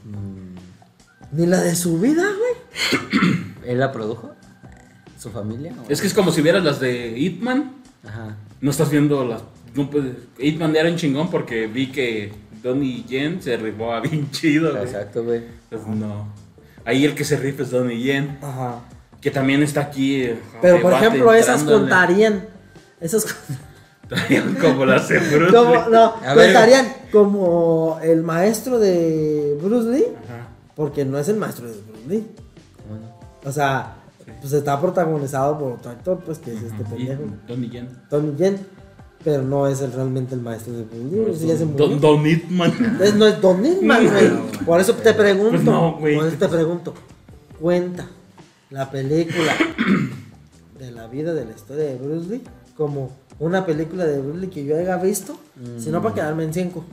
Ni la de su vida, güey. ¿Él la produjo? ¿Su familia? ¿O? Es que es como si vieras las de Hitman. Ajá. No estás viendo las. No puedes. Hitman era un chingón porque vi que Donnie Yen se rifó a bien chido, güey. Exacto, güey. Pues no. Ahí el que se rifa es Donnie Yen. Ajá. Que también está aquí. Pero por debate, ejemplo, esas entrándole. contarían. Esas Como las de Bruce como, Lee. no, A ver. contarían como el maestro de Bruce Lee, Ajá. porque no es el maestro de Bruce Lee. Bueno. O sea, pues está protagonizado por otro actor, pues que es este pendejo, Y Donnie Yen. Tony Yen, pero no es realmente el maestro de Bruce Lee. Ese ya se murió. Don Hitman. Entonces no es Don Nitman, güey. Por eso te pregunto. Pues no, güey. Por eso te pregunto. Cuenta la película de la vida, de la historia de Bruce Lee, como una película de Bruce Lee que yo haya visto, sino para quedarme en 5.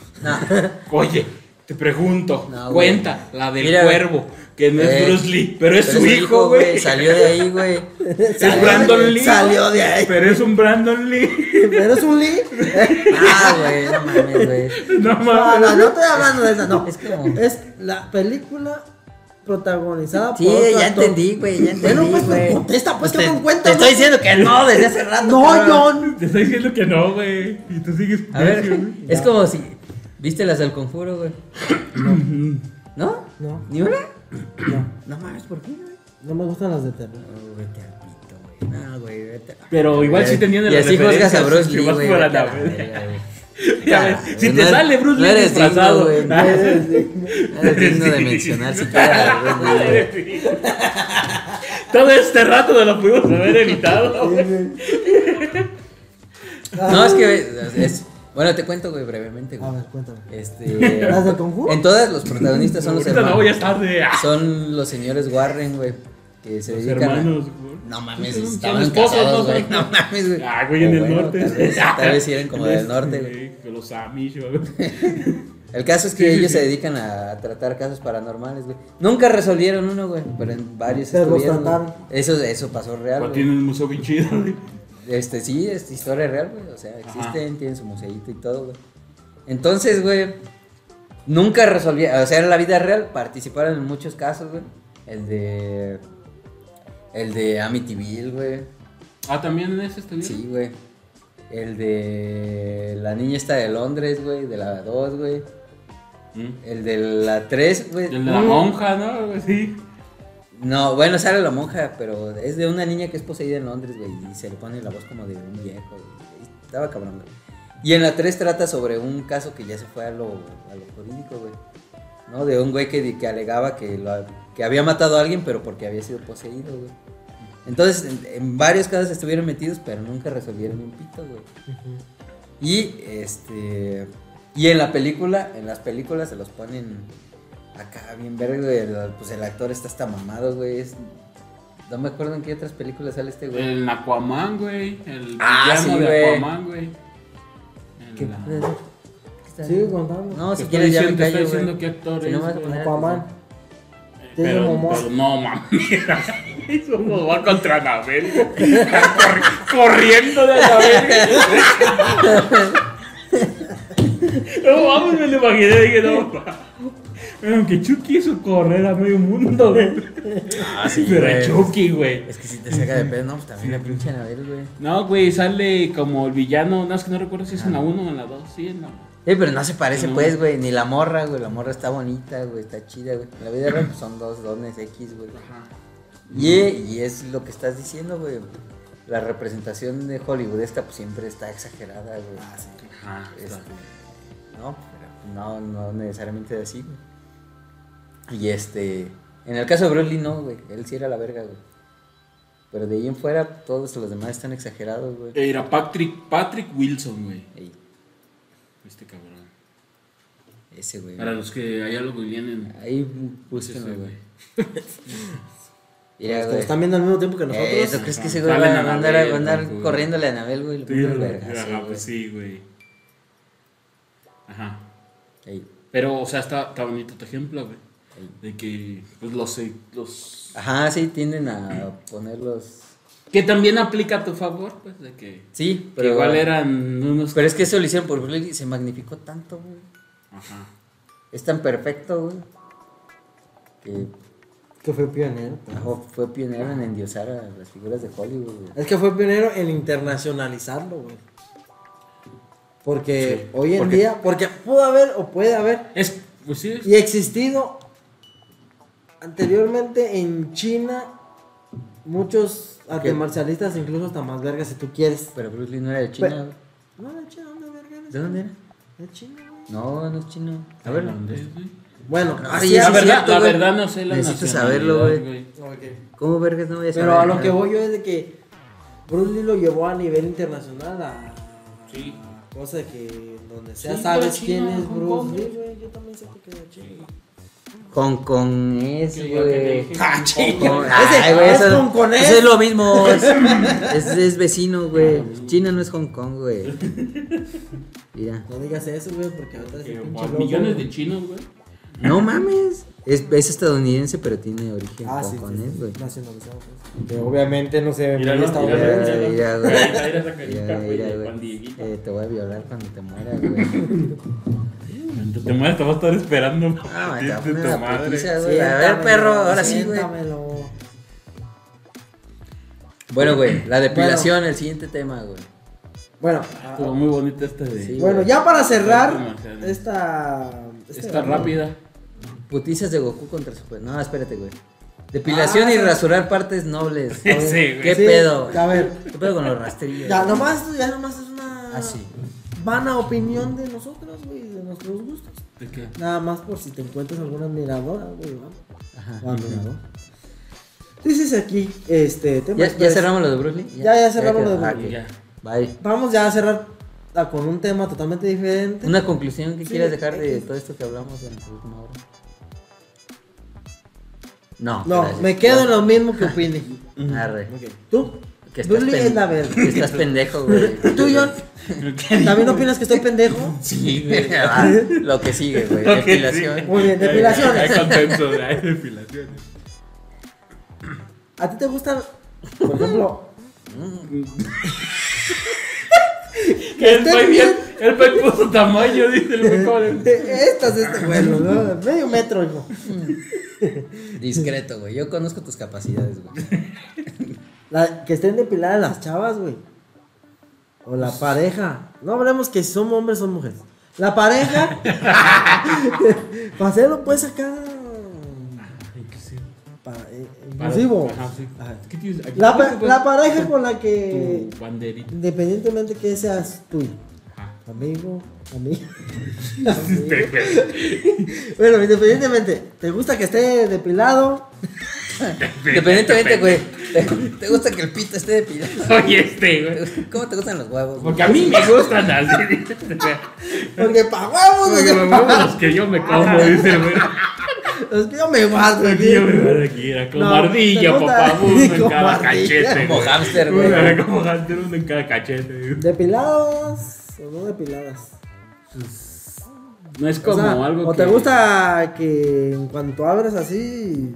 Oye, te pregunto. No, güey. Cuenta la del Mira, cuervo. Que no es Bruce Lee, pero es su hijo, güey. Salió de ahí, güey. Es Brandon Lee. Salió de ahí. Pero es un Brandon Lee. Pero es un Lee. Ah, güey, no mames, güey. No No, mames. no estoy hablando de esa, no. Es como- Es la película protagonizada Sí, por otro ya actor. entendí, güey, ya entendí, Bueno, pues güey. contesta, pues Te- que no cuenta. Te estoy diciendo que no desde hace rato. No, cabrón. John. Te estoy diciendo que no, güey. Y tú sigues. A ver, necio, güey. es como si. ¿Viste las del conjuro, güey? ¿No? No. ¿Ni una? No, No mames, ¿por qué, güey? no me gustan las de terror. No, vete al pito, güey. No, güey, vete. Pero igual sí te entienden Y las así juzgas a referencias, Bruce si Lee, vas güey. fuera vete a la la verga. verga, güey. Ya ves, Ya, si no te eres- sale Bruce no Lee eres disfrazado. digno, güey. No eres digno de mencionar siquiera a Bruce Lee, güey. Todo este rato no lo pudimos haber evitado, güey. No, es que es. Bueno, te cuento, güey, brevemente, A güey. ver, cuéntame. ¿Las del Conjuro? En todas los protagonistas son los Ahorita no, ya es hermanos. tarde. Ah, Son los señores Warren, güey. Que se Los dedican hermanos, a. güey. No mames, Son estaban esposos, casados, ¿no? güey. No mames, güey. Ah, güey, en O el bueno, norte. Tal vez sí eran como del norte, güey. Que los Amish, güey. El caso es que Sí, sí, ellos sí. se dedican a tratar casos paranormales, güey. Nunca resolvieron uno, güey, pero en varios Pero los estuvieron, güey. trataron. Eso pasó real, Pero güey. tienen un museo bien chido, güey. Sí, es historia real, güey. O sea, existen, tienen su museíto y todo, güey. Entonces, güey, nunca resolvieron. O sea, en la vida real participaron en muchos casos, güey. El de Amityville, güey. Ah, también en ese estuvieron. Sí, güey. El de la niña esta de Londres, güey. De la 2, güey. El de la 3, güey. El de la monja, ¿no? Algo así. No, bueno, sale la monja, pero es de una niña que es poseída en Londres, güey. Y se le pone la voz como de un viejo, güey. Estaba cabrón, güey. Y en la 3 trata sobre un caso que ya se fue a lo jurídico, güey. ¿No? De un güey que alegaba que había matado a alguien, pero porque había sido poseído, güey. Entonces, en varios casos estuvieron metidos, pero nunca resolvieron un pito, güey. Y en la película, en las películas se los ponen acá bien verga, güey. Pues el actor está mamado, güey. No me acuerdo en qué otras películas sale este güey. El Aquaman, güey. El Ah, villano sí, de güey. Aquaman, güey. ¿Qué El- puede ser? Sigue contando. No, si Te quieres ya me estoy callo, diciendo güey. qué actor Si es, no me vas a güey. poner Aquaman. Tiene Pero Momoa. no, mami. Eso no va contra Anabel. Corriendo de Anabel. No vamos, me lo imaginé. Dije, no. Pero que Chucky hizo correr a medio mundo, güey. Ah, sí, Pero güey. Chucky, güey. Es que si te saca de pedo, no, pues también la pinche Anabel, güey. No, güey, sale como el villano. No, es que no recuerdo si es en la 1 o en la 2. Sí, en la Pero no se parece, No. pues, güey. Ni la morra, güey. La morra está bonita, güey. Está chida, güey. En la vida real pues, son dos dones X, güey. Ajá. Y es lo que estás diciendo, güey. La representación de hollywoodesca pues siempre está exagerada, güey. Ajá. Este, no, pero no necesariamente así, güey. Y en el caso de Bruce Lee, no, güey. Él sí era la verga, güey. Pero de ahí en fuera, todos los demás están exagerados, güey. Era Patrick Wilson, güey. Ey, Este cabrón. ese, güey. Para los que hay algo que vienen. Ahí Pues ese, búsquenlo, güey. güey. Mira, Los que güey. están viendo al mismo tiempo que nosotros. ¿Tú crees que Ajá. ese güey Salen va a andar, Anabel, va a andar güey. corriéndole a Anabel, güey? Sí, Lo güey. verga, Ajá, sí, pues sí, güey. Ajá. Ey, Pero, o sea, está bonito tu ejemplo, güey. ey. De que, pues, los... Ajá, sí, tienden a ponerlos. Que también aplica a tu favor, pues, de que... Sí, que pero. igual eran unos... Pero es que eso lo hicieron por Bruce Lee y se magnificó tanto, güey. Ajá. Es tan perfecto, güey. Que fue pionero. pues. fue pionero en endiosar a las figuras de Hollywood, güey. Es que fue pionero en internacionalizarlo, güey. Porque Sí, hoy en porque- día, porque pudo haber o puede haber Pues sí, y existido anteriormente en China muchos artes marcialistas, incluso hasta más vergas si tú quieres. Pero Bruce Lee no era de China, Pero- güey. No, de China, ¿dónde verga eres? ¿De dónde era? De China, güey. No, no es chino. A ver. tailandés, güey. Bueno, Ah, así sí, es. La verdad, cierto, la güey. verdad no sé la Necesito nacionalidad, saberlo, güey. ¿Cómo vergas no voy a saber? Pero a lo que voy yo es de que Bruce Lee lo llevó a nivel internacional a Sí. cosa de que donde sea Sí, sabes pero quién China, es Hong Bruce Kong, Lee, güey. güey. Yo también sé que es China. Hong Kong es, Que yo que te güey. dije, Ah, Hong chinga. Kong. Ay, güey, es eso, Hong Kong, eso es lo mismo. Es vecino, güey. China no es Hong Kong, güey. Mira. No digas eso, güey, porque ahorita Que ese pinche por loco, millones güey. de chinos, güey. No mames. Es estadounidense, pero tiene origen Ah, sí, hongkonés, güey. nacionalizado, pues. Que obviamente no se ve Míralo, muy estadounidense. míralo. Mira, güey. Mira esa carita, Mira, güey, mira, de güey. Juan Dieguito. Te voy a violar cuando te mueras, güey. Te mueres, te vas a estar esperando. Ah, te va a de poner tu la madre. putiza, güey. A ver, Siéntamelo, perro, ahora sí, güey. siéntamelo. Bueno, güey, la depilación, el siguiente tema, güey. Bueno, Estuvo muy bonito este de. Sí. bueno, ya para cerrar Comercial. esta rápida. Putizas de Goku contra Super. No, espérate, güey. Depilación Ah, y sí. rasurar partes nobles. Sí, güey. ¿Qué Sí, pedo, güey? a ver. ¿Qué pedo con los rastrillos? Ya güey? nomás es una Ah, sí. vana opinión de nosotros, güey, de nuestros gustos. ¿De qué? Nada más por si te encuentras alguna admiradora, güey, ¿no? Ajá. O admirador. Dices aquí, tema ¿Ya express. cerramos lo de Bruce Lee? Ya cerramos quedó. lo de Ah, Bruce ok. Ya. Bye. Vamos ya a cerrar con un tema totalmente diferente. Una conclusión que Sí, quieras dejar de X. todo esto que hablamos en la última hora. No. No, gracias. me quedo en lo mismo que opine. Arre. Ok. ¿Tú? Que Bruce Lee es la verga. Que estás pendejo, güey. ¿Tú, John? ¿También opinas que estoy pendejo? Sí, güey. Va, lo que sigue, güey. Lo que Depilación. Muy bien, depilaciones. Hay consenso, hay depilaciones. ¿A ti te gustan, por ejemplo, Él estén fue bien. bien? Él fue puso tamaño, dice el mejor. estas de este vuelo, ¿no? Medio metro, hijo. Discreto, güey. Yo conozco tus capacidades, güey. Que estén depiladas las chavas, güey. O la pareja. No hablemos que si son hombres o son mujeres. La pareja. Para hacerlo, pues acá. Inclusivo. Ajá, sí. Ajá. ¿Qué tienes? Aquí La tienes, pues, pareja con la que. tu banderita. Independientemente que seas tuyo. Ajá. Amigo, amigo. Bueno, independientemente, ¿te gusta que esté depilado? Independientemente, güey. ¿Te gusta que el pito esté depilado? Oye, güey. ¿Cómo te gustan los huevos? Porque a mí me gustan así. Porque pa' huevos, Porque me mueven los que yo me como, dice el güey. es que yo me guardo Aquí aquí. yo me voy aquí, era como No, ardilla, te gusta- papá, uno en como cada ardilla. cachete. Como güey. hámster, güey. Como hámster, uno en cada cachete. güey. ¿Depilados o no depiladas? No es O como sea, algo o que... te gusta que en cuanto abres así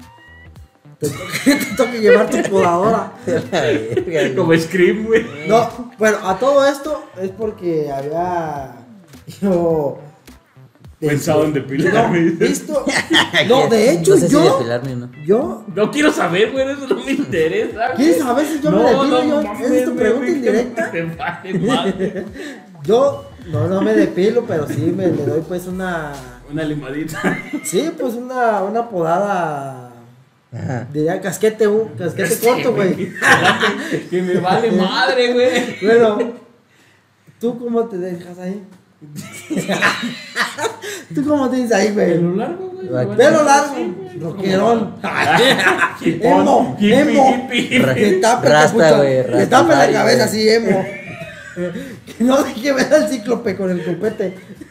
te toque llevar tu podadora. Como Scream, güey. No, bueno, a todo esto es porque había Yo. Pensado en depilarme. No, visto. No, de hecho, no sé yo. si depilarme o no. Yo. No quiero saber, güey, eso no me interesa. güey. ¿Quieres saber si yo me depilo? Yo, mames, ¿esa es tu güey, pregunta güey, indirecta? Te vale madre. Yo no me depilo, pero sí le doy pues una. Una limadita. Sí, pues una podada. Ajá. Diría casquete corto, güey. Que me vale madre, güey. Bueno, ¿tú cómo te dejas ahí? ¿Tú cómo te dices ahí, güey? Pelo largo, güey. Pelo largo, Sí, güey. roquerón. Hipón, Emo, hippie, emo. hippie. Que tape, Rasta, capuchón. güey, Que rasta tape la party, cabeza güey. así, emo. Que no deje ver al cíclope con el copete.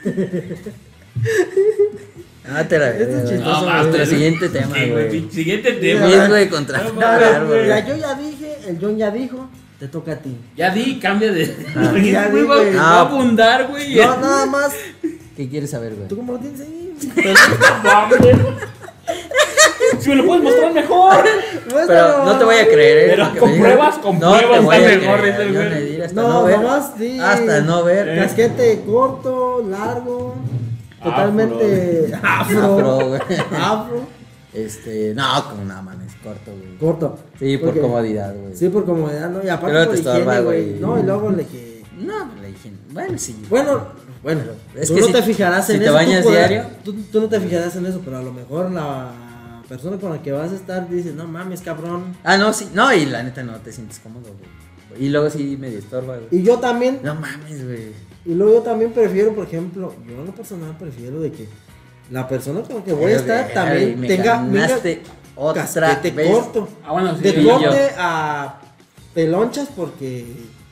Ah, te la Esto es verga, güey. chistoso, No, güey. basta. El siguiente tema, Sí, güey. Siguiente tema. Bien, güey, contra No, Fajar, güey. Mira, yo ya dije, el John ya dijo, te toca a ti. Ya di, cambia de. Ya di, Güey, va güey. a abundar, güey. No, nada más. ¿Qué quieres saber, güey? ¿Tú cómo lo tienes ahí? Mames. Si me lo puedes mostrar mejor. Pero no te voy a creer, ¿eh? Pero Porque con me digas- pruebas, con no pruebas, te voy a está mejor, creer, dice el yo güey. me diré hasta No, no ver. nomás di. Hasta no ver. Casquete corto, largo, totalmente Afro, afro. güey. Afro. No, como nada, man, es corto, güey. Corto. Sí, por Porque- comodidad, güey. Sí, por comodidad, ¿no? Y aparte Pero por te estorba, higiene, güey. güey. No, y luego le que. No, pues le dije, bueno, sí. Bueno, Es tú que no si- te fijarás si en te eso. bañas tú diario. Tú no te fijarás en eso, pero a lo mejor la persona con la que vas a estar dice, no mames, cabrón. Ah, no, sí. No, y la neta no te sientes cómodo, güey. Y luego sí medio estorba, güey. Y yo también, No mames, güey. y luego yo también prefiero, por ejemplo, yo en lo personal prefiero de que la persona con la que voy a estar también Me tenga ganaste otra casquete vez. corto. Ah, bueno, sí. De sí, yo. corte a pelonchas porque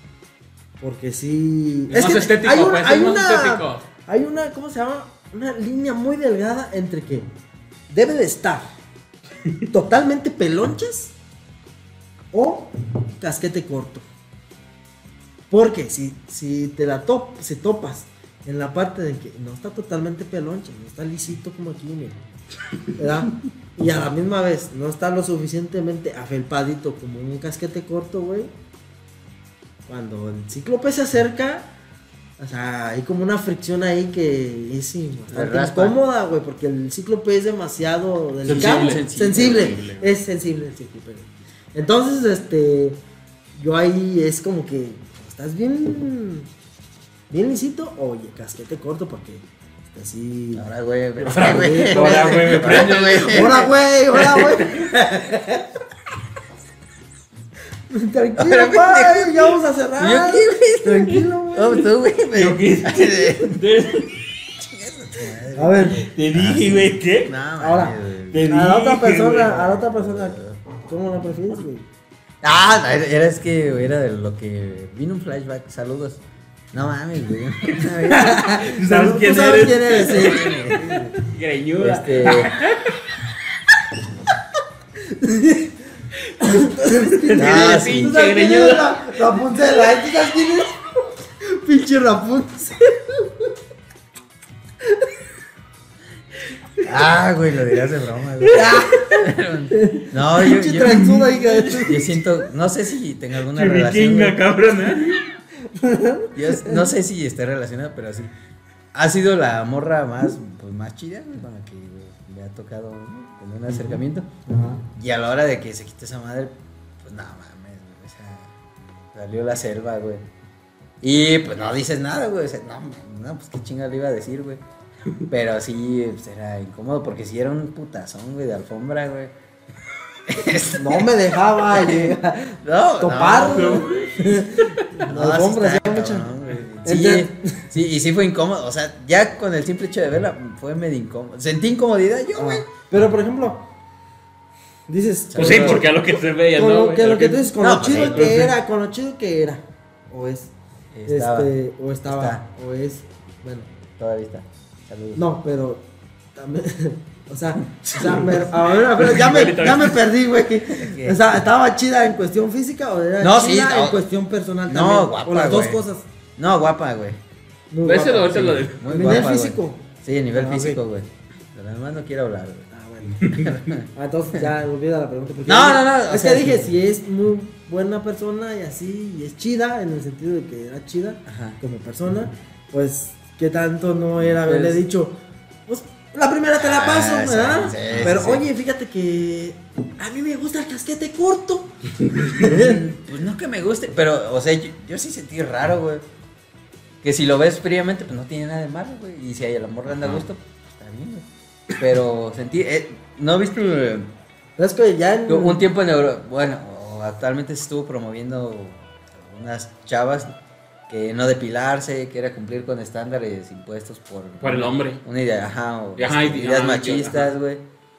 sí. Es más estético, pues, es más estético. Hay una, ¿cómo se llama? Una línea muy delgada entre que debe de estar totalmente pelonchas o casquete corto. Porque si te si topas en la parte de que no está totalmente peloncha, no está lisito como aquí, mira, ¿verdad? Y a la misma vez no está lo suficientemente afelpadito como un casquete corto, güey. Cuando el cíclope se acerca, o sea, hay como una fricción ahí que es bastante raspa. incómoda, güey, porque el cíclope es demasiado delicado, Sensible. es sensible el cíclope. Entonces, yo ahí es como que estás bien lisito, oye, casquete corto porque así. Ahora, güey. Ahora, güey, me prende, güey. Ahora, güey. Tranquilo, Ahora, pa, pendejo. ya vamos a cerrar. ¿Yo qué, güey? Tranquilo, güey. No, tú, güey. Yo A ver, te dije, güey, ¿qué? No, ahora, mames, güey. Te a la otra dije, persona, ¿cómo la prefieres, güey? Ah, es que güey, era de lo que vino un flashback. Saludos. No mames, güey. ¿Tú sabes quién ¿Tú sabes eres? quién eres? Sí. Greñuda. Ah, sí. ¿Tú Pinche sabes quién greñuda. es Rapunzel? ¿Tú sabes quién es? Pinche Rapunzel. Ah, güey, lo dirías de broma, güey. No, Pinche trenzuda, hija de tu. yo siento, no sé si tengo alguna relación. Chimiquinga, güey. cabrón, ¿eh? Yo no sé si esté relacionada, pero sí. Ha sido la morra más, pues, más chida, güey, con la que me ha tocado, ¿no? Tener un acercamiento. Y a la hora de que se quite esa madre, pues nada mames, güey, o sea, salió la selva, güey. Y pues no dices nada, güey. O sea, no, pues qué chinga le iba a decir, güey. Pero sí, pues, era incómodo porque si era un putazón, güey, de alfombra, güey. No me dejaba llegar. No, Topar, no, güey. no, La alfombra sí hacía está mucho. cabrón, güey. Sí, y sí fue incómodo. O sea, ya con el simple hecho de verla fue medio incómodo. Sentí incomodidad yo, güey. Pero por ejemplo, dices. Pues sí, porque a lo que se veía, Con ¿no? lo güey? que, tú dices, con No, lo pues chido sí, que pues sí. era, con lo chido que era. O es. Estaba. O estaba. Está. O es. Bueno. Todavía está. Saludos. No, pero. También. O sea, a ver, ya me perdí, güey. O sea, ¿estaba chida en cuestión física o era No, sí, chida no. en cuestión personal No, también? guapa, o las dos güey. cosas. No, guapa, güey. Muy Pues ese guapa. ahorita lo de. Muy ¿Nivel guapa, güey. físico? Sí, nivel Ah, físico, ok. güey. De lo demás no quiero hablar, güey. Ah, bueno. Entonces ya olvida la pregunta. porque No, dije- no, no, o Es sea, que dije, sí. si es muy buena persona y así, y es chida, en el sentido de que era chida Ajá. como persona, pues qué tanto no era haberle dicho, pues la primera te la paso, ¿verdad? Sí, pero sí. oye, fíjate que a mí me gusta el casquete corto. Pues no que me guste, pero, o sea, yo sí sentí raro, güey. Que si lo ves fríamente, pues no tiene nada de malo, güey. Y si a la morra anda a gusto, pues está bien, güey. Pero sentí, ¿no viste Es que ya en... un tiempo en Europa? Bueno, actualmente se estuvo promoviendo unas chavas que no depilarse, que era cumplir con estándares impuestos Por el hombre. una idea, ajá, o Ajá, ideas machistas, güey.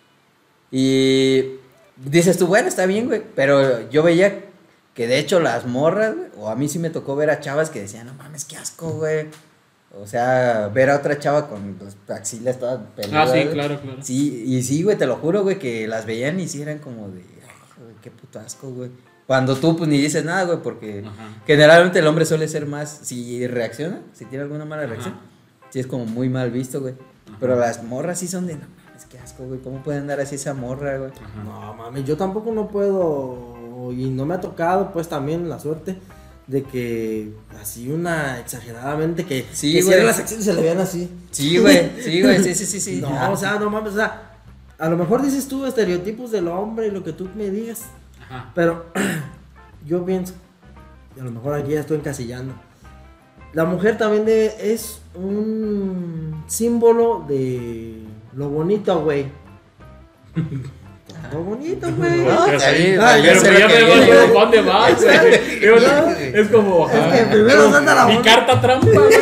Y dices tú, bueno, está bien, güey, pero yo veía que de hecho las morras, güey, o a mí sí me tocó ver a chavas que decían, no mames, qué asco, güey. O sea, ver a otra chava con las axilas todas peludas. Ah, sí, güey. claro. Sí, y sí, güey, te lo juro, güey, que las veían y sí eran como de, ay, güey, qué puto asco, güey. Cuando tú, pues, ni dices nada, güey, porque Ajá. generalmente el hombre suele ser más, si reacciona, si tiene alguna mala reacción, Ajá. sí es como muy mal visto, güey. Pero las morras sí son de, no mames, qué asco, güey, ¿cómo puede andar así esa morra, güey? Ajá. No, mami, yo tampoco no puedo, y no me ha tocado, pues, también la suerte de que así una exageradamente que, Sí, que güey. cierre las acciones y se le vean así. Sí, güey, sí. No, Ajá. o sea, no mames, o sea, a lo mejor dices tú estereotipos del hombre y lo que tú me digas, Ajá. pero yo pienso, y a lo mejor aquí ya estoy encasillando, la mujer también es un símbolo de lo bonito, güey. Lo bonito, güey. No, está bien, Ay, yo Pero sé pues ya lo que me viene, voy güey. a dónde vas, güey. Digo, No, es como, es que primero salta la mi bola. carta trampa, güey.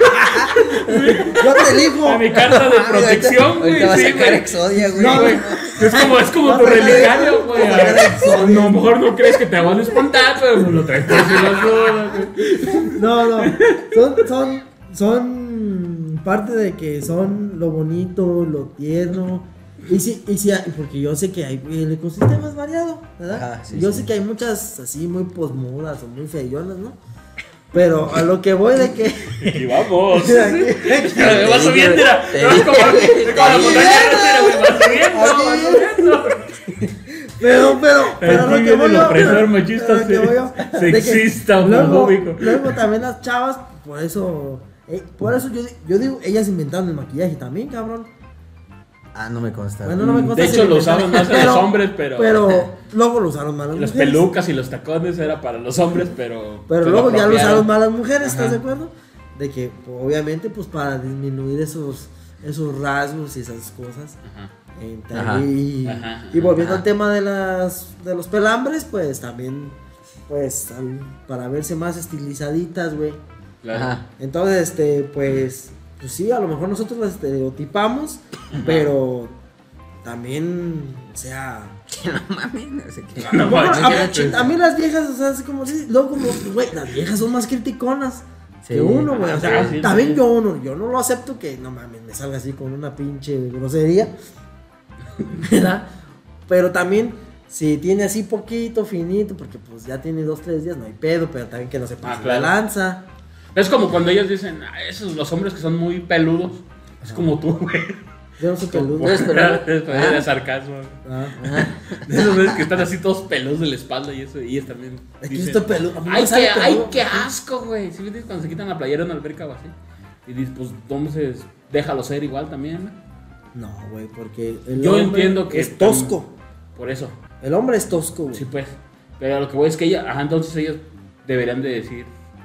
Yo te elijo. Mi carta de protección, güey. Ahorita va a Sí, sacar güey. Exodia, güey. No, Güey, es como tu relicario, güey. A lo mejor no crees que te van a espantar, pero pues lo traes por si las dudas, güey. No, son parte de que son lo bonito, lo tierno. Y sí, porque yo sé que el ecosistema es variado, ¿verdad? Ajá, sí, Yo sí. sé que hay muchas así muy posmudas o muy feyonas, ¿no? Pero a lo que voy de que... Y vamos. Mira, Va subiendo, mira. te Es como la montaña rusa, güey. Va subiendo. pero Aquí lo que viene voy el yo, opresor machista, lo que voy yo, de que sexista, luego homofóbico. también las chavas, por eso yo digo, ellas inventaron el maquillaje también, cabrón. Ah, no me consta. Bueno, no me consta De si hecho, lo inventaron, usaron más los hombres, pero luego lo usaron más las las mujeres. pelucas y los tacones era para los hombres, pero Pero se luego ya lo apropiaron. usaron más las mujeres, ¿estás Ajá. de acuerdo? De que pues, obviamente pues para disminuir esos rasgos y esas cosas. Ajá. Ajá. Y volviendo al tema de los pelambres, pues también pues para verse más estilizaditas, güey. Claro. Ajá. Entonces, pues sí, a lo mejor nosotros las estereotipamos, pero también, o sea, No mames, no sé qué. No bueno, manches. a mí las viejas, o sea, así como sí, luego como, güey, las viejas son más criticonas Sí. que uno, güey. O sea, Ah, sí, también sí. yo no lo acepto que, no mames, me salga así con una pinche grosería, ¿verdad? Pero también, si tiene así poquito, finito, porque pues ya tiene 2-3 días, no hay pedo, pero también que no se pase claro. la lanza. Es como cuando ellos dicen, esos los hombres que son muy peludos. Es como tú, güey. Yo no soy peludo. Pues, pero- De sarcasmo. Ah. De esos güeyes que están así todos peludos de la espalda y eso. Y ellos también. Es que yo dicen, estoy peludo. A mí me Ay, sale qué, ay, peludo. qué asco, güey. ¿Sí ves cuando se quitan la playera en una alberca o así? Y dices, pues, entonces, déjalo ser igual también. ¿No? No, güey, porque el Yo hombre entiendo que es tosco. Por eso. El hombre es tosco, güey. Sí, pues. Pero a lo que voy es que entonces ellos deberían de decir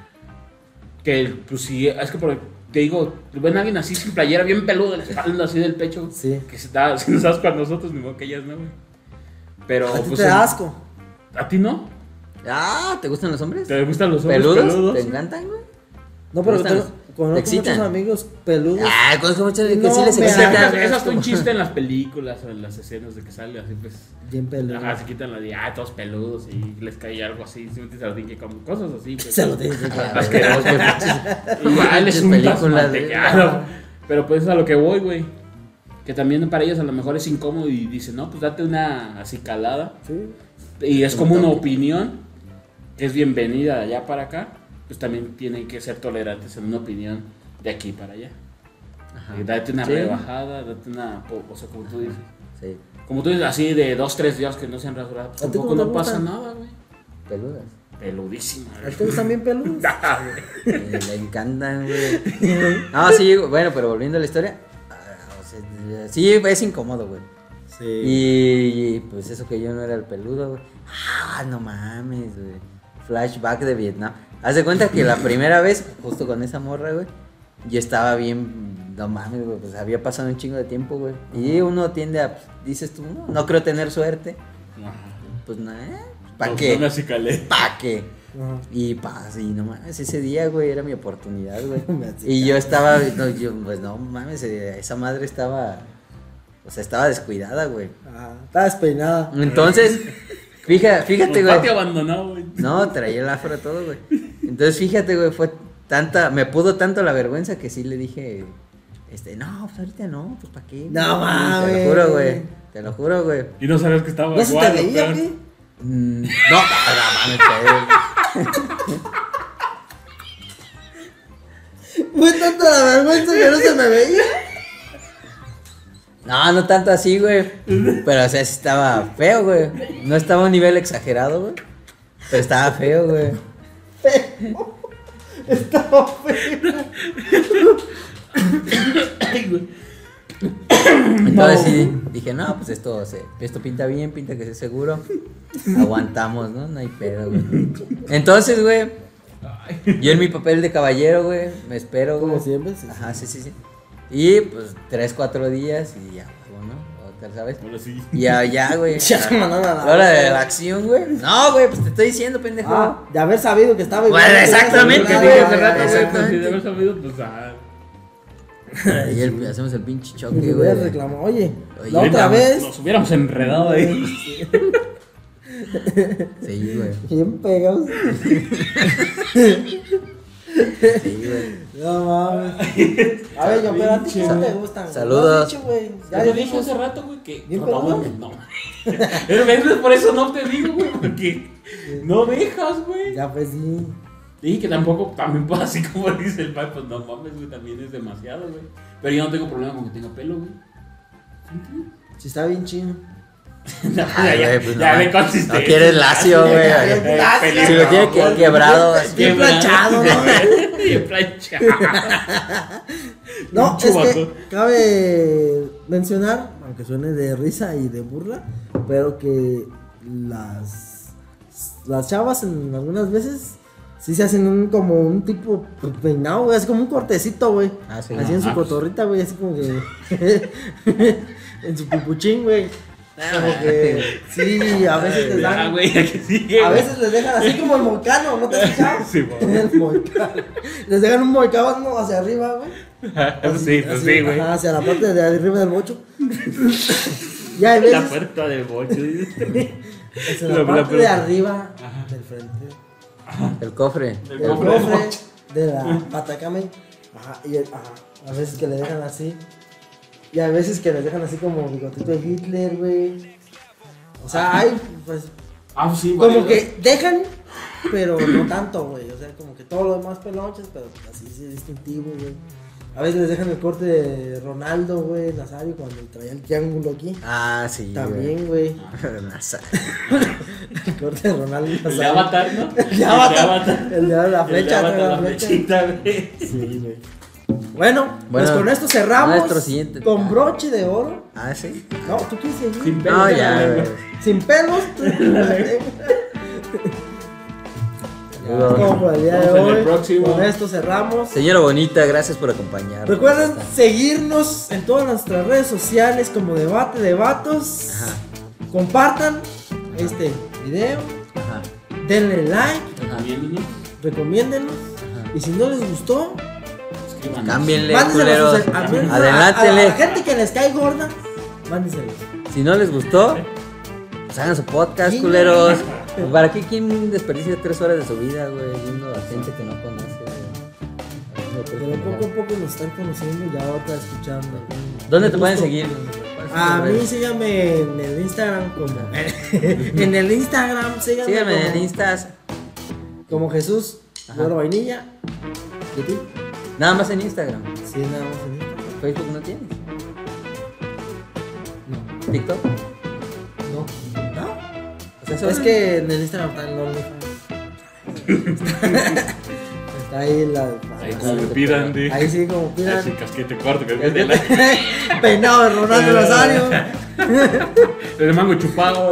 que, pues, si, es que te digo, ven a alguien así sin playera, bien peludo de la espalda, así del pecho, Sí. que se da, si nos asco a nosotros, ni modo que ellas no, güey. Pero, A ti pues, te da asco. ¿a ti no? Ah, ¿te gustan los hombres? ¿Te gustan los hombres ¿Peludos? peludos? ¿Te encantan, güey? No, pero ¿Te gustan? conozco ¿Te excitan? muchos amigos peludos. Ah, conozco mucho que No, sí les me Esa da- excita. es hasta un chiste en las películas o en las escenas de que sale así, pues. Bien peludos. Ajá, se quitan la de, todos peludos y les cae algo así, simplemente se lo tienen que comer, cosas así. Pues, Se lo tienes que Ah, comer. es que Igual es un películas de- mantecado. Pero pues es a lo que voy, güey. Que también para ellos a lo mejor es incómodo y dicen, no, pues date una así calada. Sí. Y es como una opinión que es bienvenida de allá para acá. Pues también tienen que ser tolerantes en una opinión de aquí para allá. Ajá. Date una Sí. rebajada, date una. O sea, como tú dices. Sí, Como tú dices, así de 2-3 días que no se han rasurado. Pues ¿A ti tampoco cómo te no pasa gustan? nada, güey. peludas. peludísima. ¿A ti te gustan bien peludos? Le encantan, güey. No, sí, bueno, pero volviendo a la historia. O sea, sí, es incómodo, güey. Sí. Y pues eso que yo no era el peludo, güey. No mames, güey. Flashback de Vietnam. Haz de cuenta que la primera vez, justo con esa morra, güey, yo estaba bien, no mames, güey, pues había pasado un chingo de tiempo, güey. Y uno tiende a, pues, dices tú, no creo tener suerte. Ajá. Pues no, ¿para Pues qué? no me acicalé. ¿Para qué? Ajá. Y no mames, ese día, güey, era mi oportunidad, güey. Me acicalé. Y yo estaba, pues no mames, esa madre estaba, o sea, estaba descuidada, güey. Estaba despeinada. Entonces, fíjate, Un güey. patio abandonado, güey. No, traía el afro todo, güey. Entonces, fíjate, güey, me pudo tanto la vergüenza que sí le dije, no, pues ahorita no, pues ¿para qué? No mames. Te lo juro, güey. Te lo juro, güey. Y no sabías que estaba ¿No se te igual, veía o peor. qué? No, mames, Fue tanta la vergüenza que no se me veía. no tanto así, güey. Pero, o sea, sí estaba feo, güey. No estaba a un nivel exagerado, güey. Pero estaba feo, güey. Estaba feo. Entonces sí, dije, no, pues esto pinta bien, pinta que es seguro. Aguantamos, ¿no? No hay pedo, güey. Entonces, güey, yo en mi papel de caballero, güey, me espero, güey. Como siempre, sí. Ajá, sí. Y pues 3-4 días y ya, ¿no? O, ¿sabes? Ahora sí. Y ya, güey. Ya se mandaron a la Hora de la acción, güey. No, güey, pues te estoy diciendo, pendejo. De haber sabido que estaba Bueno, exactamente, Ya, dije ya, hace ya, rato, ya, güey. ya. Pues, si de haber sabido, pues, Y hacemos el pinche Y choque, le hubiera güey. reclamado, oye, Oye, la otra vez. Nos hubiéramos enredado ahí. Sí, güey. Bien pegados. Sí, güey. No mames. A ver, yo, pero a ti qué te gustan. Saludos. ¿Lo has dicho, güey? Ya Ya le te dije dijimos. hace rato, güey, que. ¿Bien No, peludo? no. Pero por eso no te digo, güey, porque no dejas, güey. Ya, pues sí. Dije que tampoco, también pues, así como dice el pai, pues no mames, güey, también es demasiado, güey. Pero yo no tengo problema con que tenga pelo, güey. Si está bien chino. Ay, güey, pues ya no. me consistencia. No quieres lacio, güey. Lacio. Si lo tiene quebrado, así. Bien planchado, ¿no? Bien planchado. No, Un es que chubaco. cabe mencionar, aunque suene de risa y de burla, pero que las chavas en algunas veces sí se hacen como un tipo peinado, güey, así como un cortecito, güey. Ah, sí. Así en su Ah, cotorrita, güey, así como que en su pupuchín, güey. Como que sí, a veces les Ya, dan, güey, ya que sigue. a veces les dejan así como el moicano, ¿no te has escuchado? Sí, güey. El moicano. Les dejan un moicano hacia arriba, güey. Sí, pues sí, güey. Ajá, hacia la parte de arriba del bocho. Y hay La veces puerta del bocho. hacia la la parte de pelota. arriba Ajá. del frente. El cofre. El El cofre del cofre bocho. de la patacame. Ajá, a veces que le dejan así. Y a veces que les dejan así como bigotito de Hitler, güey. O sea, hay, pues, Ah, sí, como güey. que dejan, pero no tanto, güey. O sea, como que todo lo demás pelonches, pero así sí es distintivo, güey. A veces les dejan el corte de Ronaldo, güey, Nazario, cuando traía el triángulo aquí. Ah, sí. También, güey. Nazario. El corte de Ronaldo y El de Nazario. Avatar, ¿no? El de Avatar. El de la El de flecha, Avatar, trae la la flecha. flechita, güey. Sí, güey. Bueno, pues Bueno, con esto cerramos. nuestro siguiente- Con broche de oro. Ah, sí. No, ¿tú quieres seguir? Sin No, pelos de la ya, lengua. güey. Sin pelos. Saludos. Como por el día de Nos vemos en hoy. el próximo. Con esto cerramos. Señora bonita, gracias por acompañarnos. Recuerden seguirnos en todas nuestras redes sociales como Debate de Vatos. Ajá. Compartan este video. Ajá. Denle like. Recomiéndonos, Recomiéndennos. Ajá. Y si no les gustó, escríbanos. Cámbienle, mándenselo culeros. a Adelántenle. la gente que les cae gorda. Mándenselo. Si no les gustó, pues hagan su podcast, Sí, culeros. ¿Para qué quién desperdicia 3 horas de su vida, güey? Viendo a gente que no conoce, güey. Pero poco a poco nos están conociendo y ya otra escuchando. ¿Dónde te Me pueden gustó. seguir? A mí síganme en el Instagram como. En el Instagram, síganme. Síganme en como, el Instas. Como Jesús, Ajá. Güero Vainilla. ¿Y tú? Nada más en Instagram. Sí, nada más en Instagram. Facebook no tienes. No. TikTok. No. O sea, Es que en el Instagram está el OnlyFans. Está ahí la. Ahí como me pidan, di. Ahí sí, como pidan. Así casquete corto, casquete largo. Peinado de Ronaldo Rosario. El mango chupado.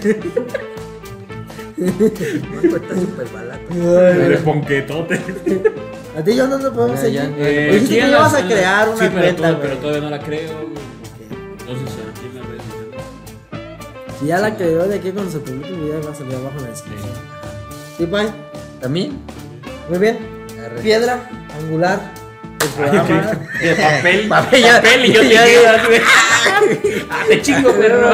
Mango está súper barato. El ponquetote. A ti, John, ¿dónde podemos Ya, seguir? ya. Dijiste Aquí que en ibas las- a crear una sí, cuenta, pero güey. todavía no la creo, güey. Ok. Entonces, aquí en las redes sociales. Si ya la creó de aquí cuando se publique el video va a salir abajo en la descripción. Sí, Pai. ¿También? Muy bien. Arre. Piedra angular. El programa. De papel, Papel, papel, y yo te ya, quedas, güey. Ah, te chingo, perro.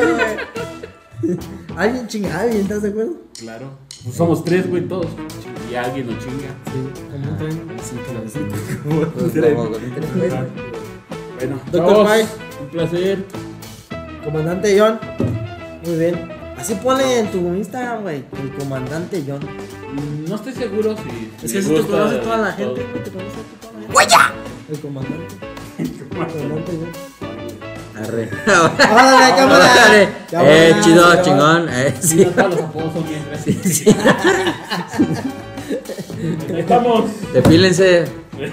Alguien chinga a alguien, ¿estás de acuerdo? Claro. Pues somos tres, güey, todos. Y alguien nos chinga. Sí, como un tren. Sí, claro. Pues, como con un tren. Ajá. Bueno, Doctor chavos, Pai. un placer. Comandante John. Muy bien. Así ponle en tu Instagram, güey. El comandante John. No estoy seguro si. Es me que si te gusta conoce toda la todo. gente, güey. Te conoce toda la gente. ¡Huella! El comandante. El comandante John. Arre. ¡Órale, cámara! Arre. Cámara, Chido, cámara. chingón. Sí, Sí. no, todos los apodos son bien grandes. Ahí estamos. Depílense.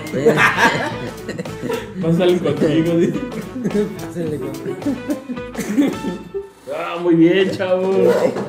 Vas a salir contigo, dice. Pásenle con- Ah, muy bien, chavos.